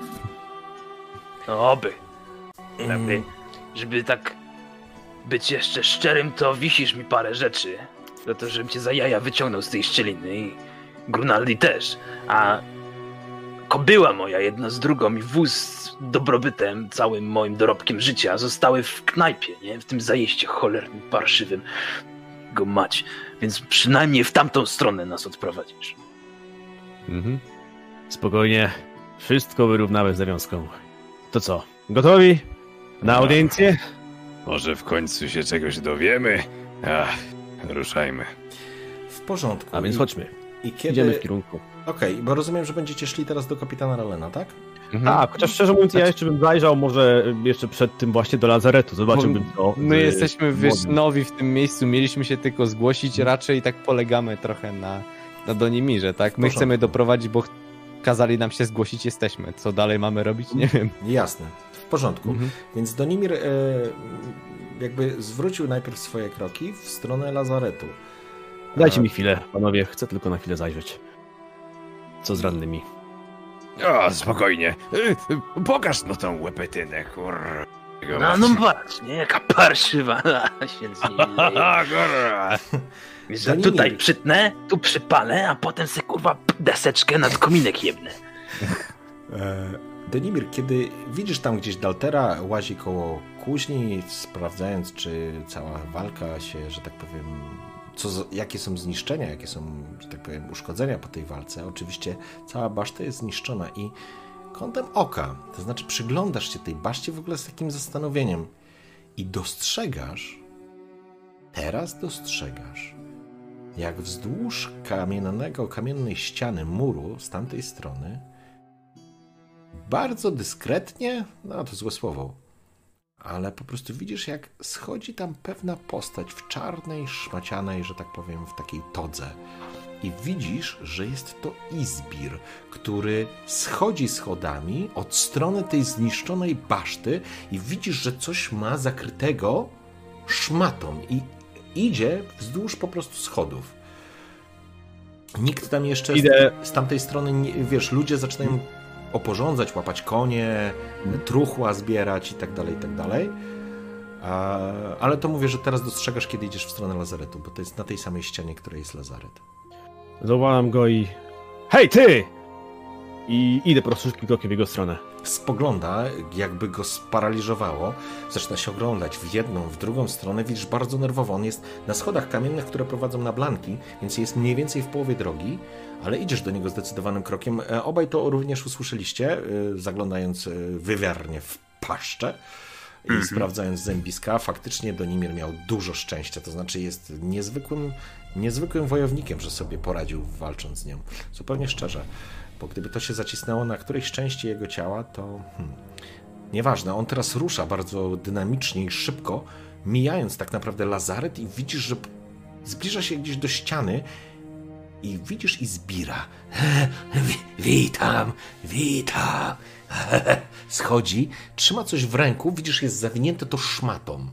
No oby. Mm. Lepiej. Żeby tak być jeszcze szczerym, to wisisz mi parę rzeczy. Za to, żebym cię za jaja wyciągnął z tej szczeliny i Grunaldi też. A kobyła moja jedna z drugą i wóz z dobrobytem, całym moim dorobkiem życia zostały w knajpie, nie? W tym zajeździe cholernym, parszywym. Go mać. Więc przynajmniej w tamtą stronę nas odprowadzisz. Mhm. Spokojnie, wszystko wyrównamy z nawiązką. To co, gotowi na audiencję? Może w końcu się czegoś dowiemy? Ach, ruszajmy. w porządku. A więc I- chodźmy, I kiedy... idziemy w kierunku. Okej, bo rozumiem, że będziecie szli teraz do kapitana Ralena, tak? Mhm. Tak, chociaż szczerze mówiąc, ja jeszcze bym zajrzał może jeszcze przed tym właśnie do lazaretu, zobaczyłbym co. My z- jesteśmy wiesz, młodym. nowi w tym miejscu, mieliśmy się tylko zgłosić, raczej tak polegamy trochę na, na Donimirze, tak? My porządku. chcemy doprowadzić, bo ch- kazali nam się zgłosić, jesteśmy. Co dalej mamy robić? Nie wiem. Jasne, w porządku. Mhm. Więc Donimir e, jakby zwrócił najpierw swoje kroki w stronę lazaretu. Dajcie A- mi chwilę, panowie, chcę tylko na chwilę zajrzeć. Co z rannymi? O, spokojnie. Y, y, Pokaż no tą łepetynę, kurwa. No, no patrz, nie? Jaka parszywa. się z niej leje. Haha, kurwa. Wiesz, że Donimir. tutaj przytnę, tu przypalę, a potem se kurwa p- deseczkę nad kominek jebnę. E, Donimir, kiedy widzisz tam gdzieś Daltera, łazi koło kuźni, sprawdzając, czy cała walka się, że tak powiem, co, z- jakie są zniszczenia, jakie są, że tak powiem, uszkodzenia po tej walce. Oczywiście cała baszta jest zniszczona i kątem oka, to znaczy przyglądasz się tej baszcie w ogóle z takim zastanowieniem i dostrzegasz, teraz dostrzegasz, jak wzdłuż kamiennego, kamiennej ściany muru z tamtej strony bardzo dyskretnie, no to złe słowo, ale po prostu widzisz, jak schodzi tam pewna postać w czarnej, szmacianej, że tak powiem, w takiej todze. I widzisz, że jest to Izbir, który schodzi schodami od strony tej zniszczonej baszty i widzisz, że coś ma zakrytego szmatą i idzie wzdłuż po prostu schodów. Nikt tam jeszcze Idę. z, z tamtej strony, nie, wiesz, ludzie zaczynają oporządzać, łapać konie, truchła zbierać i tak dalej, i tak dalej. A, ale to mówię, że teraz dostrzegasz, kiedy idziesz w stronę lazaretu, bo to jest na tej samej ścianie, której jest lazaret. Zawołałem go i... Hej, ty! i idę po prostu szybkim krokiem w jego stronę. Spogląda, jakby go sparaliżowało. Zaczyna się oglądać w jedną, w drugą stronę. Widzisz, bardzo nerwowo. On jest na schodach kamiennych, które prowadzą na blanki, więc jest mniej więcej w połowie drogi, ale idziesz do niego zdecydowanym krokiem. Obaj to również usłyszeliście, zaglądając wywiarnie w paszczę i mm-hmm. sprawdzając zębiska. Faktycznie Donimir miał dużo szczęścia, to znaczy jest niezwykłym, niezwykłym wojownikiem, że sobie poradził walcząc z nią. Zupełnie szczerze. Bo gdyby to się zacisnęło na którejś części jego ciała, to hmm, nieważne. On teraz rusza bardzo dynamicznie i szybko, mijając tak naprawdę lazaret i widzisz, że zbliża się gdzieś do ściany i widzisz Izbira. Witam, witam. Schodzi, trzyma coś w ręku, widzisz, jest zawinięte to szmatą.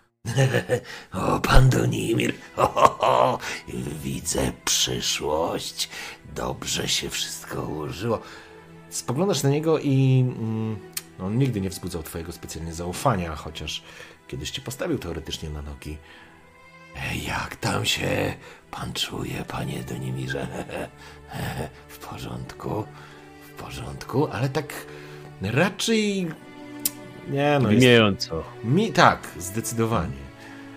O, pan Donimir, ho, ho, ho. Widzę przyszłość. Dobrze się wszystko ułożyło. Spoglądasz na niego i mm, on nigdy nie wzbudzał twojego specjalnie zaufania, chociaż kiedyś ci postawił teoretycznie na nogi. Jak tam się pan czuje, panie Donimirze? W porządku, w porządku, ale tak raczej... Nie no, Wymiejąco. Jest... Mi tak, zdecydowanie.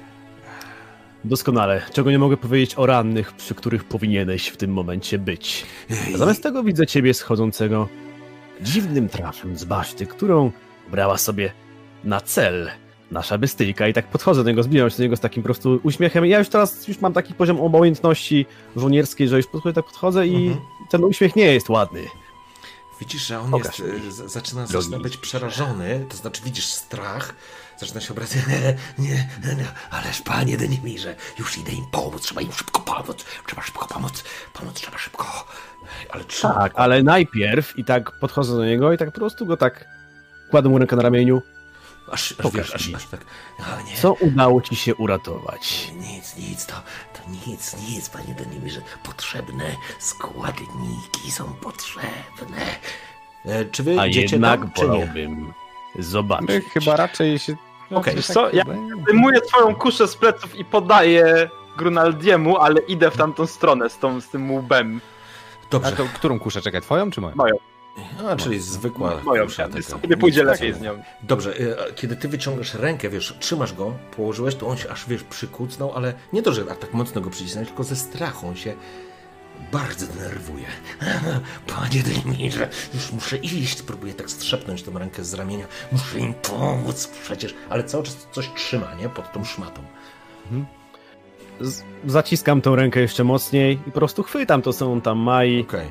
Doskonale. Czego nie mogę powiedzieć o rannych, przy których powinieneś w tym momencie być. A zamiast tego widzę ciebie schodzącego dziwnym trafem z baszty, którą brała sobie na cel nasza bestyjka. I tak podchodzę do niego, zbijam się do niego z takim po prostu uśmiechem. Ja już teraz już mam taki poziom obojętności żołnierskiej, że już podchodzę, tak podchodzę i mhm. ten uśmiech nie jest ładny. Widzisz, że on jest, z, zaczyna, zaczyna być przerażony, to znaczy widzisz strach, zaczyna się obracać, nie, nie, nie, ależ panie Donimirze, już idę im pomóc, trzeba im szybko pomóc, trzeba szybko pomóc, pomóc trzeba szybko. Ale trzeba... Tak, ale najpierw i tak podchodzę do niego i tak po prostu go tak kładę mu rękę na ramieniu. Aż, aż, wiesz, aż, aż tak. O, nie. Co udało ci się uratować? Nic, nic, to, to nic, nic, panie Donimirze. Potrzebne składniki są potrzebne. E, czy wy A idziecie jednak tam, czy nie? Zobaczyć. My chyba raczej się... Okej, okay, co? Ja wyjmuję swoją kuszę z pleców i podaję Grunaldiemu, ale idę w tamtą stronę z, tą, z tym łbem. Dobrze. A to którą kuszę czekać? Twoją czy moją? Moją. A, czyli zwykła moją, kusza. Sobie pójdzie lepiej z nią. Dobrze, kiedy ty wyciągasz rękę, wiesz, trzymasz go, położyłeś, to on się aż, wiesz, przykucnął, ale nie to, że tak mocno go przycisnąłeś, tylko ze strachu on się bardzo denerwuje. Panie Donimirze, już muszę iść. Próbuję tak strzepnąć tą rękę z ramienia. Muszę im pomóc przecież. Ale cały czas coś trzyma, nie? Pod tą szmatą. Mhm. Z- zaciskam tą rękę jeszcze mocniej i po prostu chwytam to, co on tam ma i, okay.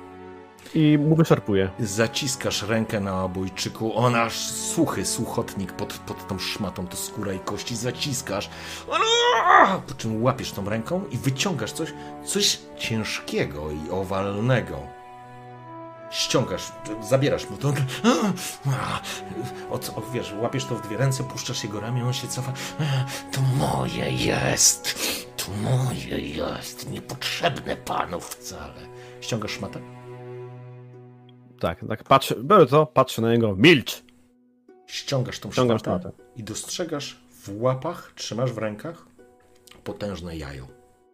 i mu wyszarpuję. Zaciskasz rękę na obojczyku, on aż suchy, suchotnik pod, pod tą szmatą, to skóra i kości, zaciskasz, po czym łapiesz tą ręką i wyciągasz coś, coś ciężkiego i owalnego. Ściągasz, zabierasz mu to, o, o, wiesz, łapiesz to w dwie ręce, puszczasz jego ramię, on się cofa, to moje jest, to moje jest, niepotrzebne panu wcale. Ściągasz szmatę? Tak, tak patrzę, biorę to, patrzę na niego, milcz! Ściągasz tą Ściągam szmatę, szmatę i dostrzegasz w łapach, trzymasz w rękach potężne jajo.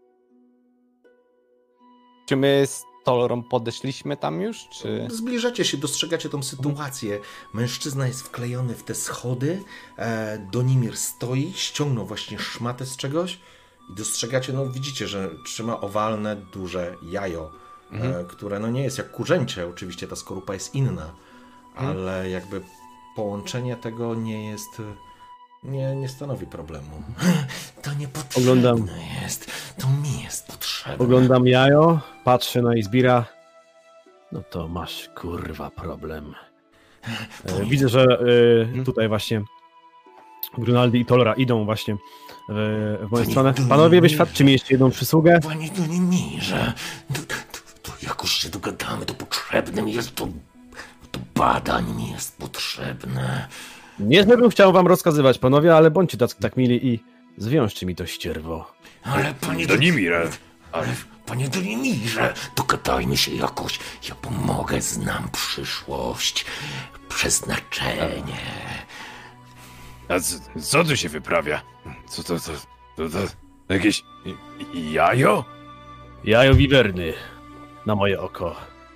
Czy my z Tolorą podeszliśmy tam już, czy... Zbliżacie się, dostrzegacie tą sytuację. Mężczyzna jest wklejony w te schody, e, Donimir stoi, ściągnął właśnie szmatę z czegoś i dostrzegacie, no widzicie, że trzyma owalne, duże jajo, mhm. e, które no nie jest jak kurzęcie, oczywiście ta skorupa jest inna, mhm. ale jakby połączenie tego nie jest... Nie, nie stanowi problemu. To niepotrzebne Oglądam. jest. To mi jest potrzebne. Oglądam jajo, patrzę na Izbira. No to masz kurwa problem. E, widzę, że e, tutaj właśnie Grunaldi i Tolora idą właśnie w, w moją Panie stronę. Panowie, wyświadczy mi jeszcze jedną przysługę. Panie Donimirze, to, to, to, to jak już się dogadamy, to potrzebne mi jest to, to badań mi jest potrzebne. Nie, żebym chciał wam rozkazywać, panowie, ale bądźcie tak, tak mili i zwiążcie mi to ścierwo. Ale panie Donimirze, ale panie Donimirze, dogadajmy się jakoś. Ja pomogę, znam przyszłość, przeznaczenie. A co, co tu się wyprawia? Co to, to, to, to, to jakieś jajo? Jajo wiwerny, na moje oko.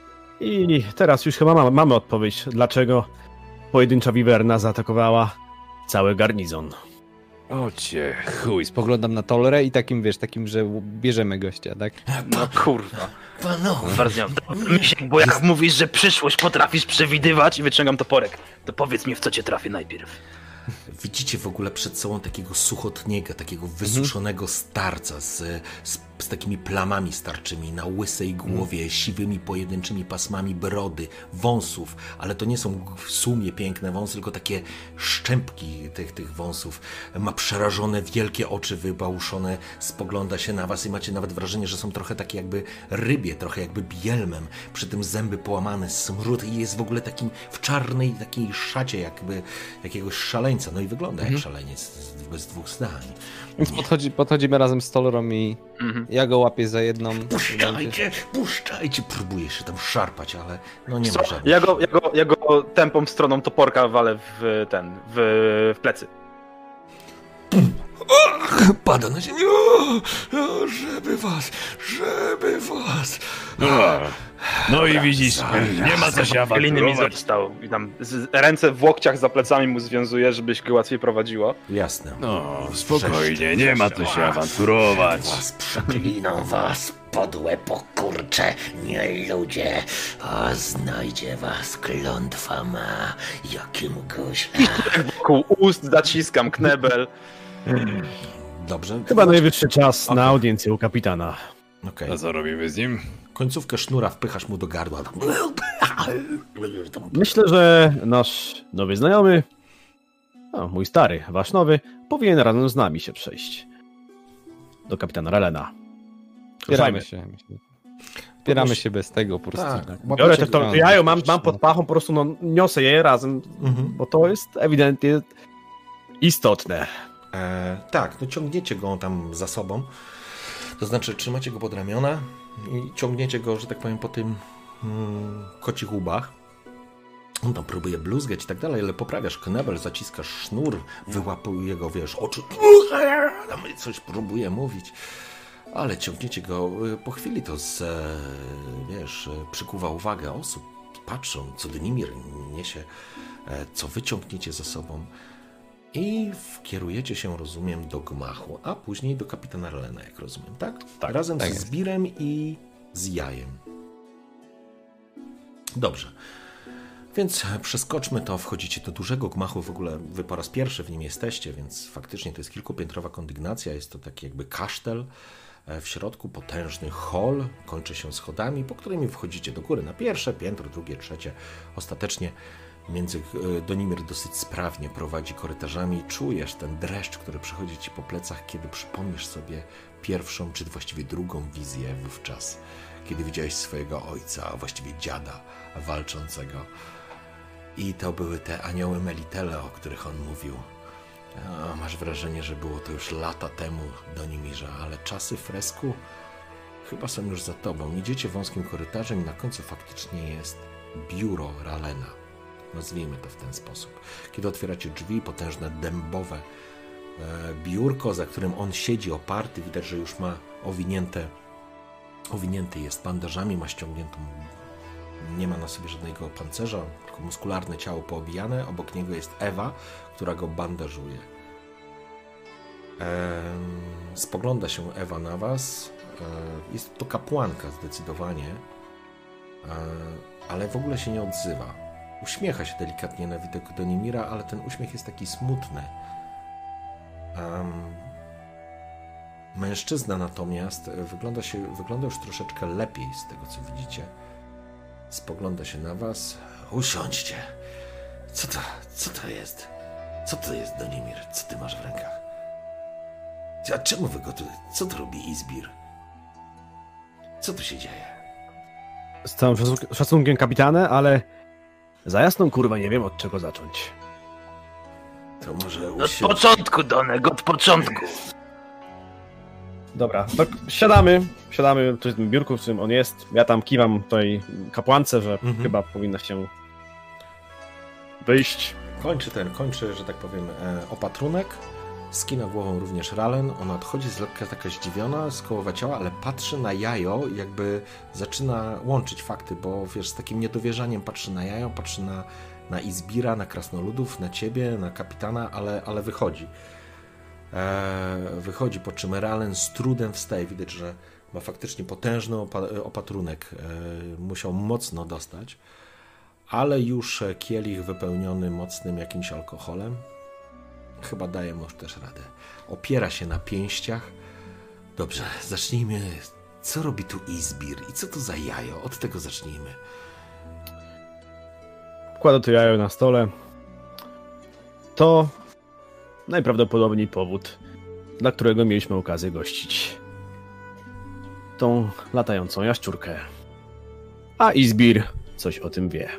I teraz już chyba mamy, mamy odpowiedź, dlaczego pojedyncza wiwerna zaatakowała cały garnizon. O cię, chuj. Spoglądam na Tolre i takim, wiesz, takim, że bierzemy gościa, tak? No kurwa. Panowie, Bardzo Misiek, bo jak mówisz, że przyszłość potrafisz przewidywać i wyciągam toporek, to powiedz mi, w co cię trafię najpierw. Widzicie w ogóle przed sobą takiego suchotniego, takiego wysuszonego starca z, z, z takimi plamami starczymi na łysej głowie, siwymi pojedynczymi pasmami brody, wąsów, ale to nie są w sumie piękne wąsy, tylko takie szczępki tych, tych wąsów. Ma przerażone wielkie oczy wybałuszone, spogląda się na was i macie nawet wrażenie, że są trochę takie jakby rybie, trochę jakby bielmem, przy tym zęby połamane, smród i jest w ogóle takim w czarnej takiej szacie jakby jakiegoś szaleństwa. No i wygląda jak szaleniec, bez dwóch zdań. Więc podchodzi, podchodzimy razem z Tolrą i Mhm. ja go łapię za jedną. Puszczajcie, puszczajcie! Próbuję się tam szarpać, ale no nie ma Co? żadnych. Ja go, ja, go, ja go tępą stroną toporka walę w ten, w, w plecy. pada na ziemię. O, o, żeby was, żeby was. No i widzisz, nie ma co się Gliny mi awanturować. został. I tam z, ręce w łokciach za plecami mu związuję, żebyś go łatwiej prowadziło. Jasne. No, spokojnie, nie ma co się awanturować. Was przekliną was, podłe pokurcze, nie ludzie. A znajdzie was klątwa ma, jakiegoś... Wokół ust zaciskam knebel. Dobrze. Chyba najwyższy czas Okej. na audiencję u kapitana. Okej. A co robimy z nim? Końcówkę sznura wpychasz mu do gardła. Myślę, że nasz nowy znajomy, no, mój stary, wasz nowy, powinien razem z nami się przejść. Do kapitana Relena. Wspieramy Ruszajmy. się. myślę. Wspieramy się bez tego po prostu. Tak, Biorę łapiecie te to, go. jajo, mam, mam pod pachą, po prostu no, niosę je razem, Mhm. bo to jest ewidentnie istotne. E, tak, no ciągniecie go tam za sobą. To znaczy trzymacie go pod ramiona i ciągniecie go, że tak powiem, po tym mm, kocich łbach. On tam próbuje bluzgać i tak dalej, ale poprawiasz knebel, zaciskasz sznur, wyłapuje go, wiesz, oczy, tam coś próbuje mówić. Ale ciągniecie go, po chwili to z, e, wiesz, przykuwa uwagę osób. Patrzą, co Denimir niesie, e, co wy ciągniecie za sobą. I kierujecie się, rozumiem, do gmachu, a później do kapitana Relena, jak rozumiem, tak? Tak, Razem tak z jest. Zbirem i z Jajem. Dobrze. Więc przeskoczmy to, wchodzicie do dużego gmachu, w ogóle wy po raz pierwszy w nim jesteście, więc faktycznie to jest kilkupiętrowa kondygnacja, jest to taki jakby kasztel, w środku potężny hol, kończy się schodami, po którymi wchodzicie do góry na pierwsze piętro, drugie, trzecie. Ostatecznie między Donimir dosyć sprawnie prowadzi korytarzami. Czujesz ten dreszcz, który przychodzi ci po plecach, kiedy przypomnisz sobie pierwszą, czy właściwie drugą wizję wówczas, kiedy widziałeś swojego ojca, a właściwie dziada walczącego. I to były te anioły Melitele, o których on mówił. A, masz wrażenie, że było to już lata temu, Donimirze, ale czasy fresku chyba są już za tobą. Idziecie wąskim korytarzem i na końcu faktycznie jest biuro Ralena. Nazwijmy to w ten sposób. Kiedy otwieracie drzwi, potężne dębowe e, biurko, za którym on siedzi oparty, widać, że już ma owinięte, owinięty jest bandażami, ma ściągniętą, nie ma na sobie żadnego pancerza, tylko muskularne ciało poobijane. Obok niego jest Ewa, która go bandażuje. E, spogląda się Ewa na was. E, jest to kapłanka zdecydowanie, e, ale w ogóle się nie odzywa. Uśmiecha się delikatnie na widok Donimira, ale ten uśmiech jest taki smutny. Um, mężczyzna natomiast wygląda, się, wygląda już troszeczkę lepiej z tego, co widzicie. Spogląda się na was. Usiądźcie. Co to, co to jest? Co to jest, Donimir? Co ty masz w rękach? A czemu wy go tu... Co tu robi Izbir? Co tu się dzieje? Z całym szacunkiem, szacunkiem kapitane, ale za jasną kurwę nie wiem, od czego zacząć. To może Od usiądź. początku, Donek, od początku. Dobra, to siadamy, siadamy w tym biurku, w którym on jest. Ja tam kiwam tej kapłance, że Mhm. chyba powinna się wyjść. Kończy ten, kończy, że tak powiem, e, opatrunek Skina głową również Ralen. Ona odchodzi z lekka taka zdziwiona, skołowa ciała, ale patrzy na jajo, jakby zaczyna łączyć fakty, bo wiesz, z takim niedowierzaniem patrzy na jajo, patrzy na, na Izbira, na krasnoludów, na ciebie, na kapitana, ale, ale wychodzi. Eee, wychodzi, po czym Ralen z trudem wstaje. Widać, że ma faktycznie potężny opa- opatrunek. Eee, musiał mocno dostać, ale już kielich wypełniony mocnym jakimś alkoholem. Chyba daje mu już też radę. Opiera się na pięściach. Dobrze, zacznijmy. Co robi tu Izbir i co to za jajo? Od tego zacznijmy. Kładę to jajo na stole. To najprawdopodobniej powód, dla którego mieliśmy okazję gościć tą latającą jaszczurkę. A Izbir coś o tym wie.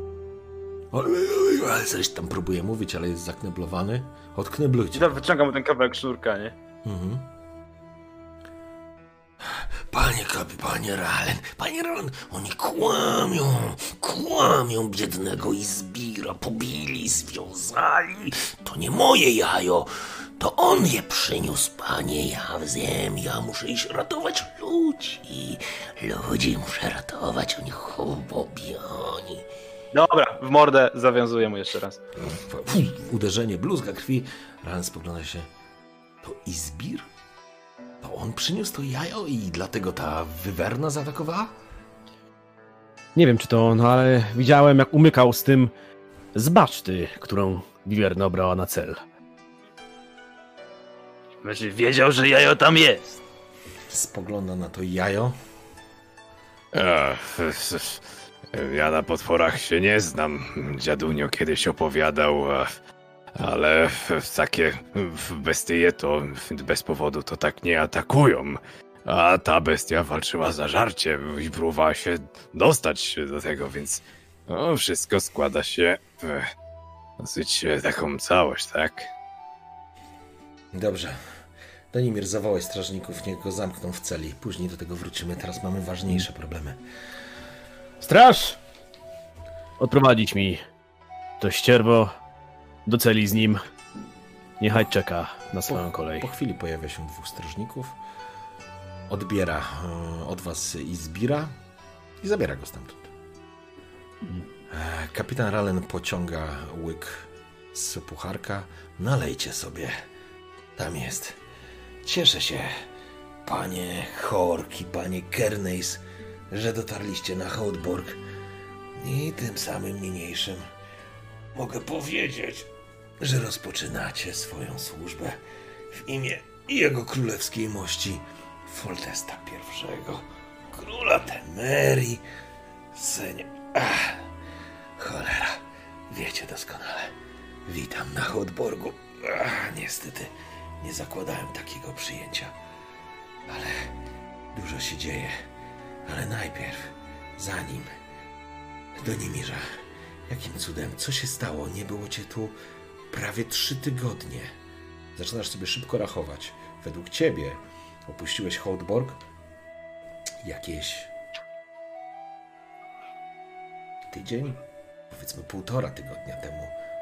Ale coś tam próbuje mówić, ale jest zakneblowany. Odkneblujcie. Ja wyciągam mu ten kawałek sznurka, nie? Mhm. Panie kapi, panie Ralen, panie Ralen, oni kłamią, kłamią biednego Izbira, pobili, związali. To nie moje jajo, to on je przyniósł, panie, ja wiem, ja muszę iść ratować ludzi. Ludzi muszę ratować, oni chowobioni. Dobra, w mordę zawiązuję mu jeszcze raz. Uderzenie, bluzga krwi. Ralen spogląda się. To Izbir? To on przyniósł to jajo i dlatego ta wywerna zaatakowała? Nie wiem, czy to on, ale widziałem, jak umykał z tym z baszty, którą wiwerna obrała na cel. Znaczy, wiedział, że jajo tam jest. Spogląda na to jajo. Ach, ja na potworach się nie znam. Dziadunio kiedyś opowiadał, ale takie bestie to bez powodu to tak nie atakują. A ta bestia walczyła za żarcie i próbowała się dostać do tego, więc no, wszystko składa się w dosyć taką całość, tak? Dobrze. Donimir, zawołaj strażników, niech go zamkną w celi. Później do tego wrócimy, teraz mamy ważniejsze problemy. Straż! Odprowadzić mi to ścierwo do celi z nim. Niechaj czeka na swoją Po, kolej. po chwili pojawia się dwóch strażników. Odbiera e, od was Izbira i zabiera go stamtąd. E, kapitan Ralen pociąga łyk z pucharka. Nalejcie sobie. Tam jest. Cieszę się, panie Hork i panie Kerneis, że dotarliście na Hołdborg i tym samym niniejszym mogę powiedzieć, że rozpoczynacie swoją służbę w imię jego królewskiej mości Foltesta pierwszego, króla Temerii, synie... Ach, cholera, wiecie doskonale. Witam na Hołdborgu. Ach, niestety nie zakładałem takiego przyjęcia, ale dużo się dzieje. Ale najpierw, zanim... Donimirze, jakim cudem, co się stało? Nie było cię tu prawie trzy tygodnie. Zaczynasz sobie szybko rachować. Według ciebie opuściłeś Hołdborg jakieś tydzień? Powiedzmy półtora tygodnia temu.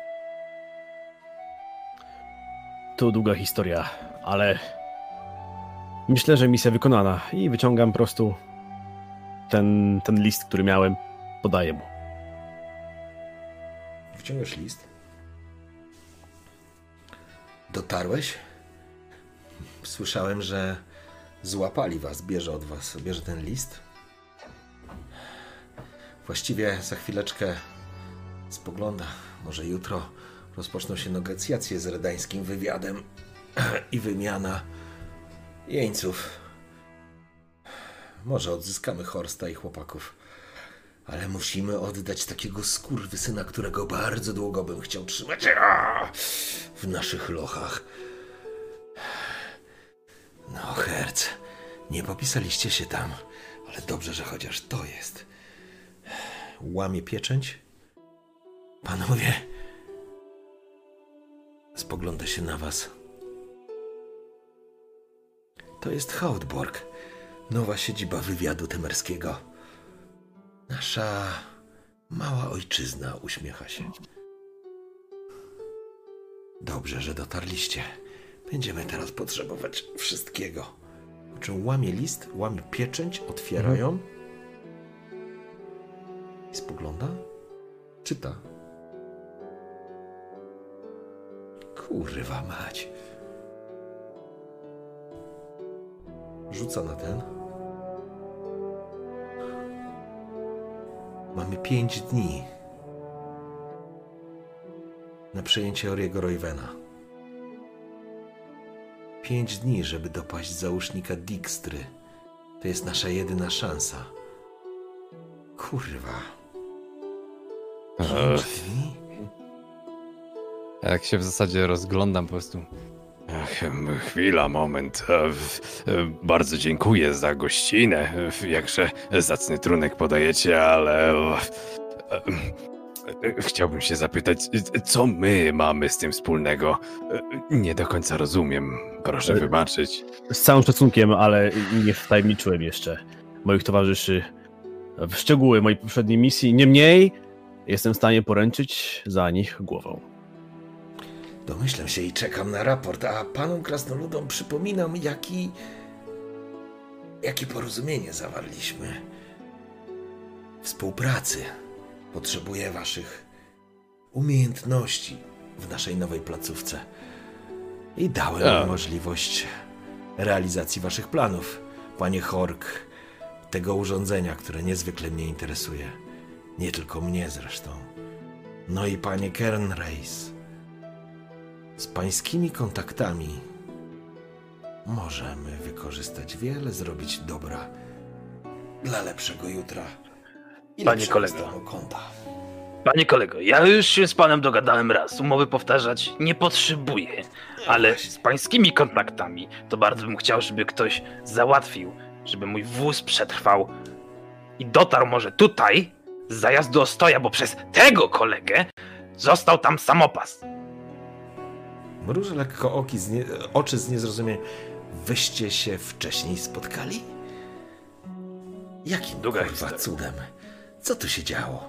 To długa historia, ale myślę, że misja wykonana i wyciągam po prostu ten, ten list, który miałem, podaję mu. Wciągasz list. Dotarłeś? Słyszałem, że złapali was, bierze od was, bierze ten list. Właściwie za chwileczkę spogląda, może jutro rozpoczną się negocjacje z redańskim wywiadem i wymiana jeńców. Może odzyskamy Horsta i chłopaków, ale musimy oddać takiego skurwysyna, którego bardzo długo bym chciał trzymać w naszych lochach. No, Herc, nie popisaliście się tam, ale dobrze, że chociaż to jest. Łamie pieczęć. Panowie, spogląda się na was. To jest Hołdborg, nowa siedziba wywiadu temerskiego. Nasza mała ojczyzna, uśmiecha się. Dobrze, że dotarliście. Będziemy teraz potrzebować wszystkiego. Po czym łamie list, łamie pieczęć, otwiera ją i spogląda. Czyta. Kurwa mać. Rzuca na ten. Mamy pięć dni na przejęcie Oriego Roywena. Pięć dni, żeby dopaść załóżnika Dijkstry. To jest nasza jedyna szansa. Kurwa. Pięć dni? Jak się w zasadzie rozglądam po prostu. Ach, chwila, moment. E, w- e, Bardzo dziękuję za gościnę. E, Jakże zacny trunek podajecie, ale... e, e, Chciałbym się zapytać, e, co my mamy z tym wspólnego? E, Nie do końca rozumiem. Proszę E, wybaczyć. Z całym szacunkiem, ale nie wtajemniczyłem jeszcze moich towarzyszy w szczegóły mojej poprzedniej misji. Niemniej jestem w stanie poręczyć za nich głową. Domyślam się i czekam na raport, a panom krasnoludom przypominam, jaki... jakie porozumienie zawarliśmy. Współpracy. Potrzebuję waszych umiejętności w naszej nowej placówce. I dałem A. wam możliwość realizacji waszych planów, panie Hork, tego urządzenia, które niezwykle mnie interesuje. Nie tylko mnie zresztą. No i panie Kernreis. Z pańskimi kontaktami możemy wykorzystać wiele, zrobić dobra dla lepszego jutra i Panie lepszego kolego. stanu konta. Panie kolego, ja już się z panem dogadałem raz. Umowy powtarzać nie potrzebuję. Ale właśnie. z pańskimi kontaktami to bardzo bym chciał, żeby ktoś załatwił, żeby mój wóz przetrwał i dotarł może tutaj z zajazdu Ostoja, bo przez tego kolegę został tam samopas. Mrużę lekko oki z nie, oczy z niezrozumieniem. Wyście się wcześniej spotkali? Jakim Długa kurwa historia. cudem? Co tu się działo?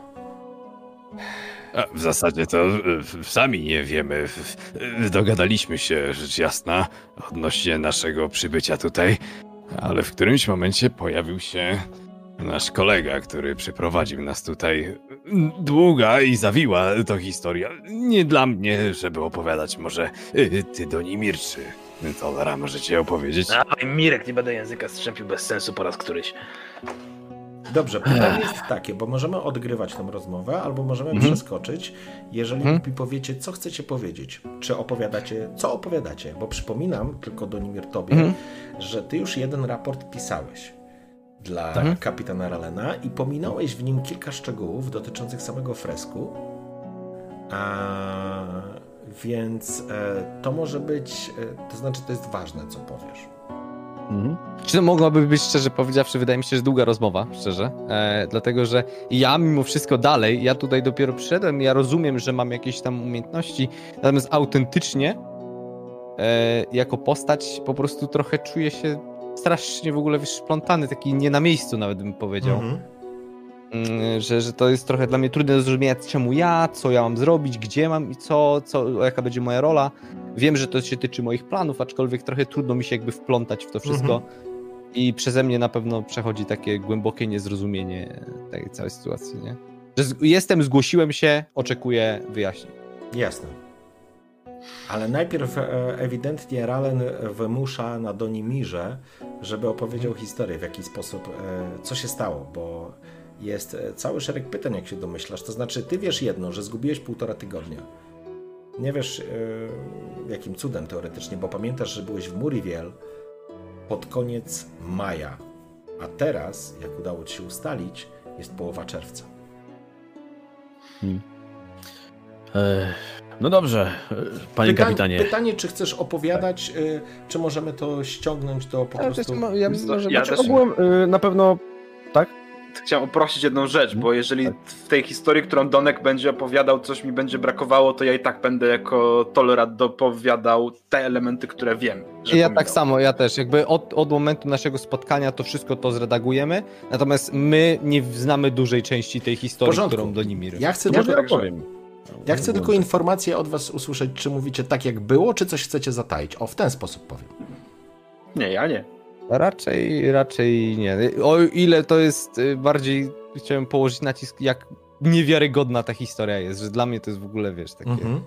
A w zasadzie to e, w- sami nie wiemy. W- e, Dogadaliśmy się, rzecz jasna, odnośnie naszego przybycia tutaj, ale w którymś momencie pojawił się nasz kolega, który przyprowadził nas tutaj. Długa i zawiła to historia. Nie dla mnie, żeby opowiadać. Może e, ty do Nimir, czy Tolara możecie opowiedzieć? Dawaj, Mirek, nie będę języka strzępił bez sensu po raz któryś. Dobrze, pytanie jest takie, bo możemy odgrywać tę rozmowę, albo możemy Mhm. przeskoczyć, jeżeli Mhm. mi powiecie, co chcecie powiedzieć. Czy opowiadacie, co opowiadacie? Bo przypominam, tylko do Nimir tobie, Mhm. że ty już jeden raport pisałeś dla Tak. kapitana Ralena i pominąłeś w nim kilka szczegółów dotyczących samego fresku. A, więc e, to może być, e, to znaczy to jest ważne, co powiesz. Mhm. Czy to mogłaby być, szczerze powiedziawszy, wydaje mi się, że długa rozmowa, szczerze, e, dlatego, że ja mimo wszystko dalej, ja tutaj dopiero przyszedłem, ja rozumiem, że mam jakieś tam umiejętności, natomiast autentycznie e, jako postać po prostu trochę czuję się strasznie w ogóle wyszplątany, taki nie na miejscu nawet bym powiedział. Mhm. Mm, Że, że to jest trochę dla mnie trudne do zrozumienia, czemu ja, co ja mam zrobić, gdzie mam i co, co, jaka będzie moja rola. Wiem, że to się tyczy moich planów, aczkolwiek trochę trudno mi się jakby wplątać w to wszystko i przeze mnie na pewno przechodzi takie głębokie niezrozumienie tej całej sytuacji, nie? Że z- jestem, zgłosiłem się, oczekuję wyjaśnień. Jasne. Ale najpierw e, ewidentnie Ralen wymusza na Donimirze, żeby opowiedział historię, w jaki sposób, e, co się stało, bo jest e, cały szereg pytań, jak się domyślasz. To znaczy, ty wiesz jedno, że zgubiłeś półtora tygodnia. Nie wiesz, e, jakim cudem teoretycznie, bo pamiętasz, że byłeś w Muriwiel pod koniec maja, a teraz, jak udało ci się ustalić, jest połowa czerwca. E, no dobrze, e, panie Pytań- kapitanie. Pytanie, czy chcesz opowiadać, y, czy możemy to ściągnąć do po Ale to prostu... jest, mo- ja, Wiesz co, może ja znaczy, też- Ogółem e, na pewno tak? Chciałem oprosić jedną rzecz, bo jeżeli w tej historii, którą Donek będzie opowiadał, coś mi będzie brakowało, to ja i tak będę jako Tolerat dopowiadał te elementy, które wiem. Że ja pominął. tak samo, ja też. Jakby od, od momentu naszego spotkania to wszystko to zredagujemy, natomiast my nie znamy dużej części tej W historii, porządku. którą do nimi Ja chcę, To może tylko, ja powiem. Ja chcę tylko informację od was usłyszeć, czy mówicie tak jak było, czy coś chcecie zataić. O, w ten sposób powiem. Nie, ja nie. Raczej, raczej nie. O ile to jest y, bardziej, chciałem położyć nacisk, jak niewiarygodna ta historia jest, że dla mnie to jest w ogóle, wiesz, takie... Mhm.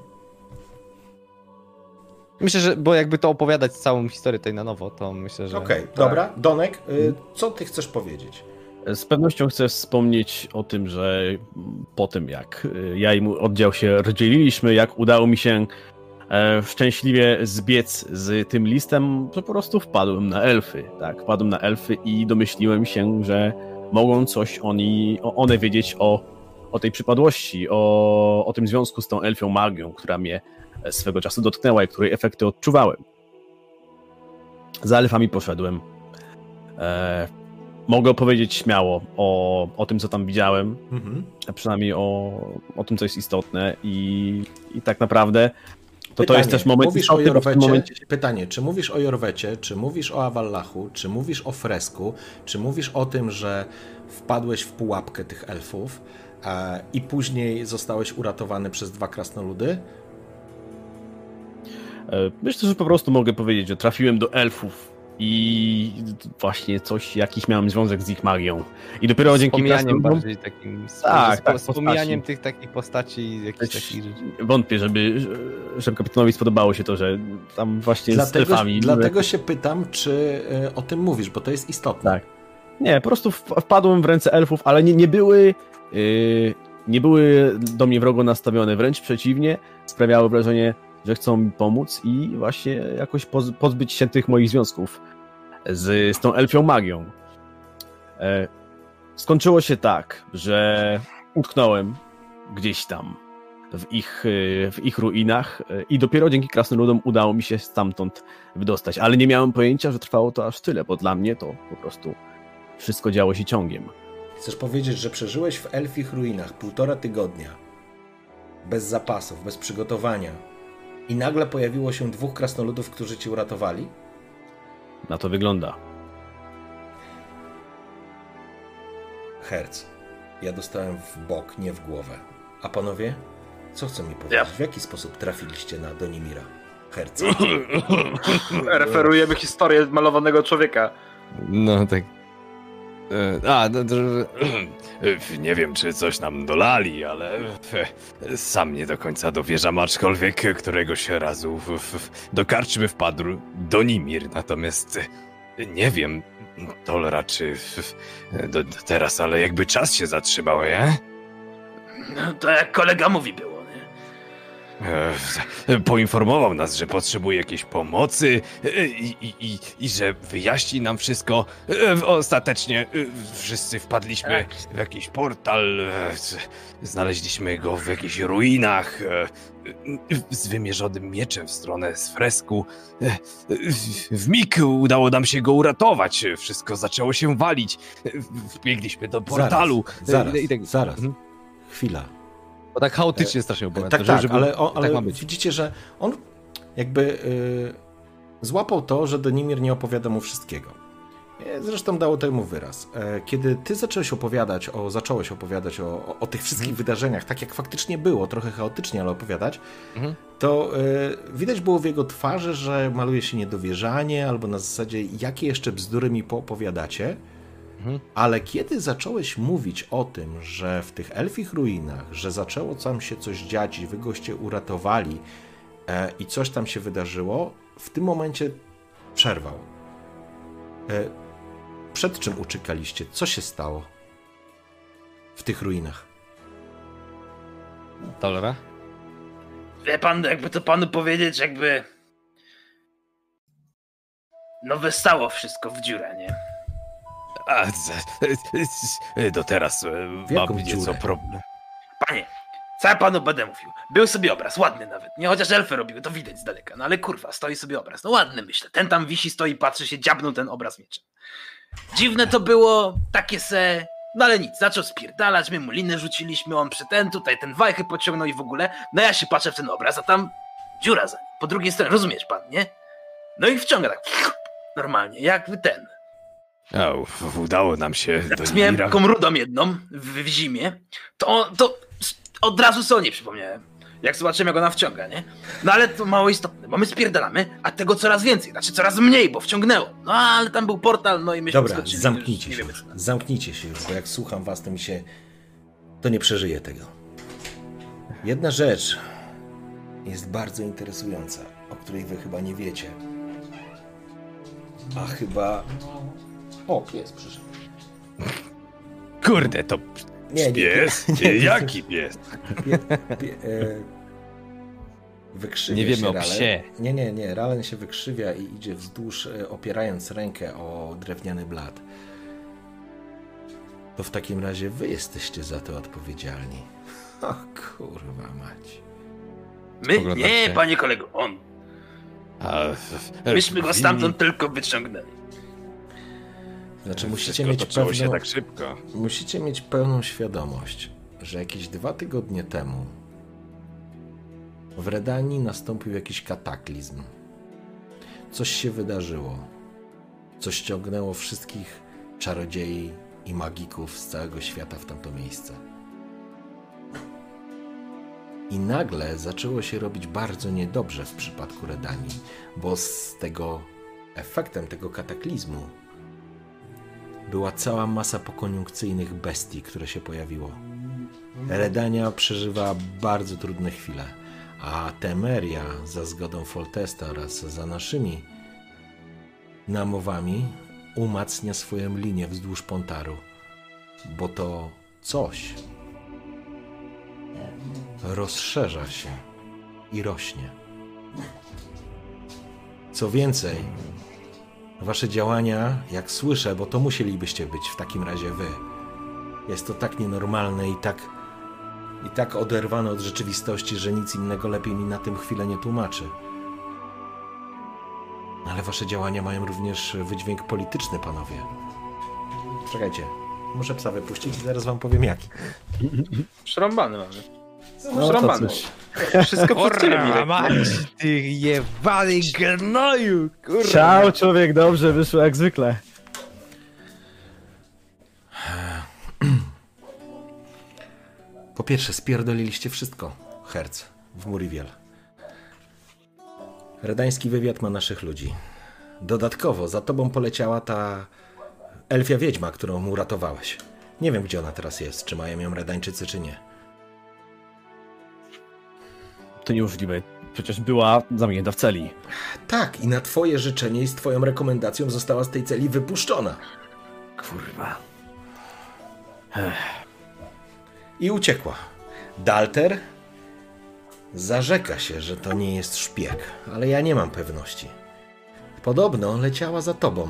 Myślę, że, bo jakby to opowiadać całą historię tej na nowo, to myślę, że... Okej, okay, dobra. Donek, y, co ty chcesz powiedzieć? Z pewnością chcę wspomnieć o tym, że po tym jak ja i mój oddział się rozdzieliliśmy, jak udało mi się e, szczęśliwie zbiec z tym listem, że po prostu wpadłem na elfy, tak, wpadłem na elfy i domyśliłem się, że mogą coś oni, one wiedzieć o, o tej przypadłości, o, o tym związku z tą elfią magią, która mnie swego czasu dotknęła i której efekty odczuwałem. Za elfami poszedłem. E, Mogę opowiedzieć śmiało o, o tym, co tam widziałem, mhm. a przynajmniej o, o tym, co jest istotne i, i tak naprawdę to, pytanie, to jest też moment mówisz o Jorwecie, momencie... Pytanie, czy mówisz o Jorwecie, czy mówisz o Awallachu, czy mówisz o Fresku, czy mówisz o tym, że wpadłeś w pułapkę tych elfów e, i później zostałeś uratowany przez dwa krasnoludy? Myślę, że po prostu mogę powiedzieć, że trafiłem do elfów i właśnie coś, jakiś miałem związek z ich magią. I dopiero dzięki Wspomijaniem bardziej takim... Tak, tak, wspomijaniem tych takich postaci, jakichś takich rzeczy. Wątpię, żeby, żeby kapitanowi spodobało się to, że tam właśnie dlatego, z elfami... Dlatego się pytam, czy o tym mówisz, bo to jest istotne. Tak. Nie, po prostu wpadłem w ręce elfów, ale nie, nie były... Yy, nie były do mnie wrogo nastawione, wręcz przeciwnie, sprawiały wrażenie, że chcą mi pomóc i właśnie jakoś pozbyć się tych moich związków z, z tą elfią magią. E, skończyło się tak, że utknąłem gdzieś tam w ich, w ich ruinach i dopiero dzięki krasnoludom udało mi się stamtąd wydostać, ale nie miałem pojęcia, że trwało to aż tyle, bo dla mnie to po prostu wszystko działo się ciągiem. Chcesz powiedzieć, że przeżyłeś w elfich ruinach półtora tygodnia bez zapasów, bez przygotowania i nagle pojawiło się dwóch krasnoludów, którzy cię uratowali? Na to wygląda. Herc, ja dostałem w bok, nie w głowę. A panowie? Co chcą mi powiedzieć? W jaki sposób trafiliście na Donimira? Herc. Referujemy historię malowanego człowieka. No tak. A, no, to, nie wiem, czy coś nam dolali, ale sam nie do końca dowierzam, aczkolwiek któregoś razu w, w, do karczmy wpadł Donimir, natomiast nie wiem, to raczej do, do teraz, ale jakby czas się zatrzymał, nie? No to jak kolega mówi było. Poinformował nas, że potrzebuje jakiejś pomocy i, i, i, i że wyjaśni nam wszystko. Ostatecznie wszyscy wpadliśmy w jakiś portal, znaleźliśmy go w jakichś ruinach z wymierzonym mieczem w stronę z fresku. W mig udało nam się go uratować, wszystko zaczęło się walić. Wbiegliśmy do portalu. Zaraz, zaraz, I, i tak... zaraz. Mhm. Chwila. Bo tak chaotycznie strasznie opowiada. Tak, tak, żeby, ale, on, ale tak widzicie, że on jakby yy, złapał to, że Donimir nie opowiada mu wszystkiego. Zresztą dało temu wyraz. Kiedy ty zacząłeś opowiadać, o, zacząłeś opowiadać o, o, o tych wszystkich mhm. wydarzeniach, tak jak faktycznie było, trochę chaotycznie, ale opowiadać, mhm. to yy, widać było w jego twarzy, że maluje się niedowierzanie, albo na zasadzie, jakie jeszcze bzdury mi poopowiadacie. Ale kiedy zacząłeś mówić o tym, że w tych elfich ruinach, że zaczęło tam się coś dziać i wy goście uratowali e, i coś tam się wydarzyło, w tym momencie przerwał. E, przed czym uciekaliście? Co się stało w tych ruinach? Tolera? Wie pan, jakby to panu powiedzieć, jakby... No wystało wszystko w dziurę, nie? A, do teraz mam nieco problem. Panie, co ja panu będę mówił? Był sobie obraz, ładny nawet. Nie, chociaż elfy robiły, to widać z daleka. No ale kurwa, stoi sobie obraz. No ładny, myślę. Ten tam wisi, stoi, patrzy się, dziabnął ten obraz mieczem. Dziwne to było, takie se... No ale nic, zaczął spierdalać, my mu linę rzuciliśmy, on przy ten, tutaj ten wajchy pociągnął i w ogóle. No ja się patrzę w ten obraz, a tam dziura za nim. Po drugiej stronie, rozumiesz pan, nie? No i wciąga tak, normalnie, jakby ten... A, udało nam się do miałem taką rudą jedną w, w zimie, to, to od razu sobie nie przypomniałem. jak zobaczymy, jak ona wciąga, nie? No ale to mało istotne, bo my spierdalamy, a tego coraz więcej, znaczy coraz mniej, bo wciągnęło. No ale tam był portal, no i myśmy Dobra, skoczyli, zamknijcie już się. nie wiemy, co tam. Zamknijcie się już, bo jak słucham was, to mi się... To nie przeżyję tego. Jedna rzecz jest bardzo interesująca, o której wy chyba nie wiecie. A chyba... O, pies przyszedł. Kurde, to Nie, nie, pies? nie, nie, Jaki pies? Pie, pie, e, wykrzywia Nie wiemy się o Ralen. psie. Nie, nie, nie. Ralen się wykrzywia i idzie wzdłuż, e, opierając rękę o drewniany blat. To w takim razie wy jesteście za to odpowiedzialni. O kurwa mać. My? Spoglądam Nie, się. panie kolego, on. A, Myśmy go stamtąd tylko wyciągnęli. Znaczy musicie Wszystko mieć toczyło się pewną, tak szybko. musicie mieć pełną świadomość, że jakieś dwa tygodnie temu w Redanii nastąpił jakiś kataklizm. Coś się wydarzyło. Co ściągnęło wszystkich czarodziei i magików z całego świata w tamto miejsce. I nagle zaczęło się robić bardzo niedobrze w przypadku Redanii, bo z tego efektem tego kataklizmu była cała masa pokoniunkcyjnych bestii, które się pojawiło. Redania przeżywa bardzo trudne chwile, a Temeria za zgodą Foltesta oraz za naszymi namowami umacnia swoją linię wzdłuż Pontaru, bo to coś rozszerza się i rośnie. Co więcej, wasze działania, jak słyszę, bo to musielibyście być w takim razie wy, jest to tak nienormalne i tak, i tak oderwane od rzeczywistości, że nic innego lepiej mi na tym chwilę nie tłumaczy. Ale wasze działania mają również wydźwięk polityczny, panowie. Czekajcie, muszę psa wypuścić i zaraz wam powiem jaki. Szrąbany mamy. No to Szrąbany. cóż. Wszystko przez ciebie, Kurwa Mirek. mać, ty jebany gnoju, kurwa. Ciao, człowiek, dobrze, wyszło jak zwykle. Po pierwsze, spierdoliliście wszystko, Herc, w Muriwiel. Redański wywiad ma naszych ludzi. Dodatkowo za tobą poleciała ta elfia wiedźma, którą mu uratowałeś. Nie wiem, gdzie ona teraz jest, czy mają ją Redańczycy, czy nie. To niemożliwe. Przecież była zamknięta w celi. Tak, i na twoje życzenie i z twoją rekomendacją została z tej celi wypuszczona. Kurwa. I uciekła. Dalter zarzeka się, że to nie jest szpieg, ale ja nie mam pewności. Podobno leciała za tobą.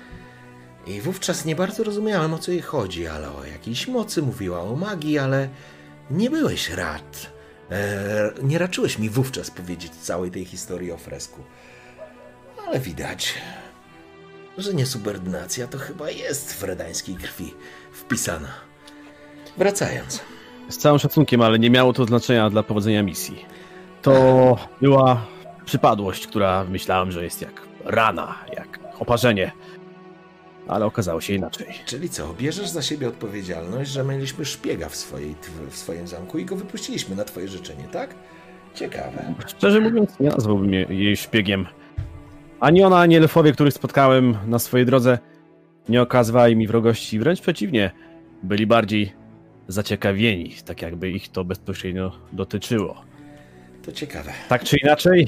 I wówczas nie bardzo rozumiałem, o co jej chodzi, ale o jakiejś mocy mówiła, o magii, ale nie byłeś rad. E, nie raczyłeś mi wówczas powiedzieć całej tej historii o fresku. Ale widać, że niesubordynacja to chyba jest w redańskiej krwi wpisana. Wracając. Z całym szacunkiem, ale nie miało to znaczenia dla powodzenia misji. To była przypadłość, która myślałem, że jest jak rana, jak oparzenie. Ale okazało się inaczej. Czyli co, bierzesz za siebie odpowiedzialność, że mieliśmy szpiega w, swojej, w swoim zamku i go wypuściliśmy na twoje życzenie, tak? Ciekawe. Szczerze mówiąc, nie nazwałbym je- jej szpiegiem. Ani ona, ani elfowie, których spotkałem na swojej drodze, nie okazywali mi wrogości. Wręcz przeciwnie, byli bardziej zaciekawieni, tak jakby ich to bezpośrednio dotyczyło. To ciekawe. Tak czy inaczej,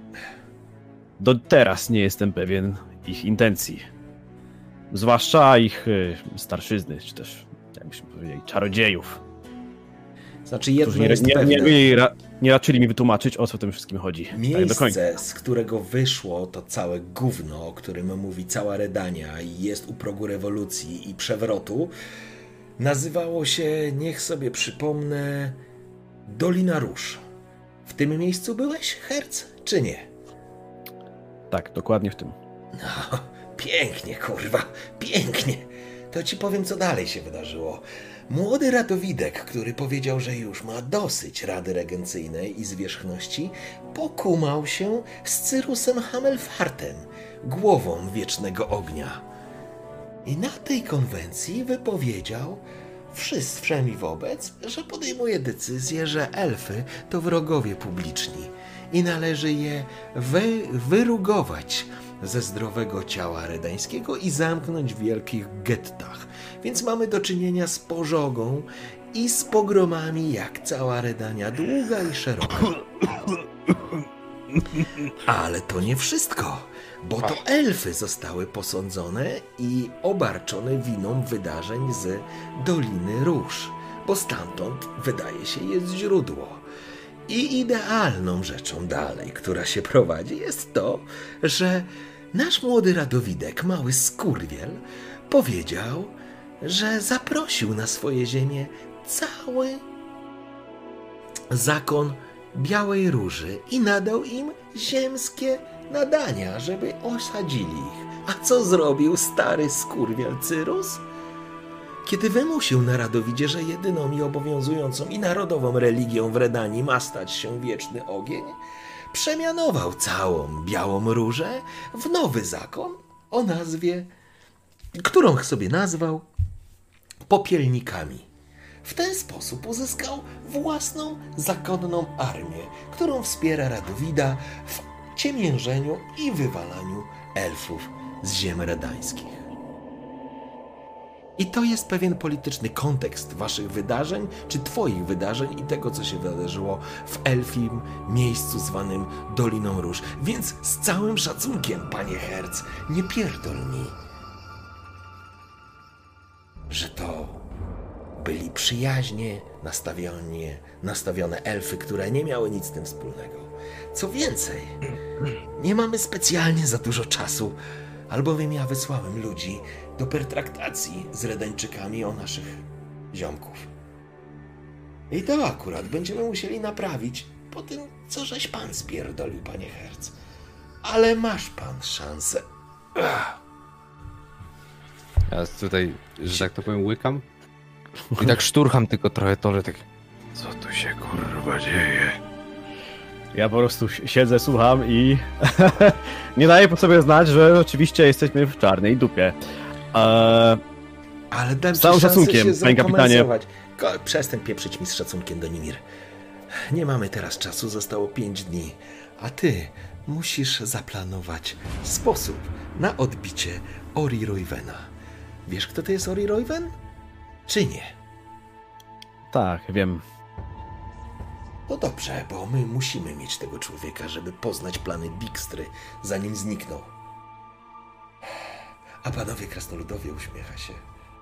do teraz nie jestem pewien ich intencji. Zwłaszcza ich y, starszyzny, czy też, jakbyśmy powiedzieli, czarodziejów, Znaczy jedno którzy nie, jest nie, pewne. nie, nie, ra- nie raczyli mi wytłumaczyć, o co tym wszystkim chodzi. Tak do końca. Miejsce, z którego wyszło to całe gówno, o którym mówi cała Redania i jest u progu rewolucji i przewrotu, nazywało się, niech sobie przypomnę, Dolina Róż. W tym miejscu byłeś, Herc, czy nie? Tak, dokładnie w tym. No, pięknie, kurwa, pięknie. To ci powiem, co dalej się wydarzyło. Młody Radowidek, który powiedział, że już ma dosyć Rady Regencyjnej i zwierzchności, pokumał się z Cyrusem Hamelfartem, głową Wiecznego Ognia. I na tej konwencji wypowiedział wszyscy wszemi wobec, że podejmuje decyzję, że elfy to wrogowie publiczni i należy je wy, wyrugować ze zdrowego ciała redańskiego i zamknąć w wielkich gettach. Więc mamy do czynienia z pożogą i z pogromami jak cała Redania, długa i szeroka. Ale to nie wszystko, bo to elfy zostały posądzone i obarczone winą wydarzeń z Doliny Róż, bo stamtąd, wydaje się, jest źródło. I idealną rzeczą dalej, która się prowadzi, jest to, że nasz młody Radowidek, mały skurwiel, powiedział, że zaprosił na swoje ziemię cały zakon Białej Róży i nadał im ziemskie nadania, żeby osadzili ich. A co zrobił stary skurwiel Cyrus? Kiedy wymusił na Radowidzie, że jedyną i obowiązującą i narodową religią w Redanii ma stać się wieczny ogień, przemianował całą Białą Różę w nowy zakon o nazwie, którą sobie nazwał Popielnikami. W ten sposób uzyskał własną zakonną armię, którą wspiera Radowida w ciemiężeniu i wywalaniu elfów z ziem redańskich. I to jest pewien polityczny kontekst waszych wydarzeń, czy twoich wydarzeń i tego, co się wydarzyło w elfim miejscu zwanym Doliną Róż. Więc z całym szacunkiem, panie Herc, nie pierdol mi, że to byli przyjaźnie nastawione, nastawione elfy, które nie miały nic z tym wspólnego. Co więcej, nie mamy specjalnie za dużo czasu, albowiem ja wysłałem ludzi do pertraktacji z Redańczykami o naszych ziomków. I to akurat będziemy musieli naprawić po tym, co żeś pan spierdolił, panie Herc. Ale masz pan szansę. Ach. Ja tutaj, że tak to powiem, łykam i tak szturcham tylko trochę to, że tak... Co tu się kurwa dzieje? Ja po prostu siedzę, słucham i nie daję po sobie znać, że oczywiście jesteśmy w czarnej dupie. Eee, Ale dam z całym szacunkiem, panie kapitanie. Ko- Przestań pieprzyć mi z szacunkiem, Donimir. Nie mamy teraz czasu, zostało pięć dni, a ty musisz zaplanować sposób na odbicie Ori Roywena. Wiesz, kto to jest Ori Royven? Czy nie? Tak, wiem. No dobrze, bo my musimy mieć tego człowieka, żeby poznać plany Bigstry, zanim zniknął. A panowie krasnoludowie, uśmiecha się.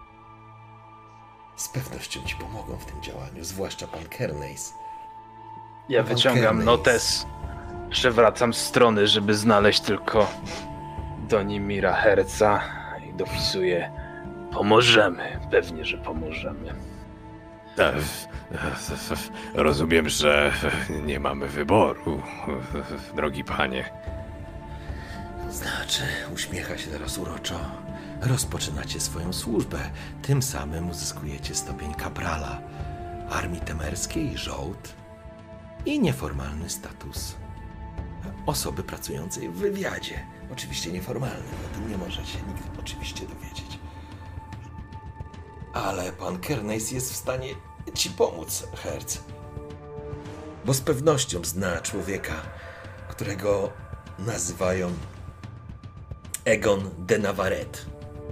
Z pewnością ci pomogą w tym działaniu, zwłaszcza pan Kerneis. Ja Pan wyciągam Kerneis. notes, przewracam strony, żeby znaleźć tylko Donimira Herca i dopisuję: pomożemy, pewnie, że pomożemy. E, Rozumiem, że nie mamy wyboru, drogi panie. Znaczy, uśmiecha się teraz uroczo. Rozpoczynacie swoją służbę. Tym samym uzyskujecie stopień kaprala Armii Temerskiej, żołd i nieformalny status osoby pracującej w wywiadzie. Oczywiście nieformalny, o tym nie może się nikt oczywiście dowiedzieć. Ale pan Kerneis jest w stanie ci pomóc, Herc. Bo z pewnością zna człowieka, którego nazywają Egon de Navarrete.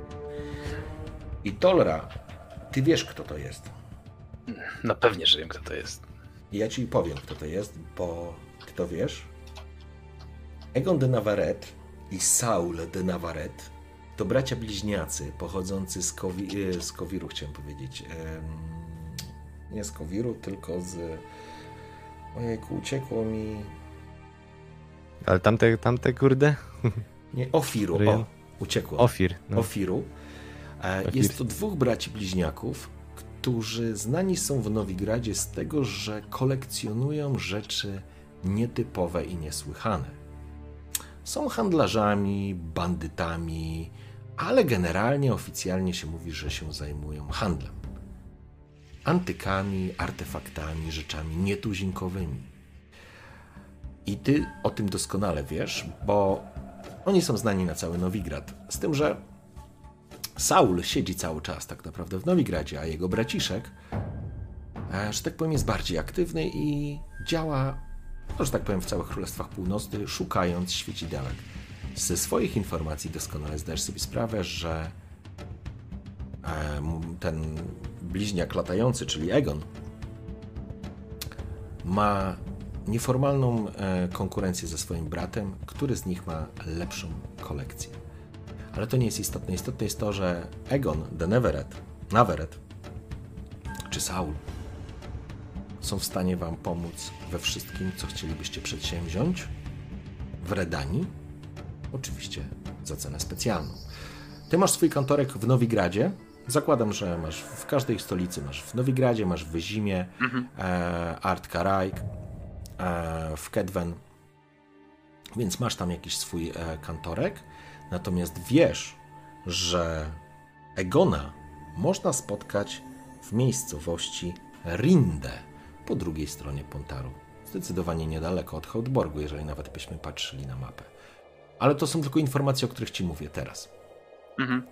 I Tolra, ty wiesz, kto to jest. No pewnie, że wiem, kto to jest. I ja ci powiem, kto to jest, bo ty to wiesz. Egon de Navarrete i Saul de Navarrete to bracia bliźniacy pochodzący z, Kowi- z Kowiru, chciałem powiedzieć. Nie z Kowiru, tylko z... Ojejku, uciekło mi... Ale tamte, tamte kurde? Nie, Ofiru, o, uciekło. Ofir. No. Ofiru. E, Jest to dwóch braci bliźniaków, którzy znani są w Nowigradzie z tego, że kolekcjonują rzeczy nietypowe i niesłychane. Są handlarzami, bandytami, ale generalnie oficjalnie się mówi, że się zajmują handlem. Antykami, artefaktami, rzeczami nietuzinkowymi. I ty o tym doskonale wiesz, bo oni są znani na cały Nowigrad. Z tym, że Saul siedzi cały czas tak naprawdę w Nowigradzie, a jego braciszek, że tak powiem, jest bardziej aktywny i działa, no, że tak powiem, w całych Królestwach Północnych, szukając świecidełek. Ze swoich informacji doskonale zdajesz sobie sprawę, że ten bliźniak latający, czyli Egon, ma nieformalną konkurencję ze swoim bratem, który z nich ma lepszą kolekcję. Ale to nie jest istotne. Istotne jest to, że Egon, The Neveret, Naveret czy Saul są w stanie wam pomóc we wszystkim, co chcielibyście przedsięwziąć w Redanii, oczywiście za cenę specjalną. Ty masz swój kantorek w Nowigradzie. Zakładam, że masz w każdej stolicy. Masz w Nowigradzie, masz w Wyzimie, mhm. e, Art-Karaik, e, w Kedwen, więc masz tam jakiś swój e, kantorek. Natomiast wiesz, że Egona można spotkać w miejscowości Rinde, po drugiej stronie Pontaru. Zdecydowanie niedaleko od Hołdborgu, jeżeli nawet byśmy patrzyli na mapę. Ale to są tylko informacje, o których ci mówię teraz. Mhm.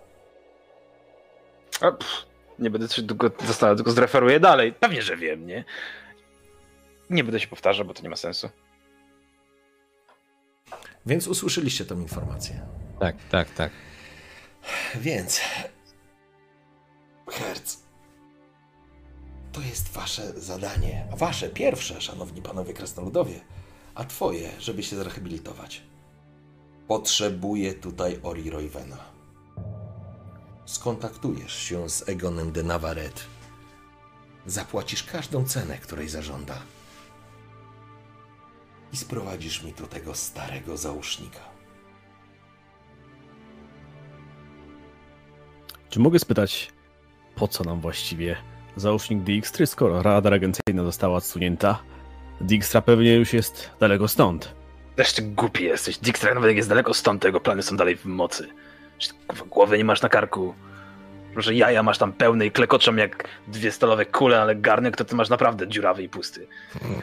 A, pff, nie będę się długo zastanawiał, tylko zreferuję dalej. Pewnie, że wiem, nie? Nie będę się powtarzał, bo to nie ma sensu. Więc usłyszeliście tę informację. Tak, tak, tak. Więc... Herc, to jest wasze zadanie. Wasze pierwsze, szanowni panowie krasnoludowie, a twoje, żeby się zrehabilitować. Potrzebuję tutaj Ori Roywena. Skontaktujesz się z Egonem de Navaret. Zapłacisz każdą cenę, której zażąda. I sprowadzisz mi tu tego starego załóżnika. Czy mogę spytać, po co nam właściwie załóżnik Dijkstry, skoro rada regencyjna została odsunięta? Dijkstra pewnie już jest daleko stąd. Też ty głupi jesteś. Dijkstra nawet jak jest daleko stąd, to jego plany są dalej w mocy. Głowy nie masz na karku. Że jaja masz tam pełne i klekoczą jak dwie stalowe kule, ale garnek to ty masz naprawdę dziurawy i pusty. Hmm.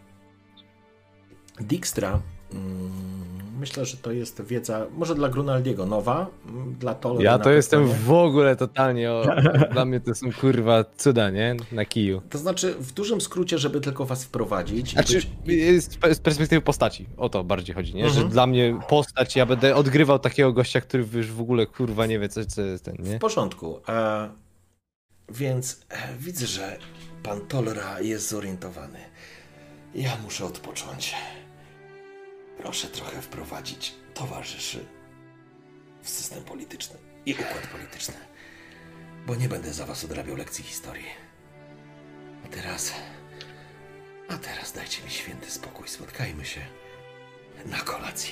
Dijkstra, mm, myślę, że to jest wiedza, może dla Grunaldiego nowa, dla Tolera. Ja to jestem w ogóle totalnie, o, dla mnie to są kurwa cuda, nie? Na kiju. To znaczy, w dużym skrócie, żeby tylko was wprowadzić. Znaczy, być... z perspektywy postaci, o to bardziej chodzi, nie? Mhm. Że dla mnie postać, ja będę odgrywał takiego gościa, który już w ogóle kurwa nie wie, co, co jest ten, nie? W porządku. E, więc e, widzę, że pan Tolera jest zorientowany. Ja muszę odpocząć. Proszę trochę wprowadzić towarzyszy w system polityczny i układ polityczny, bo nie będę za was odrabiał lekcji historii. A teraz... A teraz dajcie mi święty spokój. Spotkajmy się na kolacji.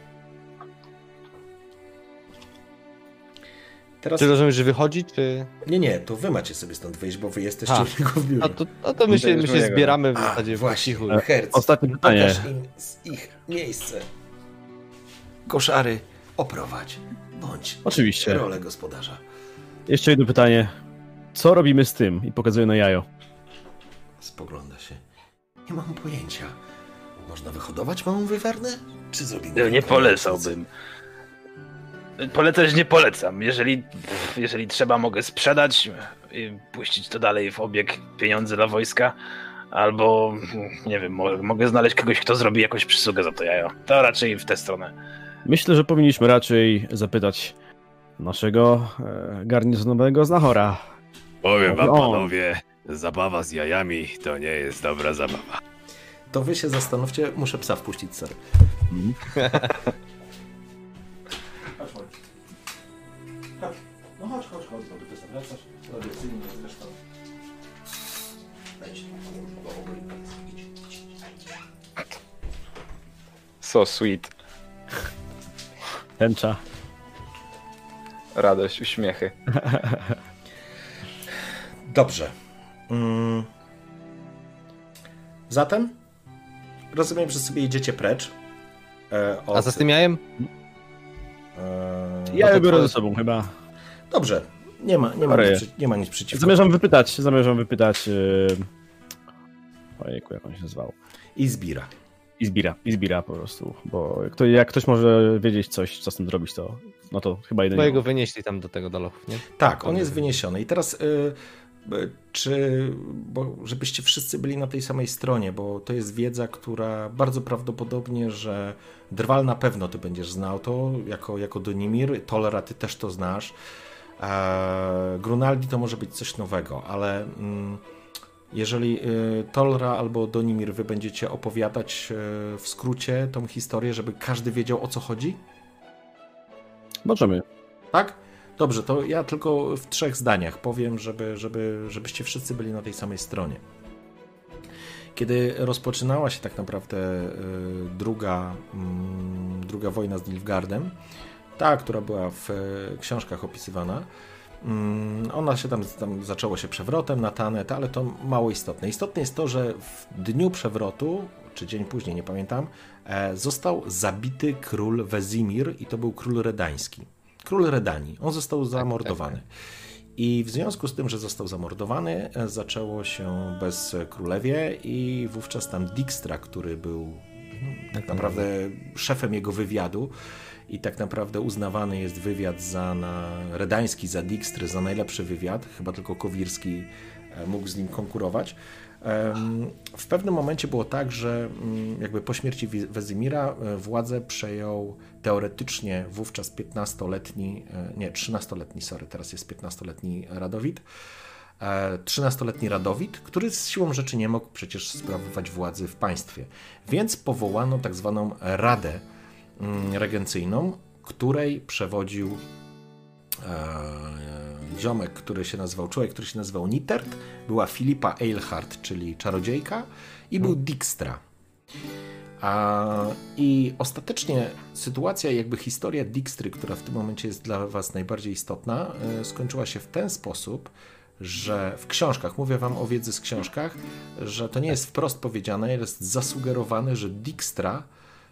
Teraz... Czy rozumiesz, że wychodzi, czy... Nie, nie, to wy macie sobie stąd wyjść, bo wy jesteście A, tylko w biurze. A to, a to my się, my się zbieramy w A, zasadzie właśnie, po cichu. Herc, Ostatnie pytanie. pokaż im z ich miejsce. Koszary oprowadź, bądź Oczywiście. rolę gospodarza. Jeszcze jedno pytanie. Co robimy z tym? I pokazuję na jajo. Spogląda się. Nie mam pojęcia. Można wyhodować małą wywernę? Czy zrobimy... No, nie polecałbym. Polecać nie polecam. Jeżeli, jeżeli trzeba, mogę sprzedać i puścić to dalej w obieg pieniądze dla wojska. Albo, nie wiem, mogę znaleźć kogoś, kto zrobi jakąś przysługę za to jajo. To raczej w tę stronę. Myślę, że powinniśmy raczej zapytać naszego e, garnizonowego znachora. Powiem wam, On. panowie, zabawa z jajami to nie jest dobra zabawa. To wy się zastanówcie, muszę psa wpuścić, sorry. Mm. No chodź, chodź, chodź, bo ty sobie wracasz. Tradycyjnie zresztą. Wejdź. So sweet. Tęcza. Radość, uśmiechy. Dobrze. Mm. Zatem rozumiem, że sobie idziecie precz. E, od, A co z tym jajem? E, Ja to je biorę twoje- ze sobą chyba. Dobrze. Nie ma, nie ma, Choruję. nic, przy- nie ma nic przeciwko. Zamierzam wypytać, zamierzam wypytać... Yy... Ojejku, jak on się nazywał. I zbira. I zbira, i zbira po prostu, bo jak, to, jak ktoś może wiedzieć coś, co z tym zrobić, to no to chyba jedynie... Bo jego wynieśli tam do tego do lochów, nie? Tak, on jest wyniesiony. I teraz y, y, czy, bo żebyście wszyscy byli na tej samej stronie, bo to jest wiedza, która bardzo prawdopodobnie, że Drwal na pewno ty będziesz znał to, jako, jako Donimir, Tolera ty też to znasz, e, Grunaldi to może być coś nowego, ale... Mm, jeżeli y, Tolra albo Donimir wy będziecie opowiadać y, w skrócie tą historię, żeby każdy wiedział, o co chodzi? Możemy. Tak? Dobrze, to ja tylko w trzech zdaniach powiem, żeby, żeby, żebyście wszyscy byli na tej samej stronie. Kiedy rozpoczynała się tak naprawdę y, druga, y, druga wojna z Nilfgaardem, ta, która była w y, książkach opisywana, ona się tam, tam zaczęło się przewrotem na Tanet, ale to mało istotne. Istotne jest to, że w dniu przewrotu, czy dzień później, nie pamiętam, został zabity król Wesimir i to był król redański. Król Redanii. On został zamordowany. Tak, tak, tak. I w związku z tym, że został zamordowany, zaczęło się bez królewie i wówczas tam Dijkstra, który był no, tak naprawdę szefem jego wywiadu, i tak naprawdę uznawany jest wywiad za na redański, za Dijkstry, za najlepszy wywiad. Chyba tylko Kowirski mógł z nim konkurować. W pewnym momencie było tak, że jakby po śmierci Wesimira władzę przejął teoretycznie wówczas piętnastoletni, nie, trzynastoletni, sorry, teraz jest piętnastoletni Radowid. trzynastoletni Radowid, który z siłą rzeczy nie mógł przecież sprawować władzy w państwie. Więc powołano tak zwaną Radę regencyjną, której przewodził e, ziomek, który się nazywał, człowiek, który się nazywał Nitert, była Filipa Eilhart, czyli czarodziejka, i był Dijkstra. A, I ostatecznie sytuacja, jakby historia Dijkstry, która w tym momencie jest dla was najbardziej istotna, e, skończyła się w ten sposób, że w książkach, mówię wam o wiedzy z książkach, że to nie jest wprost powiedziane, jest zasugerowane, że Dijkstra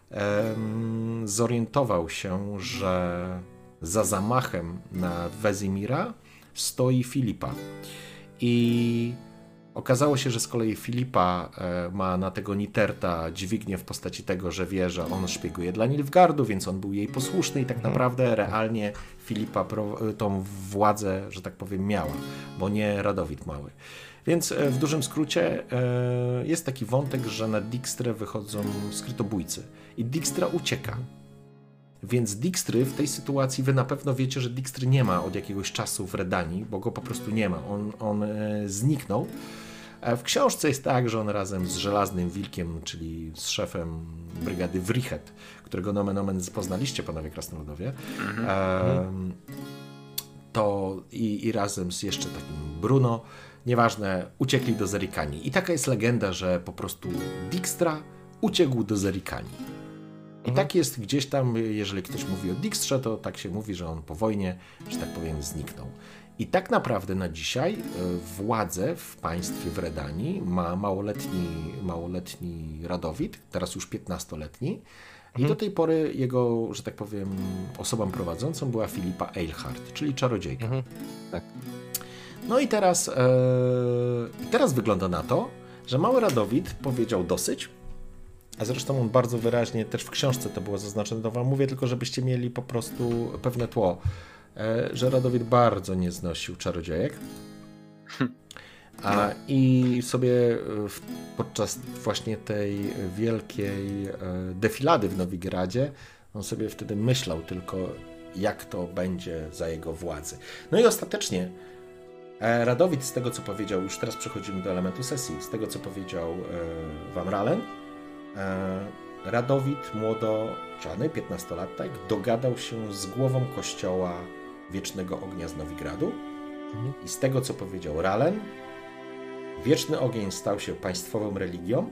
zorientował się, że za zamachem na Wesimira stoi Filipa. I okazało się, że z kolei Filipa ma na tego Niterta dźwignię w postaci tego, że wie, że on szpieguje dla Nilfgaardu, więc on był jej posłuszny i tak naprawdę realnie Filipa tą władzę, że tak powiem, miała, bo nie Radowid mały. Więc w dużym skrócie jest taki wątek, że na Dijkstrę wychodzą skrytobójcy i Dijkstra ucieka. Więc Dijkstry w tej sytuacji, wy na pewno wiecie, że Dijkstry nie ma od jakiegoś czasu w Redanii, bo go po prostu nie ma. On, on zniknął. W książce jest tak, że on razem z Żelaznym Wilkiem, czyli z szefem brygady Wrichet, którego nomen omen poznaliście, panowie krasnoludowie, mhm. to i, i razem z jeszcze takim Bruno, nieważne, uciekli do Zerikanii. I taka jest legenda, że po prostu Dijkstra uciekł do Zerikanii. I mhm. tak jest gdzieś tam, jeżeli ktoś mówi o Dijkstrze, to tak się mówi, że on po wojnie, że tak powiem, zniknął. I tak naprawdę na dzisiaj władzę w państwie w Redanii ma małoletni, małoletni Radowid, teraz już piętnastoletni. Mhm. I do tej pory jego, że tak powiem, osobą prowadzącą była Filipa Eilhart, czyli czarodziejka. Mhm. Tak. No i teraz, e, teraz wygląda na to, że mały Radowid powiedział dosyć, a zresztą on bardzo wyraźnie, też w książce to było zaznaczone, to wam mówię tylko, żebyście mieli po prostu pewne tło, e, że Radowid bardzo nie znosił czarodziejek. A, I sobie w, podczas właśnie tej wielkiej e, defilady w Nowigradzie, on sobie wtedy myślał tylko, jak to będzie za jego władzy. No i ostatecznie Radowid, z tego co powiedział, już teraz przechodzimy do elementu sesji, z tego co powiedział wam Ralen, Radowid, młodoczany, piętnastolatek, dogadał się z głową kościoła Wiecznego Ognia z Nowigradu mhm. i z tego co powiedział Ralen, Wieczny Ogień stał się państwową religią,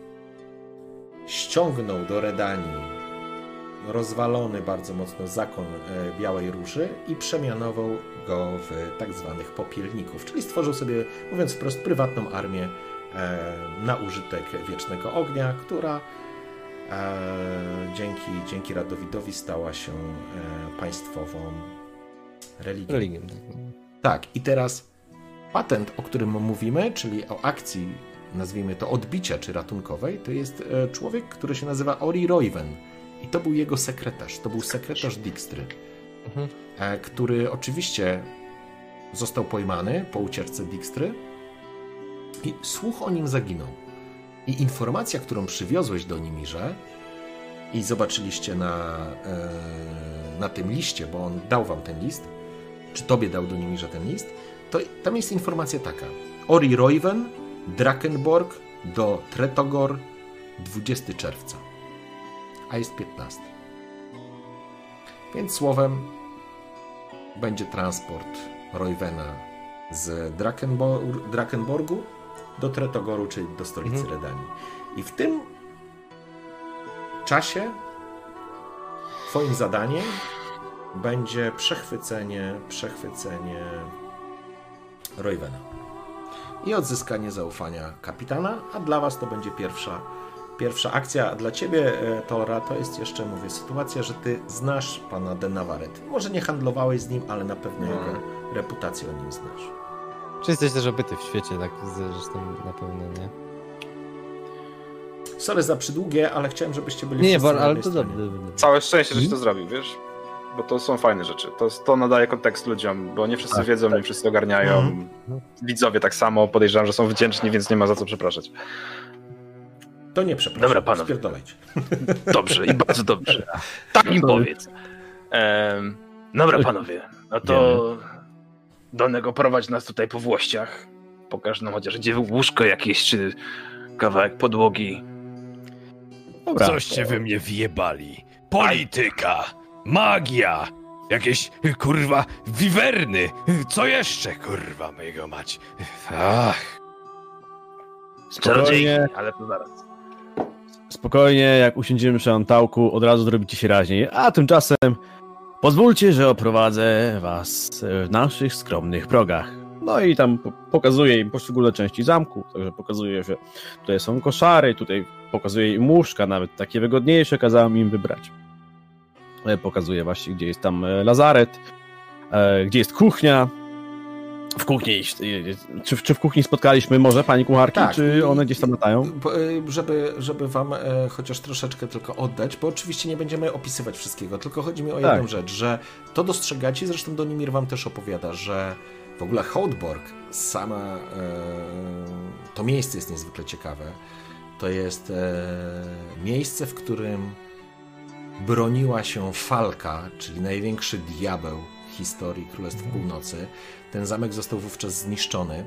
ściągnął do Redanii rozwalony bardzo mocno zakon Białej Róży i przemianował go w tak zwanych popielników, czyli stworzył sobie, mówiąc wprost, prywatną armię na użytek Wiecznego Ognia, która dzięki, dzięki Radowidowi stała się państwową religią. Religią. Tak, i teraz patent, o którym mówimy, czyli o akcji nazwijmy to, odbicia czy ratunkowej, to jest człowiek, który się nazywa Ori Royven. I to był jego sekretarz. To był sekretarz Dijkstry, mhm. który oczywiście został pojmany po ucieczce Dijkstry i słuch o nim zaginął. I informacja, którą przywiozłeś do Nimirze i zobaczyliście na, na tym liście, bo on dał wam ten list, czy tobie dał do Nimirze ten list, to tam jest informacja taka. Ori Royven, Drakenborg do Tretogor dwudziestego czerwca, a jest piętnastego. Więc słowem będzie transport Roywena z Drakenbor- Drakenborgu do Tretogoru, czyli do stolicy mhm. Redanii. I w tym czasie twoim zadaniem będzie przechwycenie, przechwycenie Roywena i odzyskanie zaufania kapitana, a dla was to będzie pierwsza, pierwsza akcja. A dla ciebie, Tora, to jest jeszcze, mówię, sytuacja, że ty znasz pana de Navarrete. Może nie handlowałeś z nim, ale na pewno hmm. jego reputację o nim znasz. Czy jesteś też obyty w świecie, tak zresztą na pewno, nie? Sorry za przydługie, ale chciałem, żebyście byli nie, wszyscy bo, na ale jednej to stronie. dobrze. Całe szczęście, żeś Hmm? to zrobił, wiesz? Bo to są fajne rzeczy. To, to nadaje kontekst ludziom, bo nie wszyscy tak, wiedzą, tak. nie wszyscy ogarniają. Mhm. Widzowie tak samo, podejrzewam, że są wdzięczni, więc nie ma za co przepraszać. To nie przepraszam. Dobra, panowie. Spierdolajcie. Dobrze i bardzo dobrze. Tak im powiedz. Ehm, dobra, panowie. No to Dolnego prowadź nas tutaj po włościach. Pokaż nam chociaż gdzie łóżko jakieś, czy kawałek podłogi. Dobra. Coście wy mnie wjebali. Polityka, magia, jakieś, kurwa, wiwerny. Co jeszcze, kurwa, mojego mać? Ach. Czarodziejki, Spokojnie, ale to zaraz. spokojnie, jak usiądziemy przy Antałku, od razu zrobicie się raźniej. A tymczasem pozwólcie, że oprowadzę was w naszych skromnych progach. No i tam po- pokazuję im poszczególne części zamku, także pokazuję, że tutaj są koszary, tutaj pokazuję im łóżka, nawet takie wygodniejsze kazałem im wybrać. E, Pokazuję właśnie, gdzie jest tam e, lazaret, e, gdzie jest kuchnia. W kuchni, e, czy, czy w kuchni spotkaliśmy może pani kucharki, Tak. czy one gdzieś tam latają? Bo, y, Żeby, żeby wam e, chociaż troszeczkę tylko oddać, bo oczywiście nie będziemy opisywać wszystkiego, tylko chodzi mi o jedną Tak. rzecz, że to dostrzegacie, zresztą Donimir wam też opowiada, że w ogóle Hołdborg, sama e, to miejsce jest niezwykle ciekawe. To jest e, miejsce, w którym broniła się Falka, czyli największy diabeł w historii Królestw Północy. Ten zamek został wówczas zniszczony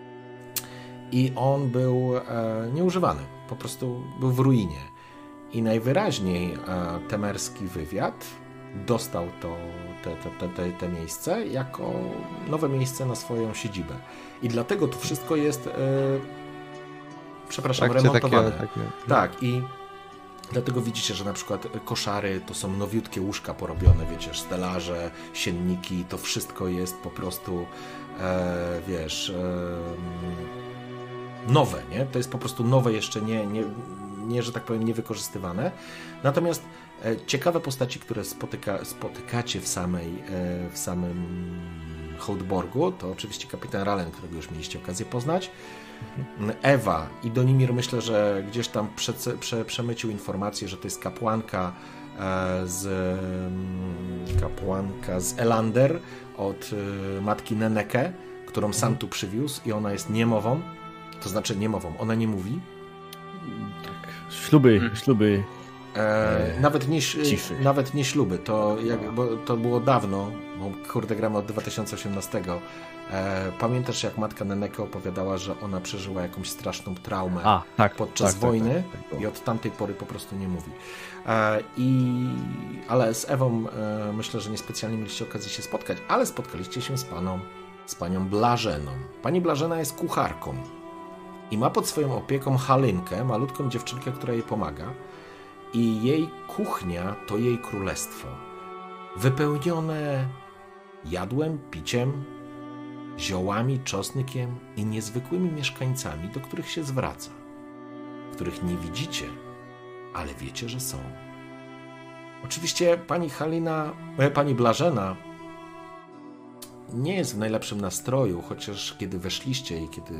i on był e, nieużywany, po prostu był w ruinie. I najwyraźniej e, temerski wywiad dostał to, te, te, te, te miejsce jako nowe miejsce na swoją siedzibę. I dlatego to wszystko jest, e, przepraszam, Trakcie remontowane. takie- takie- Tak, i dlatego widzicie, że na przykład koszary to są nowiutkie łóżka porobione, wiecie, stelaże, sienniki, to wszystko jest po prostu, e, wiesz, e, nowe, nie? To jest po prostu nowe, jeszcze nie, nie, nie, że tak powiem, niewykorzystywane. Natomiast e, ciekawe postaci, które spotyka, spotykacie w samej, e, w samym Hołdborgu, to oczywiście kapitan Ralen, którego już mieliście okazję poznać, Ewa i Donimir, myślę, że gdzieś tam prze, prze, przemycił informację, że to jest kapłanka e, z mm, kapłanka z Elander od e, matki Neneke, którą sam tu przywiózł i ona jest niemową, to znaczy niemową, ona nie mówi. Śluby, śluby. E, nawet, nie, ciszy. nawet nie śluby, to, jak, bo to było dawno, bo kurde gramy od dwa tysiące osiemnastego. E, pamiętasz, jak matka Neneke opowiadała, że ona przeżyła jakąś straszną traumę A, tak, podczas tak, wojny tak, tak, tak, i od tamtej pory po prostu nie mówi. E, i, ale z Ewą e, myślę, że niespecjalnie mieliście okazję się spotkać, ale spotkaliście się z paną, z panią Blażeną. Pani Blażena jest kucharką i ma pod swoją opieką Halynkę, malutką dziewczynkę, która jej pomaga. I jej kuchnia to jej królestwo. Wypełnione jadłem, piciem, ziołami, czosnkiem i niezwykłymi mieszkańcami, do których się zwraca. Których nie widzicie, ale wiecie, że są. Oczywiście pani Halina, e, pani Blażena nie jest w najlepszym nastroju, chociaż kiedy weszliście i kiedy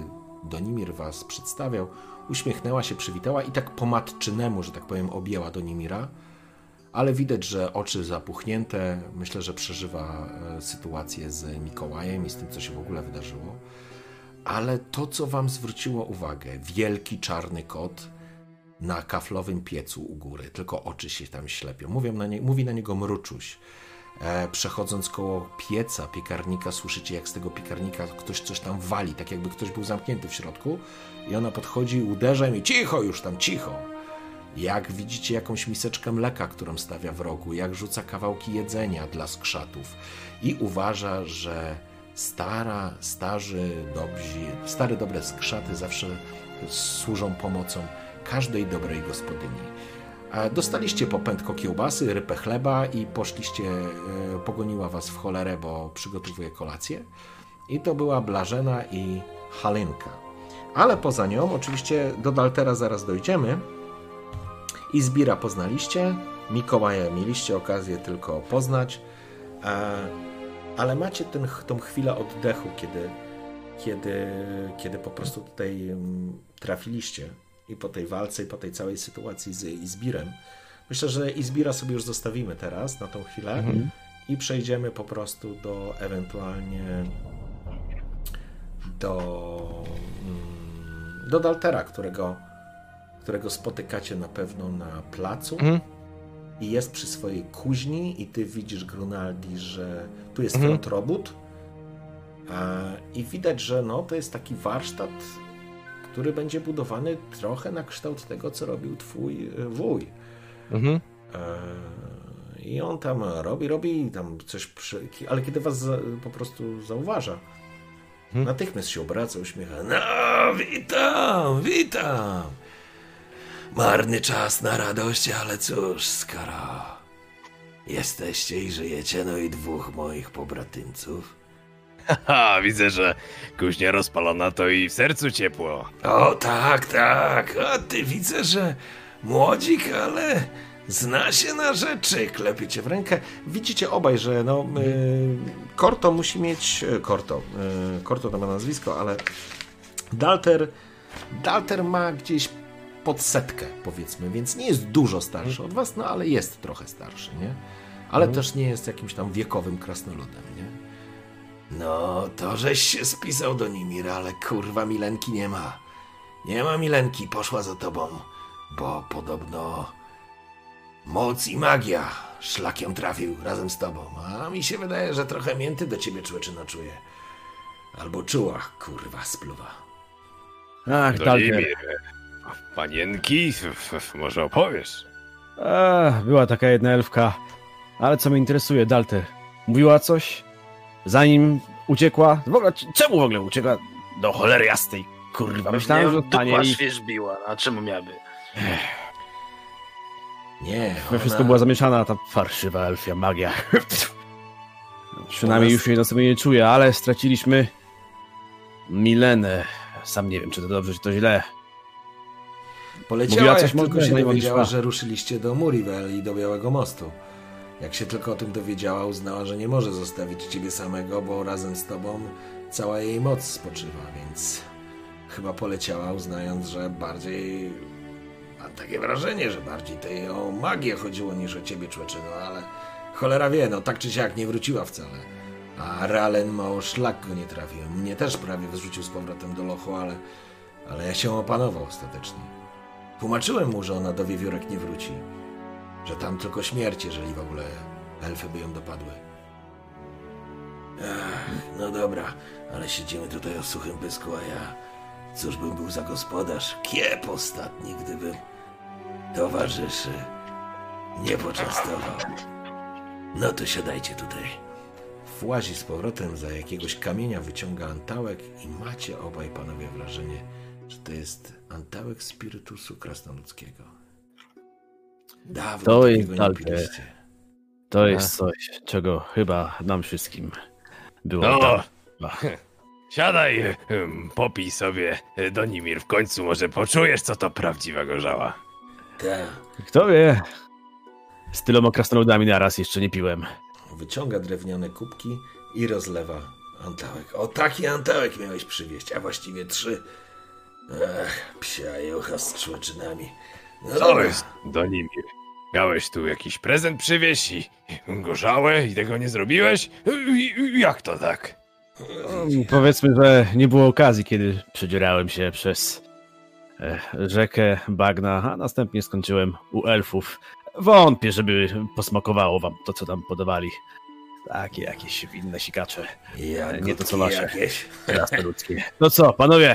Donimir was przedstawiał, uśmiechnęła się, przywitała i tak po matczynemu, że tak powiem, objęła Donimira, ale widać, że oczy zapuchnięte, myślę, że przeżywa sytuację z Mikołajem i z tym, co się w ogóle wydarzyło. Ale to, co wam zwróciło uwagę, wielki czarny kot na kaflowym piecu u góry, tylko oczy się tam ślepią. Mówią na nie, mówi na niego Mruczuś. E, przechodząc koło pieca, piekarnika, słyszycie, jak z tego piekarnika ktoś coś tam wali, tak jakby ktoś był zamknięty w środku i ona podchodzi, uderza i mówi, cicho już tam, cicho. Jak widzicie jakąś miseczkę mleka, którą stawia w rogu, jak rzuca kawałki jedzenia dla skrzatów i uważa, że stara, starzy, dobrzy, stare, dobre skrzaty zawsze służą pomocą każdej dobrej gospodyni. Dostaliście po pętko kiełbasy, rypę chleba i poszliście, pogoniła was w cholerę, bo przygotowuje kolację. I to była Blażena i Halinka. Ale poza nią, oczywiście do Daltera zaraz dojdziemy. Izbira poznaliście, Mikołaja mieliście okazję tylko poznać, ale macie ten, tą chwilę oddechu, kiedy, kiedy, kiedy po prostu tutaj trafiliście i po tej walce i po tej całej sytuacji z Izbirem. Myślę, że Izbira sobie już zostawimy teraz na tą chwilę mhm. i przejdziemy po prostu do ewentualnie do, do Daltera, którego którego spotykacie na pewno na placu mhm. i jest przy swojej kuźni i ty widzisz, Grunaldi, że tu jest mhm. front robót i widać, że no, to jest taki warsztat, który będzie budowany trochę na kształt tego, co robił twój wuj. Mhm. I on tam robi, robi tam coś, przy... ale kiedy was za, po prostu zauważa, mhm. natychmiast się obraca, uśmiecha. No, witam, witam. Marny czas na radość, ale cóż, skoro jesteście i żyjecie, no i dwóch moich pobratyńców. Haha, widzę, że kuźnia rozpalona to i w sercu ciepło. O tak, tak, a ty widzę, że młodzik, ale zna się na rzeczy, klepiecie w rękę. Widzicie obaj, że no, y, Korto musi mieć, Korto, y, Korto to ma nazwisko, ale Dalter, Dalter ma gdzieś pod setkę, powiedzmy, więc nie jest dużo starszy od was, no ale jest trochę starszy, nie? Ale mm. też nie jest jakimś tam wiekowym krasnoludem, nie? No, to żeś się spisał do Nimir, ale kurwa Milenki nie ma. Nie ma Milenki, poszła za tobą, bo podobno moc i magia szlakiem trafił razem z tobą, a mi się wydaje, że trochę mięty do ciebie człeczyna czuje. Albo czuła, kurwa, spluwa. Ach, Dalter. Panienki, może opowiesz? Ach, była taka jedna elfka, ale co mnie interesuje, Dalter. Mówiła coś? Zanim uciekła? W ogóle, czemu w ogóle uciekła? Do cholery jasnej, kurwa. Myślałem, że dostanie i... świeżbiła, a czemu miałaby? Nie, ona... Wszystko była zamieszana, ta farszywa elfia magia. Przynajmniej już jej na sobie nie czuję, ale straciliśmy Milenę. Sam nie wiem, czy to dobrze, czy to źle. Poleciała, coś jak tylko się dowiedziała, że ruszyliście do Murivel i do Białego Mostu. Jak się tylko o tym dowiedziała, uznała, że nie może zostawić ciebie samego, bo razem z tobą cała jej moc spoczywa, więc chyba poleciała, uznając, że bardziej... Mam takie wrażenie, że bardziej tej o magię chodziło niż o ciebie, człeczyno, ale cholera wie, no tak czy siak nie wróciła wcale. A Ralen ma o szlak go nie trafił. Mnie też prawie wyrzucił z powrotem do lochu, ale, ale ja się opanował ostatecznie. Tłumaczyłem mu, że ona do wiewiórek nie wróci. Że tam tylko śmierć, jeżeli w ogóle elfy by ją dopadły. Ach, no dobra, ale siedzimy tutaj o suchym pysku, a ja... Cóż bym był za gospodarz? Kiep ostatni, gdybym towarzyszy nie poczęstował. No to siadajcie tutaj. Włazi z powrotem za jakiegoś kamienia, wyciąga antałek i macie obaj panowie wrażenie, że to jest antałek spirytusu krasnoludzkiego. Dawno to takiego jest nie Dalter. piliście. To jest coś, czego chyba nam wszystkim było. No, tam. Siadaj, popij sobie Donimir, w końcu może poczujesz, co to prawdziwa gorzała. Tak. Kto wie? Z tyloma krasnoludami naraz jeszcze nie piłem. Wyciąga drewniane kubki i rozlewa antałek. O, taki antałek miałeś przywieźć, a właściwie trzy. Ach, psia jucha z człeczynami. No Co dobra. jest, Donimir? Miałeś tu jakiś prezent przywieźć i gorzałe i tego nie zrobiłeś? I- i- Jak to tak? Um, Powiedzmy, że nie było okazji, kiedy przedzierałem się przez e, rzekę bagna, a następnie skończyłem u elfów. Wątpię, żeby posmakowało wam to, co tam podawali. Takie jakieś inne sikacze. Jagódki Nie to, co wasze. jakieś. Krasnoludzkie. No co, panowie,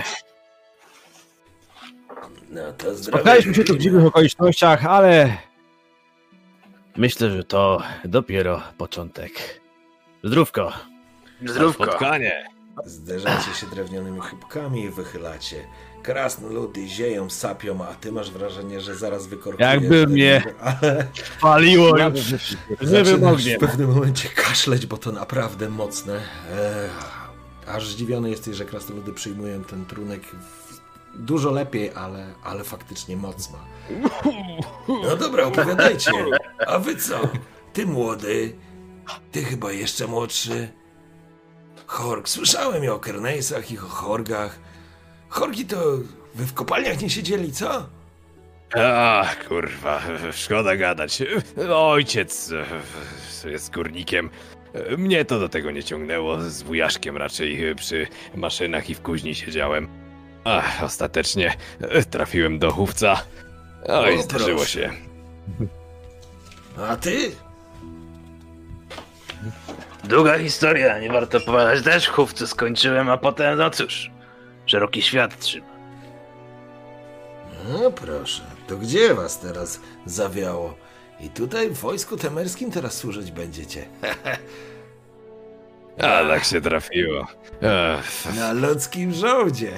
No to zdrowie. spotkaliśmy się tu w dziwnych okolicznościach, ale myślę, że to dopiero początek. Zdrówko. Zdrówko. Spotkanie. Zderzacie się drewnianymi chybkami i wychylacie. Krasnoludy zieją, sapią, a ty masz wrażenie, że zaraz wykorkujesz. Jakby ten- mnie Ale Paliło już żywym zaczynasz ogniem. w pewnym momencie kaszleć, bo to naprawdę mocne. Ech, aż zdziwiony jesteś, że krasnoludy przyjmują ten trunek w... dużo lepiej, ale, ale faktycznie mocno. No dobra, opowiadajcie. A wy co? Ty młody, ty chyba jeszcze młodszy. Horg, słyszałem i o Kernejsach i o Horgach. Horgi to wy w kopalniach nie siedzieli, co? Ach, kurwa, szkoda gadać. Ojciec e, jest górnikiem. Mnie to do tego nie ciągnęło. Z wujaszkiem raczej przy maszynach i w kuźni siedziałem. Ach, ostatecznie trafiłem do chówca. No i O, zdarzyło proszę. się. A ty? Długa historia, nie warto opowiadać. Też w chówcu skończyłem, a potem, no cóż, szeroki świat trzyma. No proszę, to gdzie was teraz zawiało? I tutaj w wojsku temerskim teraz służyć będziecie. A tak się trafiło. Ech, Na ludzkim żołdzie.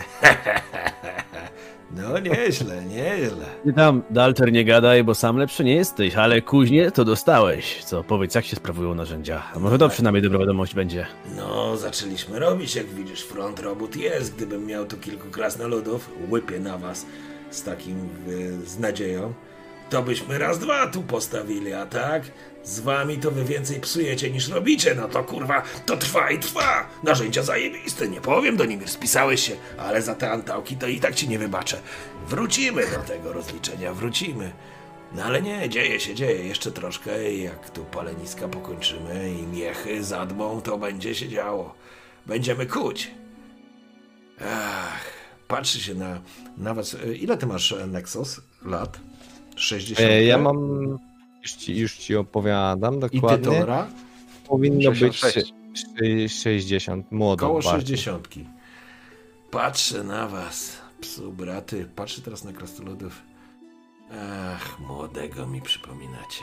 No nieźle, nieźle. Ty tam, Dalter, nie gadaj, bo sam lepszy nie jesteś, ale kuźnie to dostałeś. Co, powiedz, jak się sprawują narzędzia? A może to przynajmniej dobra wiadomość będzie. No, zaczęliśmy robić, jak widzisz, front robót jest. Gdybym miał tu kilku krasnoludów, łypię na was z takim, y, z nadzieją, to byśmy raz, dwa tu postawili, a tak? Z wami to wy więcej psujecie niż robicie, no to kurwa, to trwa i trwa. Narzędzia zajebiste, nie powiem do nich, spisałeś się, ale za te antałki to i tak ci nie wybaczę. Wrócimy do tego rozliczenia, wrócimy. No ale nie, dzieje się, dzieje, jeszcze troszkę i jak tu paleniska pokończymy i miechy zadmą, to będzie się działo. Będziemy kuć. Ach, patrzy się na, na was. Ile ty masz, Nexus, lat? sześćdziesiąt? E, ja mam... Już ci, już ci opowiadam I ty, dokładnie. Tora? Powinno być sześćdziesiąt sześć. sze- sześćdziesiąt, młodo Koło bardzo. sześćdziesiątki. Patrzę na was, psu braty. Patrzę teraz na krasnoludów. Ach, młodego mi przypominacie.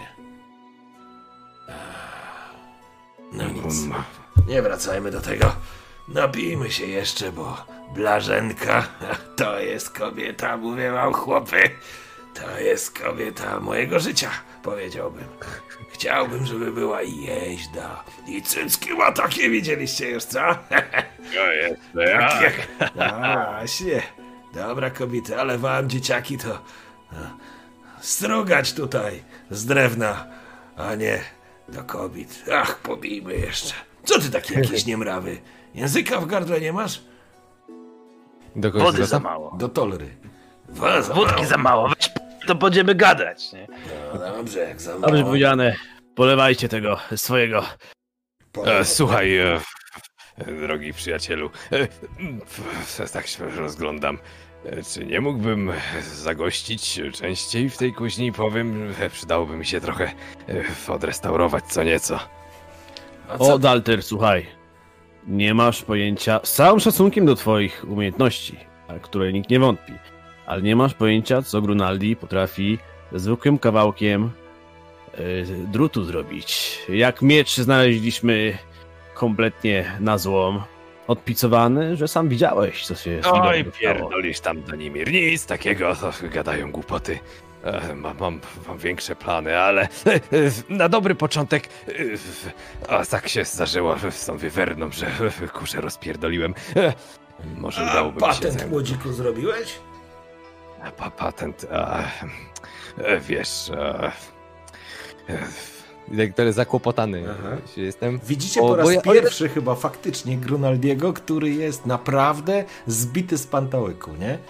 Ach, no nic. Nie wracajmy do tego. Napijmy się jeszcze, bo Blażenka to jest kobieta, mówię wam chłopy. To jest kobieta mojego życia, powiedziałbym. Chciałbym, żeby była i jeźda. I cycki ma takie, widzieliście już, co? to jest ja. Takie. No właśnie. Dobra kobiety, ale wam dzieciaki to no, strugać tutaj z drewna, a nie do kobiet. Ach, pobijmy jeszcze. Co ty takie jakieś niemrawy? Języka w gardle nie masz? Do kogoś Wody za zwracam? mało. Do tolery. Was, Wódki za mało, weź p- to będziemy gadać, nie? No dobrze, jak za Dobrze mało. powiedziane. Polewajcie tego swojego. E, słuchaj, e, drogi przyjacielu, e, e, tak się rozglądam. E, Czy nie mógłbym zagościć częściej w tej kuźni? Powiem, że przydałoby mi się trochę e, odrestaurować co nieco. A co? O, Dalter, słuchaj. Nie masz pojęcia, z całym szacunkiem do twoich umiejętności, a której nikt nie wątpi, ale nie masz pojęcia, co Grunaldi potrafi ze zwykłym kawałkiem yy, drutu zrobić. Jak miecz znaleźliśmy kompletnie na złom, odpicowany, że sam widziałeś, co się z nim Oj, stało. pierdolisz tam do Nimir, nic takiego, to gadają głupoty. E, Mam, mam, mam większe plany, ale e, e, na dobry początek e, a tak się zdarzyło z tą wywerną, że e, kurczę rozpierdoliłem. E, Może A udałoby mi się patent zająć. młodziku zrobiłeś? Pa, patent, a, e, wiesz, a, e, Jak tyle zakłopotany Aha. jestem. Widzicie O, po raz bo ja- o, pierwszy chyba faktycznie Grunaldiego, który jest naprawdę zbity z pantałyku, nie?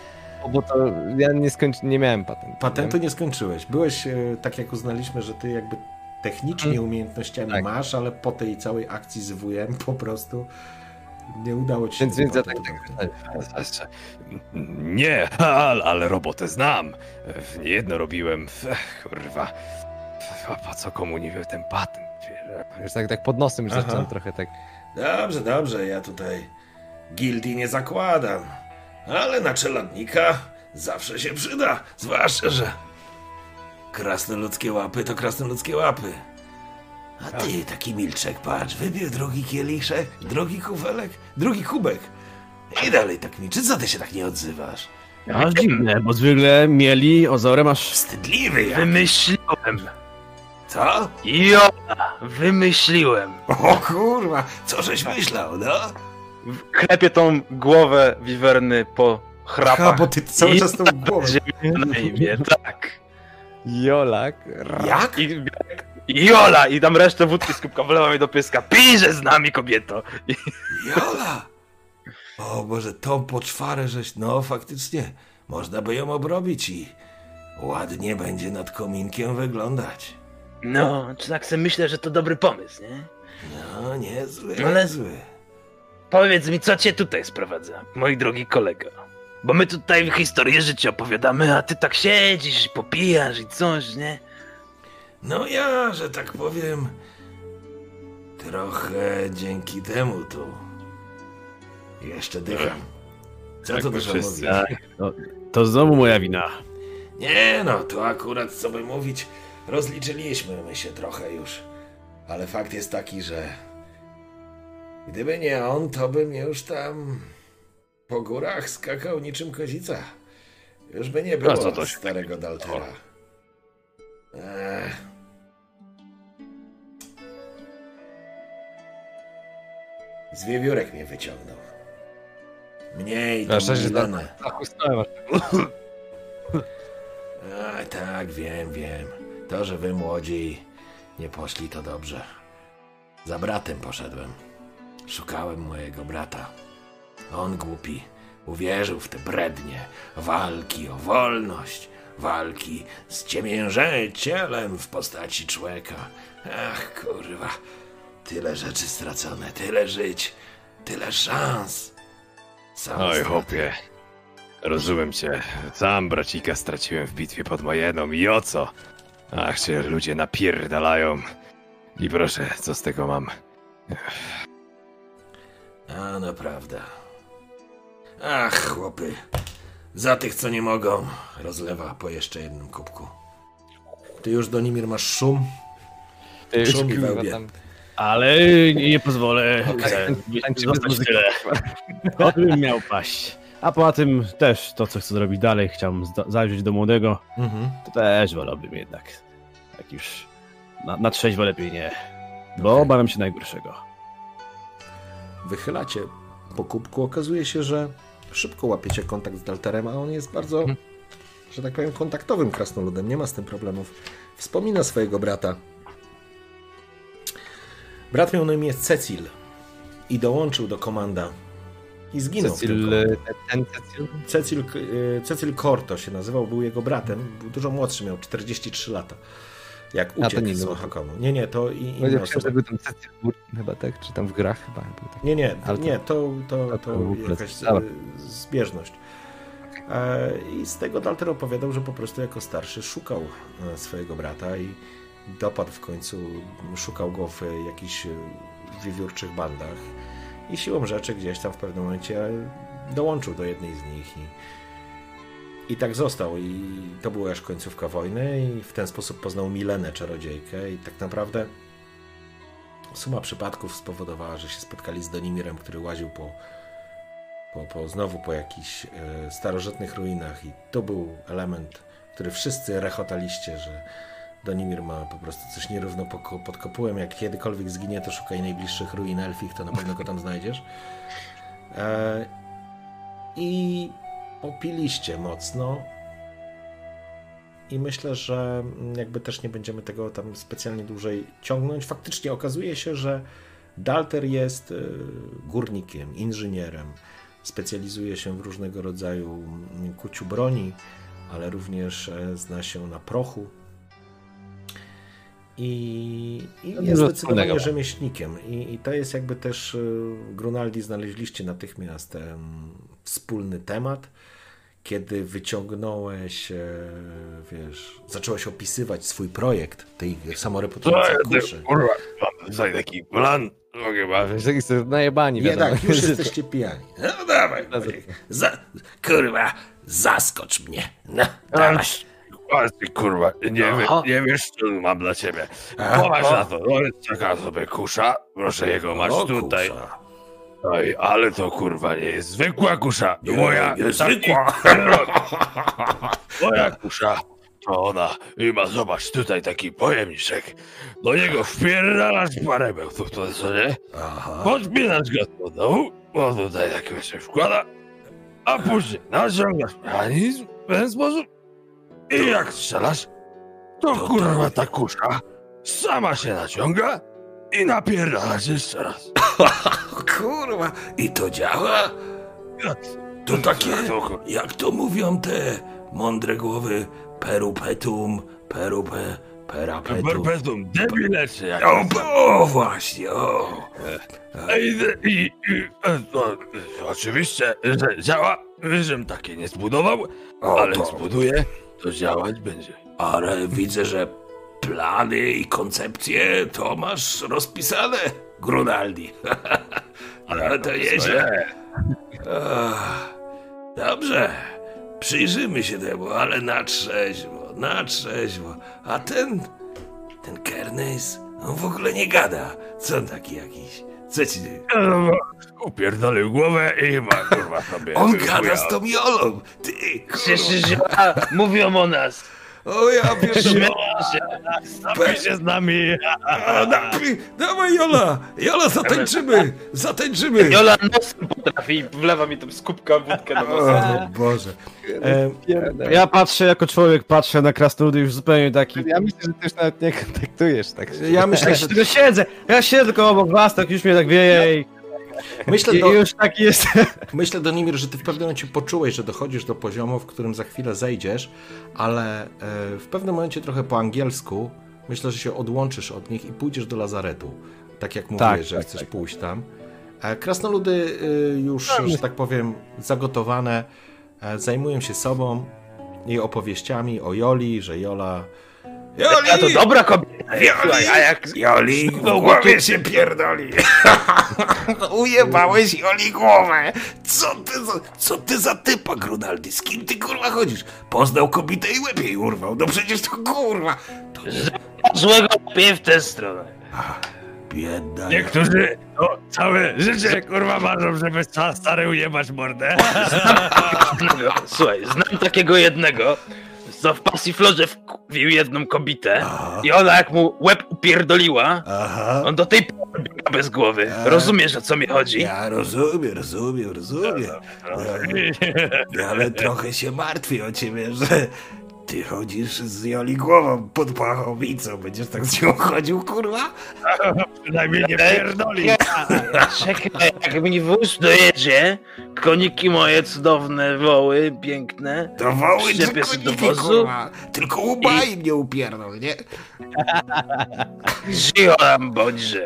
bo to ja nie skończy, nie miałem patentu. Patentu nie? nie skończyłeś. Byłeś, e, tak jak uznaliśmy, że ty jakby technicznie umiejętnościami Tak. masz, ale po tej całej akcji z W M po prostu nie udało ci się. Więc, więc ja tak, patentu. tak, Nie, ale, ale robotę znam. Niejedno robiłem. Ech, kurwa. A po co komu nie ten patent? już tak, tak pod nosem już Aha. zacząłem trochę tak. Dobrze, dobrze, ja tutaj gildii nie zakładam, ale na czeladnika zawsze się przyda, zwłaszcza, że krasnoludzkie łapy to krasnoludzkie łapy. A ty, taki milczek, patrz, wypił drugi kieliszek, drugi kufelek, drugi kubek. I dalej tak milczy, co ty się tak nie odzywasz? Aż dziwne, bo zwykle mieli ozorem aż... Wstydliwy jak. Wymyśliłem. Co? Jola, wymyśliłem. O kurwa, co żeś myślał, no? Klepie tą głowę wiwerny po Aha, chrapach. bo ty cały I- czas tą głowę. Na imię, tak. Jolak. Jak? I, Jola! I dam resztę wódki z kubka, wlewam jej do pyska. Pijże z nami, kobieto! I, Jola! O Boże, tą poczwarę żeś... No, faktycznie, można by ją obrobić i ładnie będzie nad kominkiem wyglądać. No, czy tak sobie myślę, że to dobry pomysł, nie? No, niezły, Ale- niezły. Powiedz mi, co cię tutaj sprowadza, mój drogi kolego? Bo my tutaj historię życia opowiadamy, a ty tak siedzisz i popijasz i coś, nie? No ja, że tak powiem, trochę dzięki temu tu jeszcze dycham. Co Jak tu my dużo wszyscy. mówić? To znowu moja wina. Nie no, tu akurat co by mówić, rozliczyliśmy my się trochę już. Ale fakt jest taki, że gdyby nie on, to bym już tam po górach skakał niczym kozica. Już by nie było A co to się starego Daltera. Ech. Z wiewiórek mnie wyciągnął. Mniej to Na szczęście tak- Milanę. Zachustałem aż. A, tak, wiem, wiem. To, że wy młodzi nie poszli, to dobrze. Za bratem poszedłem. Szukałem mojego brata. On głupi. Uwierzył w te brednie. Walki o wolność. Walki z ciemiężycielem w postaci człowieka. Ach, kurwa. Tyle rzeczy stracone, tyle żyć, tyle szans. Sam Oj, straty. chłopie. Rozumiem cię. Sam bracika straciłem w bitwie pod Majeną i o co? Ach, cię ludzie napierdalają. I proszę, co z tego mam? A, no prawda. Ach, chłopy. Za tych, co nie mogą, rozlewa po jeszcze jednym kubku. Ty już, Donimir, masz szum? Ty już, Szumi we kurwa, łbie. tam- Ale nie, nie pozwolę. Chcę tańczymy zostać z tyle. O tym miał paść. A poza tym też to, co chcę zrobić dalej, chciałbym zda- zajrzeć do młodego, Mhm. to też wolałbym jednak. Tak już na, na trzeźwo lepiej nie. Bo Okej. obawiam się najgorszego. Wychylacie po kubku. Okazuje się, że szybko łapiecie kontakt z Dalterem, a on jest bardzo, Mhm. że tak powiem, kontaktowym krasnoludem. Nie ma z tym problemów. Wspomina swojego brata. Brat miał na imię Cecil i dołączył do komanda i zginął w tym Cecil, komandie. ten Cecil? Cecil, y, Cecil Corto się nazywał, był jego bratem, był dużo młodszy, miał czterdzieści trzy lata. Jak to uciekł nie z był. Mahakomu. Nie, nie, to i inna Powiedział, osoba. że był tam Cecil Burton chyba, tak? Czy tam w grach chyba był tak. Nie, nie, Ale to- nie, to, to, to to w ogóle jakaś coś- dobra. e, zbieżność. E, I z tego Dalter opowiadał, że po prostu jako starszy szukał e, swojego brata i dopadł w końcu, szukał go w e, jakichś e, wiewiórczych bandach i siłą rzeczy gdzieś tam w pewnym momencie dołączył do jednej z nich i, i tak został. I to była już końcówka wojny i w ten sposób poznał Milenę, czarodziejkę i tak naprawdę suma przypadków spowodowała, że się spotkali z Donimirem, który łaził po, po, po znowu po jakichś e, starożytnych ruinach i to był element, który wszyscy rechotaliście, że Donimir ma po prostu coś nierówno poko- pod kopułem. Jak kiedykolwiek zginie, to szukaj najbliższych ruin elfich, to na pewno go tam znajdziesz. E, I popiliście mocno. I myślę, że jakby też nie będziemy tego tam specjalnie dłużej ciągnąć. Faktycznie okazuje się, że Dalter jest y, górnikiem, inżynierem. specjalizuje się w różnego rodzaju kuciu broni, ale również zna się na prochu. I, i jest zdecydowanie rzemieślnikiem. I, I to jest jakby też, Grunaldi, znaleźliście natychmiast um, wspólny temat, kiedy wyciągnąłeś, wiesz, zacząłeś opisywać swój projekt tej samoreputującej kuszy. Kurwa, mam tutaj taki plan. Mogę bawić. Taki sobie najebani, Nie, wiadomo. tak, już jesteście pijani. No dawaj, za, kurwa, zaskocz mnie. No, dawaj. A ty, kurwa, nie, wie, nie wiesz, co mam dla ciebie. Popatrz na to, to jest taka sobie kusza, proszę jego masz O, tutaj. kusza. Oj, ale to kurwa nie jest zwykła kusza. Moja jest taki- zwykła. Moja kusza, to ona i ma, zobacz, tutaj taki pojemniczek. Do niego wpierdalasz parę bełtów, to co nie? Aha. Podpinasz go do dołu, bo tutaj tak się wkłada, a później naciągasz mechanizm w ten sposób i jak strzelasz, to kurwa ta kusza sama się naciąga i napierdalasz jeszcze raz. Kurwa, i to działa? To takie, jak to mówią te mądre głowy, perupetum, perupe, perapetum. Perpetuum debile czy jak? O, o właśnie, o. I, i, i, e, to, e, oczywiście, że działa, żem takie nie zbudował, O, ale to. zbuduję, to działać będzie. Ale widzę, że plany i koncepcje to masz rozpisane, Grunaldi. Ale to nieźle. Ach, dobrze, przyjrzymy się temu, ale na trzeźwo, na trzeźwo. A ten, ten Kernes, on w ogóle nie gada. Co on taki jakiś? Co ci... Upierdolił głowę i ma kurwa sobie. On chuja. gada z tą Jolą. Ty, Przecież kurwa. a, mówią o nas. O ja pierdolę. Zabij się z nami. A, da, dawaj Jola, Jola, zatańczymy, zatańczymy. Jola nosem potrafi i wlewa mi tam z kubka wódkę do nosa. O Boże. E, Ja patrzę jako człowiek, patrzę na krasnoludy już zupełnie taki... Ja myślę, że ty już nawet nie kontaktujesz, tak się... ja myślę, Ja że tylko siedzę, ja siedzę tylko obok was, tak już mnie tak wieje i, myślę, i do, już taki jestem. myślę Donimir, że ty w pewnym momencie poczułeś, że dochodzisz do poziomu, w którym za chwilę zejdziesz, ale e, w pewnym momencie trochę po angielsku myślę, że się odłączysz od nich i pójdziesz do lazaretu. Tak jak mówiłeś, Tak, że tak, chcesz tak. pójść tam. E, krasnoludy e, już, że tak powiem, zagotowane, e, zajmują się sobą i opowieściami o Joli, że Jola... Joli! A to dobra kobieta. Słuchaj, a jak Joli, w głowie się pierdoli. Ujebałeś Joli głowę. Co ty za, co ty za typa, Grunaldi? Z kim ty kurwa chodzisz? Poznał kobietę i łeb jej urwał. No przecież to kurwa. To złego pije w tę stronę. biedna. Niektórzy to całe życie kurwa marzą, żeby stary ujebać mordę. Słuchaj, znam takiego jednego, co w pasiflorze wkuwił jedną kobietę i ona jak mu łeb upierdoliła, Aha. on do tej pory biega bez głowy. Rozumiesz, o co mi chodzi? Ja rozumiem, rozumiem, rozumiem. No, ale trochę się martwię o ciebie, że ty chodzisz z Joli głową pod pachowicą. Będziesz tak z nią chodził, kurwa? Przynajmniej nie pierdoli. Czekaj, jak mi wóz dojedzie, koniki moje cudowne, woły, piękne, To woły czy Szczepię się do koniki, wozu? kurwa? Tylko łba mnie upierdol, nie? żyją nam bądźże.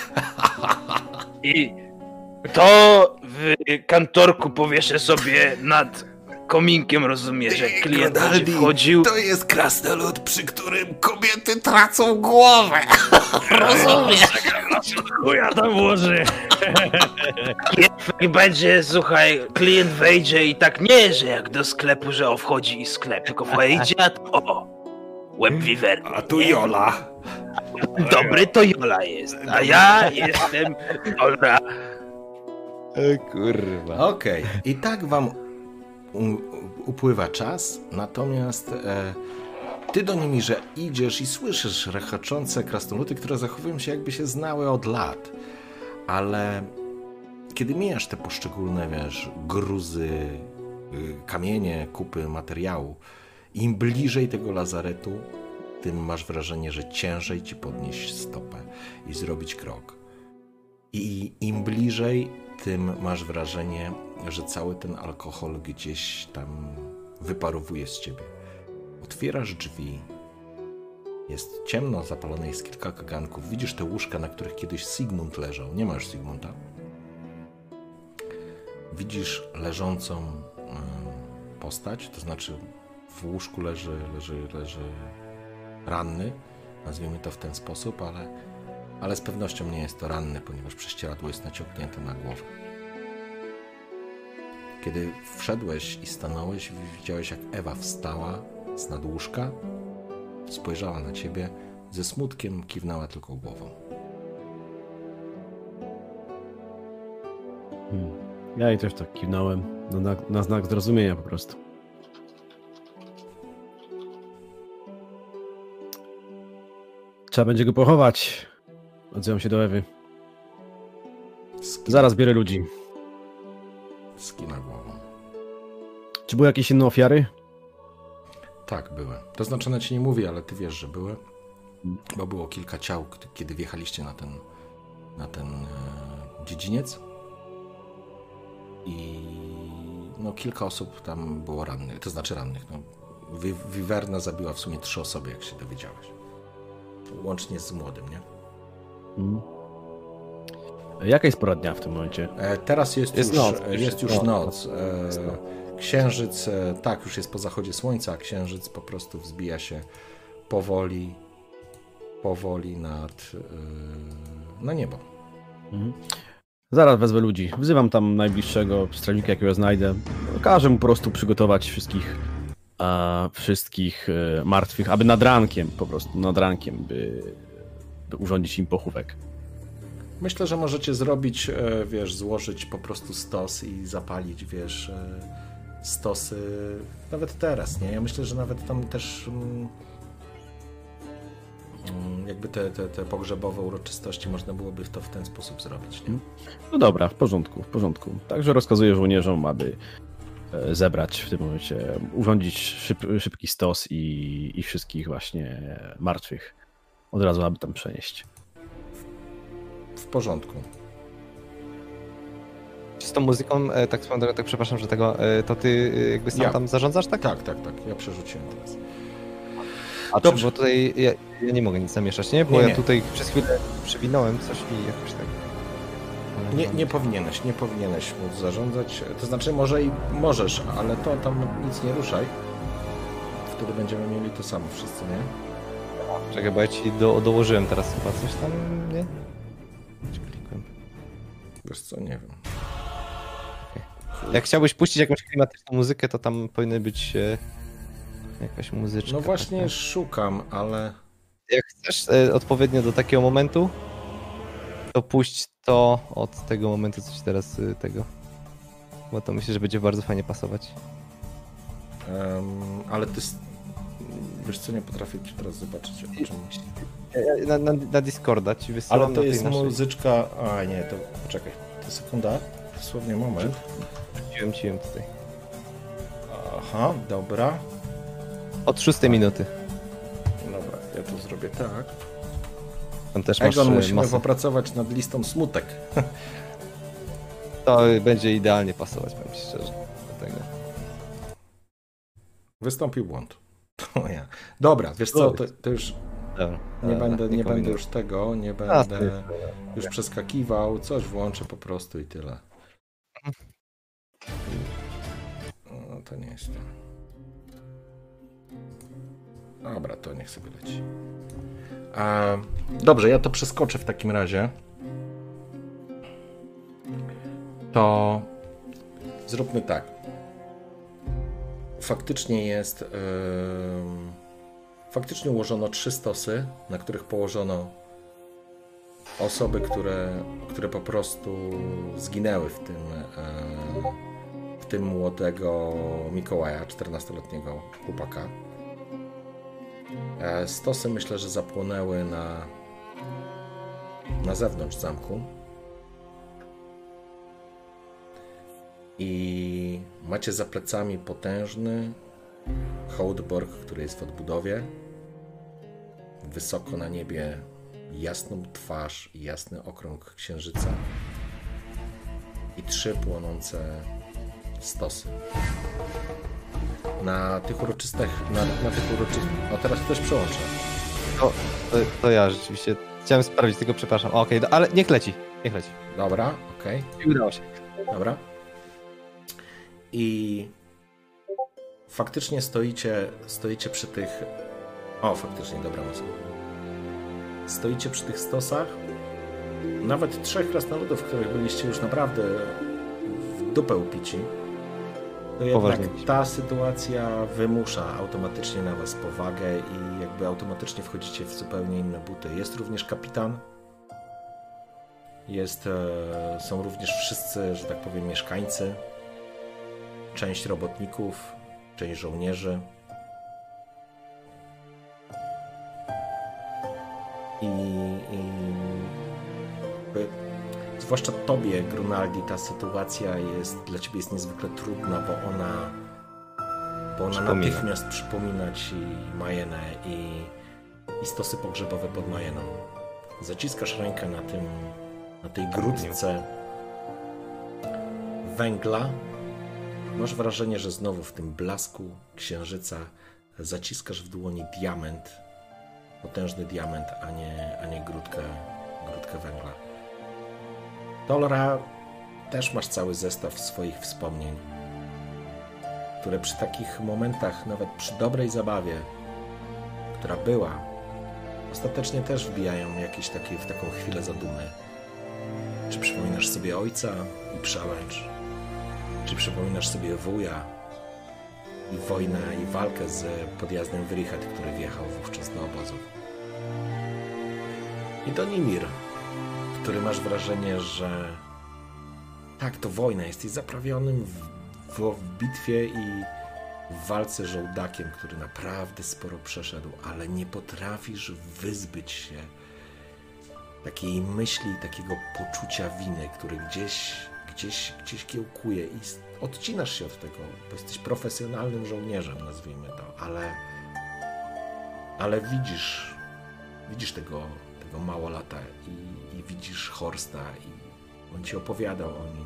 I to w kantorku powieszę sobie nad kominkiem, rozumiesz, jak klient będzie Grunaldi, wchodził. to jest krasnolud, przy którym kobiety tracą głowę. Rozumiesz? Chuja tam włoży. I będzie, słuchaj, klient wejdzie i tak nie, że jak do sklepu, że o wchodzi i sklep, tylko wejdzie, a to o, łeb wiwerny. A tu Jola. Dobry to Jola jest, a ja jestem Jola. Kurwa. Okej, i tak wam u, upływa czas, natomiast e, ty do nimi, że idziesz i słyszysz rechaczące krasnoludy, które zachowują się jakby się znały od lat, ale kiedy mijasz te poszczególne, wiesz, gruzy, y, kamienie, kupy materiału, im bliżej tego lazaretu, tym masz wrażenie, że ciężej ci podnieść stopę i zrobić krok. I im bliżej, tym masz wrażenie, że cały ten alkohol gdzieś tam wyparowuje z ciebie. Otwierasz drzwi. Jest ciemno, zapalone jest kilka kaganków. Widzisz te łóżka, na których kiedyś Sigmund leżał. Nie ma już Sigmunda. Widzisz leżącą y, postać, to znaczy w łóżku leży, leży, leży ranny, nazwijmy to w ten sposób, ale, ale z pewnością nie jest to ranny, ponieważ prześcieradło jest naciągnięte na głowę. Kiedy wszedłeś i stanąłeś, widziałeś, jak Ewa wstała z nad łóżka, spojrzała na ciebie, ze smutkiem kiwnęła tylko głową. Hmm. Ja jej też tak kiwnąłem, no na, na znak zrozumienia po prostu. Trzeba będzie go pochować. Odzywam się do Ewy. Skina, Zaraz bierę ludzi. skina głową. Czy były jakieś inne ofiary? Tak, były. To znaczy, ona ci nie mówi, ale ty wiesz, że były. Bo było kilka ciał, kiedy wjechaliście na ten, na ten e, dziedziniec. I no, kilka osób tam było rannych, to znaczy rannych. No, Wiwerna zabiła w sumie trzy osoby, jak się dowiedziałeś. Łącznie z młodym, nie? Hmm. Jaka jest pora dnia w tym momencie? E, teraz jest, Jest już noc, noc. Jest już noc. noc. E, księżyc, e, tak, już jest po zachodzie słońca, a księżyc po prostu wzbija się powoli, powoli nad, e, na niebo. Mhm. Zaraz wezwę ludzi. Wzywam tam najbliższego strażnika, jakiego znajdę. Każę mu po prostu przygotować wszystkich a, wszystkich e, martwych, aby nad rankiem, po prostu nad rankiem, by, by urządzić im pochówek. Myślę, że możecie zrobić, e, wiesz, złożyć po prostu stos i zapalić, wiesz, e, stosy nawet teraz, nie? Ja myślę, że nawet tam też mm, jakby te, te, te pogrzebowe uroczystości można byłoby to w ten sposób zrobić, nie? No dobra, w porządku, w porządku. Także rozkazuję żołnierzom, aby e, zebrać w tym momencie, urządzić szyb, szybki stos i, i wszystkich właśnie martwych od razu, aby tam przenieść. W porządku. Z tą muzyką, e, tak swoją drogą, tak przepraszam, że tego, e, to ty e, jakby sam Ja. tam zarządzasz, tak? Tak, tak, tak. Ja przerzuciłem teraz. A czy, Dobrze. bo tutaj ja, ja nie mogę nic zamieszać, nie? Bo Nie, ja nie. tutaj przez chwilę przewinąłem coś i jakoś tak... Nie, nie powinieneś, nie powinieneś móc zarządzać. To znaczy, może i możesz, ale to tam nic nie ruszaj. Wtedy będziemy mieli to samo wszyscy, nie? Czekaj, bo ja ci do, dołożyłem teraz chyba coś tam, nie? Czy klikłem? Wiesz co, nie wiem. Jak chciałbyś puścić jakąś klimatyczną muzykę, to tam powinny być e, jakaś muzyczka. No właśnie taka. szukam, ale... Jak chcesz e, odpowiednio do takiego momentu, to puść to od tego momentu, co ci teraz e, tego. Bo to myślę, że będzie bardzo fajnie pasować. Um, ale ty... s- Wiesz co, nie potrafię ci teraz zobaczyć. O czym... E, Na, na, na Discorda ci wysyłam. Ale to na tej jest naszej... muzyczka... A nie, to poczekaj. To sekunda. Dosłownie moment. Wrzuciłem ci ją tutaj. Aha, dobra. Od szóstej minuty. Dobra, ja to zrobię tak. Tam też masz Egon, e, musimy masę. popracować nad listą smutek. To będzie idealnie pasować, powiem ci szczerze. Do tego. Wystąpił błąd. To ja. Dobra, wiesz co, to, to już Dobra. nie Dobra, będę, nie powinno. będę już tego, nie A, to będę jest- już przeskakiwał, coś włączę po prostu i tyle. No, to nie jest to. Dobra, to niech sobie leci. A, dobrze, ja to przeskoczę w takim razie. To zróbmy tak. Faktycznie jest... Yy, faktycznie ułożono trzy stosy, na których położono osoby, które, które po prostu zginęły w tym, yy, w tym młodego Mikołaja, czternastoletniego chłopaka. E, stosy myślę, że zapłonęły na, na zewnątrz zamku. I macie za plecami potężny hołdborg, który jest w odbudowie. Wysoko na niebie jasną twarz i jasny okrąg księżyca. I trzy płonące stosy. Na tych uroczystych, na, na tych uroczystych... O, teraz ktoś przełącza. To, to, to ja rzeczywiście. Chciałem sprawdzić, tylko przepraszam. Okej, okay, ale niech leci, niech leci. Dobra, okej. Okay. Udało się. Dobra. I faktycznie stoicie, stoicie przy tych... O, faktycznie, dobra muzyka. Stoicie przy tych stosach. Nawet trzech krasnoludów, w których byliście już naprawdę w dupę upici. To jednak ta sytuacja wymusza automatycznie na was powagę i jakby automatycznie wchodzicie w zupełnie inne buty. Jest również kapitan. Jest, e, są również wszyscy, że tak powiem, mieszkańcy. Część robotników, część żołnierzy. I, i jakby, zwłaszcza tobie, Grunaldi, ta sytuacja jest dla ciebie jest niezwykle trudna, bo ona, bo ona natychmiast przypomina ci Majenę i, i stosy pogrzebowe pod Majeną. Zaciskasz rękę na tym, na tej grudce węgla. Masz wrażenie, że znowu w tym blasku księżyca zaciskasz w dłoni diament, potężny diament, a nie, a nie grudkę, grudkę węgla. Tolra, też masz cały zestaw swoich wspomnień, które przy takich momentach, nawet przy dobrej zabawie, która była, ostatecznie też wbijają jakieś takie, w taką chwilę zadumy. Czy przypominasz sobie ojca i przełęcz? Czy przypominasz sobie wuja i wojnę i walkę z podjazdem Wrychet, który wjechał wówczas do obozu? I Donimir, który masz wrażenie, że tak, to wojna, jesteś zaprawionym w, w, w bitwie i w walce z żołdakiem, który naprawdę sporo przeszedł, ale nie potrafisz wyzbyć się takiej myśli, takiego poczucia winy, który gdzieś, gdzieś, gdzieś kiełkuje i odcinasz się od tego, bo jesteś profesjonalnym żołnierzem, nazwijmy to, ale, ale widzisz, widzisz tego, tego małolata i, i widzisz Horsta i on ci opowiadał o nim.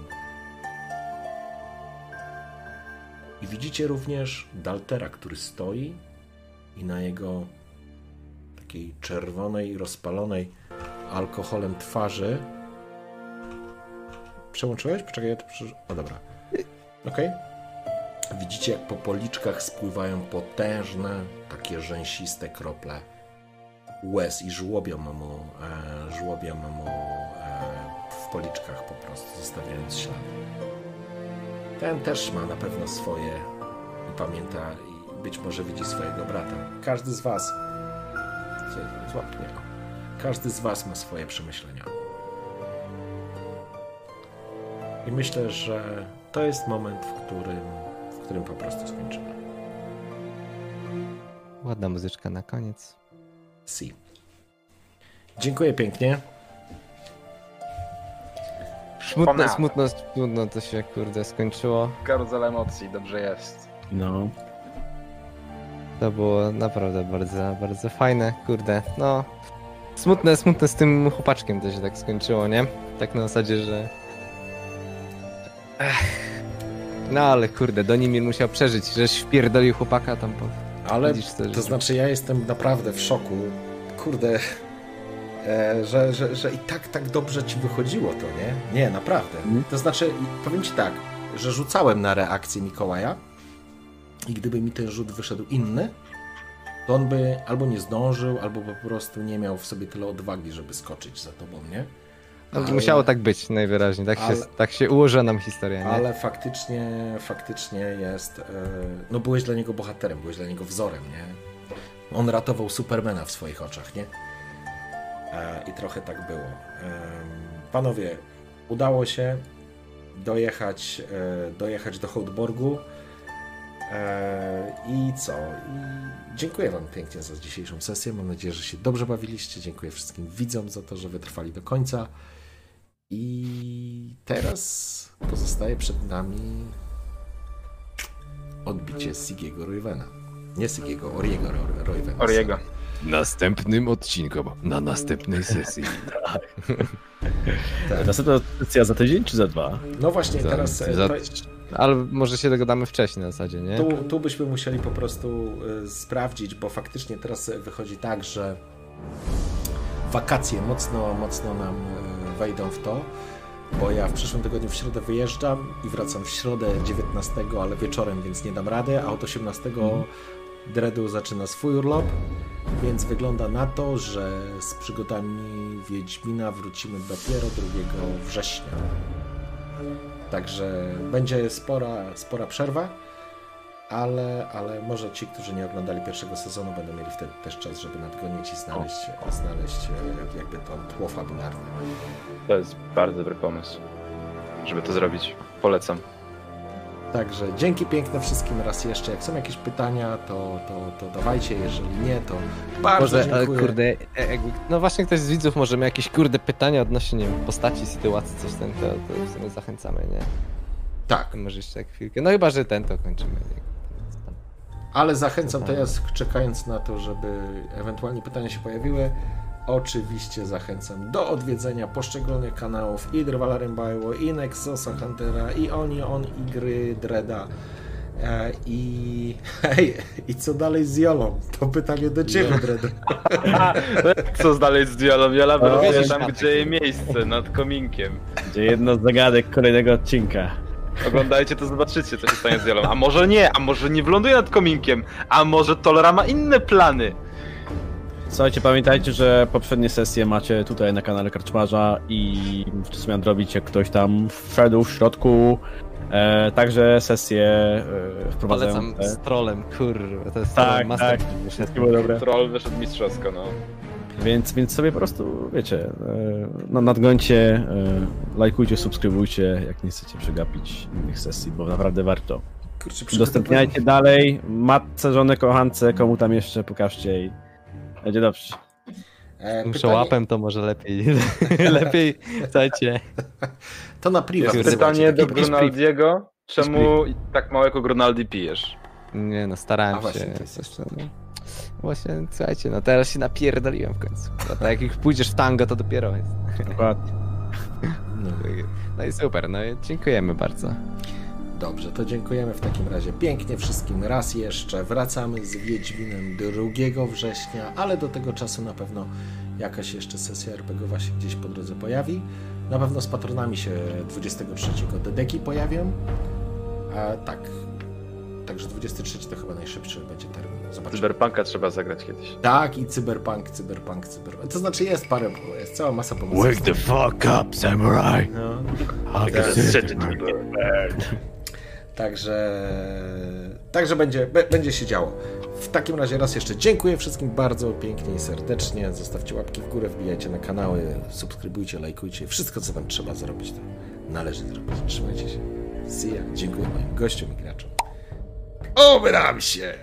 I widzicie również Daltera, który stoi i na jego takiej czerwonej, rozpalonej alkoholem twarzy... Przełączyłeś? Poczekaj, ja to prze... O, dobra. Okej. Okay. Widzicie, jak po policzkach spływają potężne, takie rzęsiste krople łez i żłobią mu, e, żłobią mu e, w policzkach po prostu, zostawiając ślady. Ten też ma na pewno swoje i pamięta i być może widzi swojego brata. Każdy z was złap mnie. Każdy z was ma swoje przemyślenia. I myślę, że to jest moment, w którym, w którym po prostu skończymy. Ładna muzyczka na koniec. Si. Dziękuję pięknie. Smutno, smutno, smutno to się, kurde, skończyło. Karuzela emocji, dobrze jest. No. To było naprawdę bardzo, bardzo fajne, kurde, no. Smutne, smutne z tym chłopaczkiem to się tak skończyło, nie? Tak na zasadzie, że... Ech. No ale kurde, Donimir musiał przeżyć, żeś wpierdolił chłopaka tam po... Ale to, to znaczy ja jestem naprawdę w szoku, kurde, e, że, że, że i tak tak dobrze ci wychodziło to, nie? Nie, naprawdę. Mm. To znaczy, powiem ci tak, że rzucałem na reakcję Mikołaja i gdyby mi ten rzut wyszedł inny, to on by albo nie zdążył, albo po prostu nie miał w sobie tyle odwagi, żeby skoczyć za tobą, nie? No, ale, musiało tak być najwyraźniej, tak, ale, się, tak się ułożyła nam historia, nie? Ale faktycznie, faktycznie jest, no byłeś dla niego bohaterem, byłeś dla niego wzorem, nie? On ratował Supermana w swoich oczach, nie? I trochę tak było. Panowie, udało się dojechać, dojechać do Hołdborgu i co? I dziękuję wam pięknie za dzisiejszą sesję, mam nadzieję, że się dobrze bawiliście, dziękuję wszystkim widzom za to, że wytrwali do końca. I teraz pozostaje przed nami odbicie Sigiego Roywena. Nie Sigiego, Oriego Roywena. Oriego. W następnym odcinku, na następnej sesji. Tak. Następna sesja za tydzień czy za dwa? No właśnie, za, teraz za, to, Ale może się dogadamy wcześniej na zasadzie, nie? Tu, tu byśmy musieli po prostu y, sprawdzić, bo faktycznie teraz wychodzi tak, że wakacje mocno, mocno nam y, wejdą w to, bo ja w przyszłym tygodniu w środę wyjeżdżam i wracam w środę dziewiętnastego, ale wieczorem, więc nie dam rady, a od osiemnastego mm. Dredu zaczyna swój urlop, więc wygląda na to, że z przygodami Wiedźmina wrócimy dopiero drugiego września. Także będzie spora, spora przerwa, ale, ale może ci, którzy nie oglądali pierwszego sezonu, będą mieli wtedy też czas, żeby nadgonić i znaleźć, znaleźć jakby tą tło fabularne. To jest bardzo dobry pomysł, żeby to zrobić. Polecam. Także dzięki piękne wszystkim raz jeszcze. Jak są jakieś pytania, to, to, to dawajcie, jeżeli nie, to bardzo Może, ale dziękuję. kurde, e, jakby, no właśnie ktoś z widzów może miał jakieś kurde pytania odnośnie, nie wiem, postaci, sytuacji, coś ten, to, to w sumie zachęcamy, nie? Tak, Może jeszcze jak chwilkę, no chyba, że ten to kończymy. Nie? ale zachęcam teraz, czekając na to, żeby ewentualnie pytania się pojawiły, oczywiście zachęcam do odwiedzenia poszczególnych kanałów i Drwala Rembajło, i Nexosa Huntera, i Oni On, i gry Dreda. E, I hej, i co dalej z Jolą? To pytanie do ciebie, Dredu. Co dalej z Diolą? Jola No, będzie wiesz, tam, gdzie jej miejsce, nad kominkiem. Gdzie jedno z zagadek kolejnego odcinka. Oglądajcie, to zobaczycie, co się stanie z Jolą. A może nie, a może nie wyląduje nad kominkiem, a może Tolera ma inne plany. Słuchajcie, pamiętajcie, że poprzednie sesje macie tutaj na kanale Karczmarza i wczesem miał robić, jak ktoś tam wszedł w środku. E, także sesje e, wprowadzające. Polecam z trolem, kurwa, to jest Tak, troll master. tak. Wszystkie było dobre. Troll wyszedł mistrzowsko, no. Więc, więc sobie po prostu, wiecie, e, no, nadgońcie, e, lajkujcie, subskrybujcie, jak nie chcecie przegapić innych sesji, bo naprawdę warto. Kurczę, Udostępniajcie dalej, matce, żonę, kochance, komu tam jeszcze, pokażcie i będzie dobrze. E, Muszę pytanie- łapem, to może lepiej. lepiej, słuchajcie. To na priwa. Jest wzywajcie, pytanie do taki- Grunaldiego, czemu tak małego Grunaldi pijesz? Nie no, starałem A właśnie, się. to jest Coś tam, no. Właśnie, słuchajcie, no teraz się napierdoliłem w końcu. No, tak jak już pójdziesz w tango, to dopiero jest. Dokładnie. No, no i super, no i dziękujemy bardzo. Dobrze, to dziękujemy w takim razie pięknie wszystkim raz jeszcze. Wracamy z Wiedźminem drugiego września, ale do tego czasu na pewno jakaś jeszcze sesja er pe gie owa się gdzieś po drodze pojawi. Na pewno z patronami się dwudziestego trzeciego dedeki pojawią. A, tak. Także dwudziesty trzeci to chyba najszybszy będzie termin. Zobaczymy. Cyberpunka trzeba zagrać kiedyś. Tak, i cyberpunk, cyberpunk, cyberpunk. To znaczy jest parę, jest cała masa pomysłów. Wake the fuck up, samurai! No. Także, także będzie, be, będzie się działo. W takim razie raz jeszcze dziękuję wszystkim bardzo pięknie i serdecznie. Zostawcie łapki w górę, wbijajcie na kanały, subskrybujcie, lajkujcie. Wszystko, co wam trzeba zrobić, to należy zrobić. Trzymajcie się. See ya. Dziękuję moim gościom i graczom. Obram się!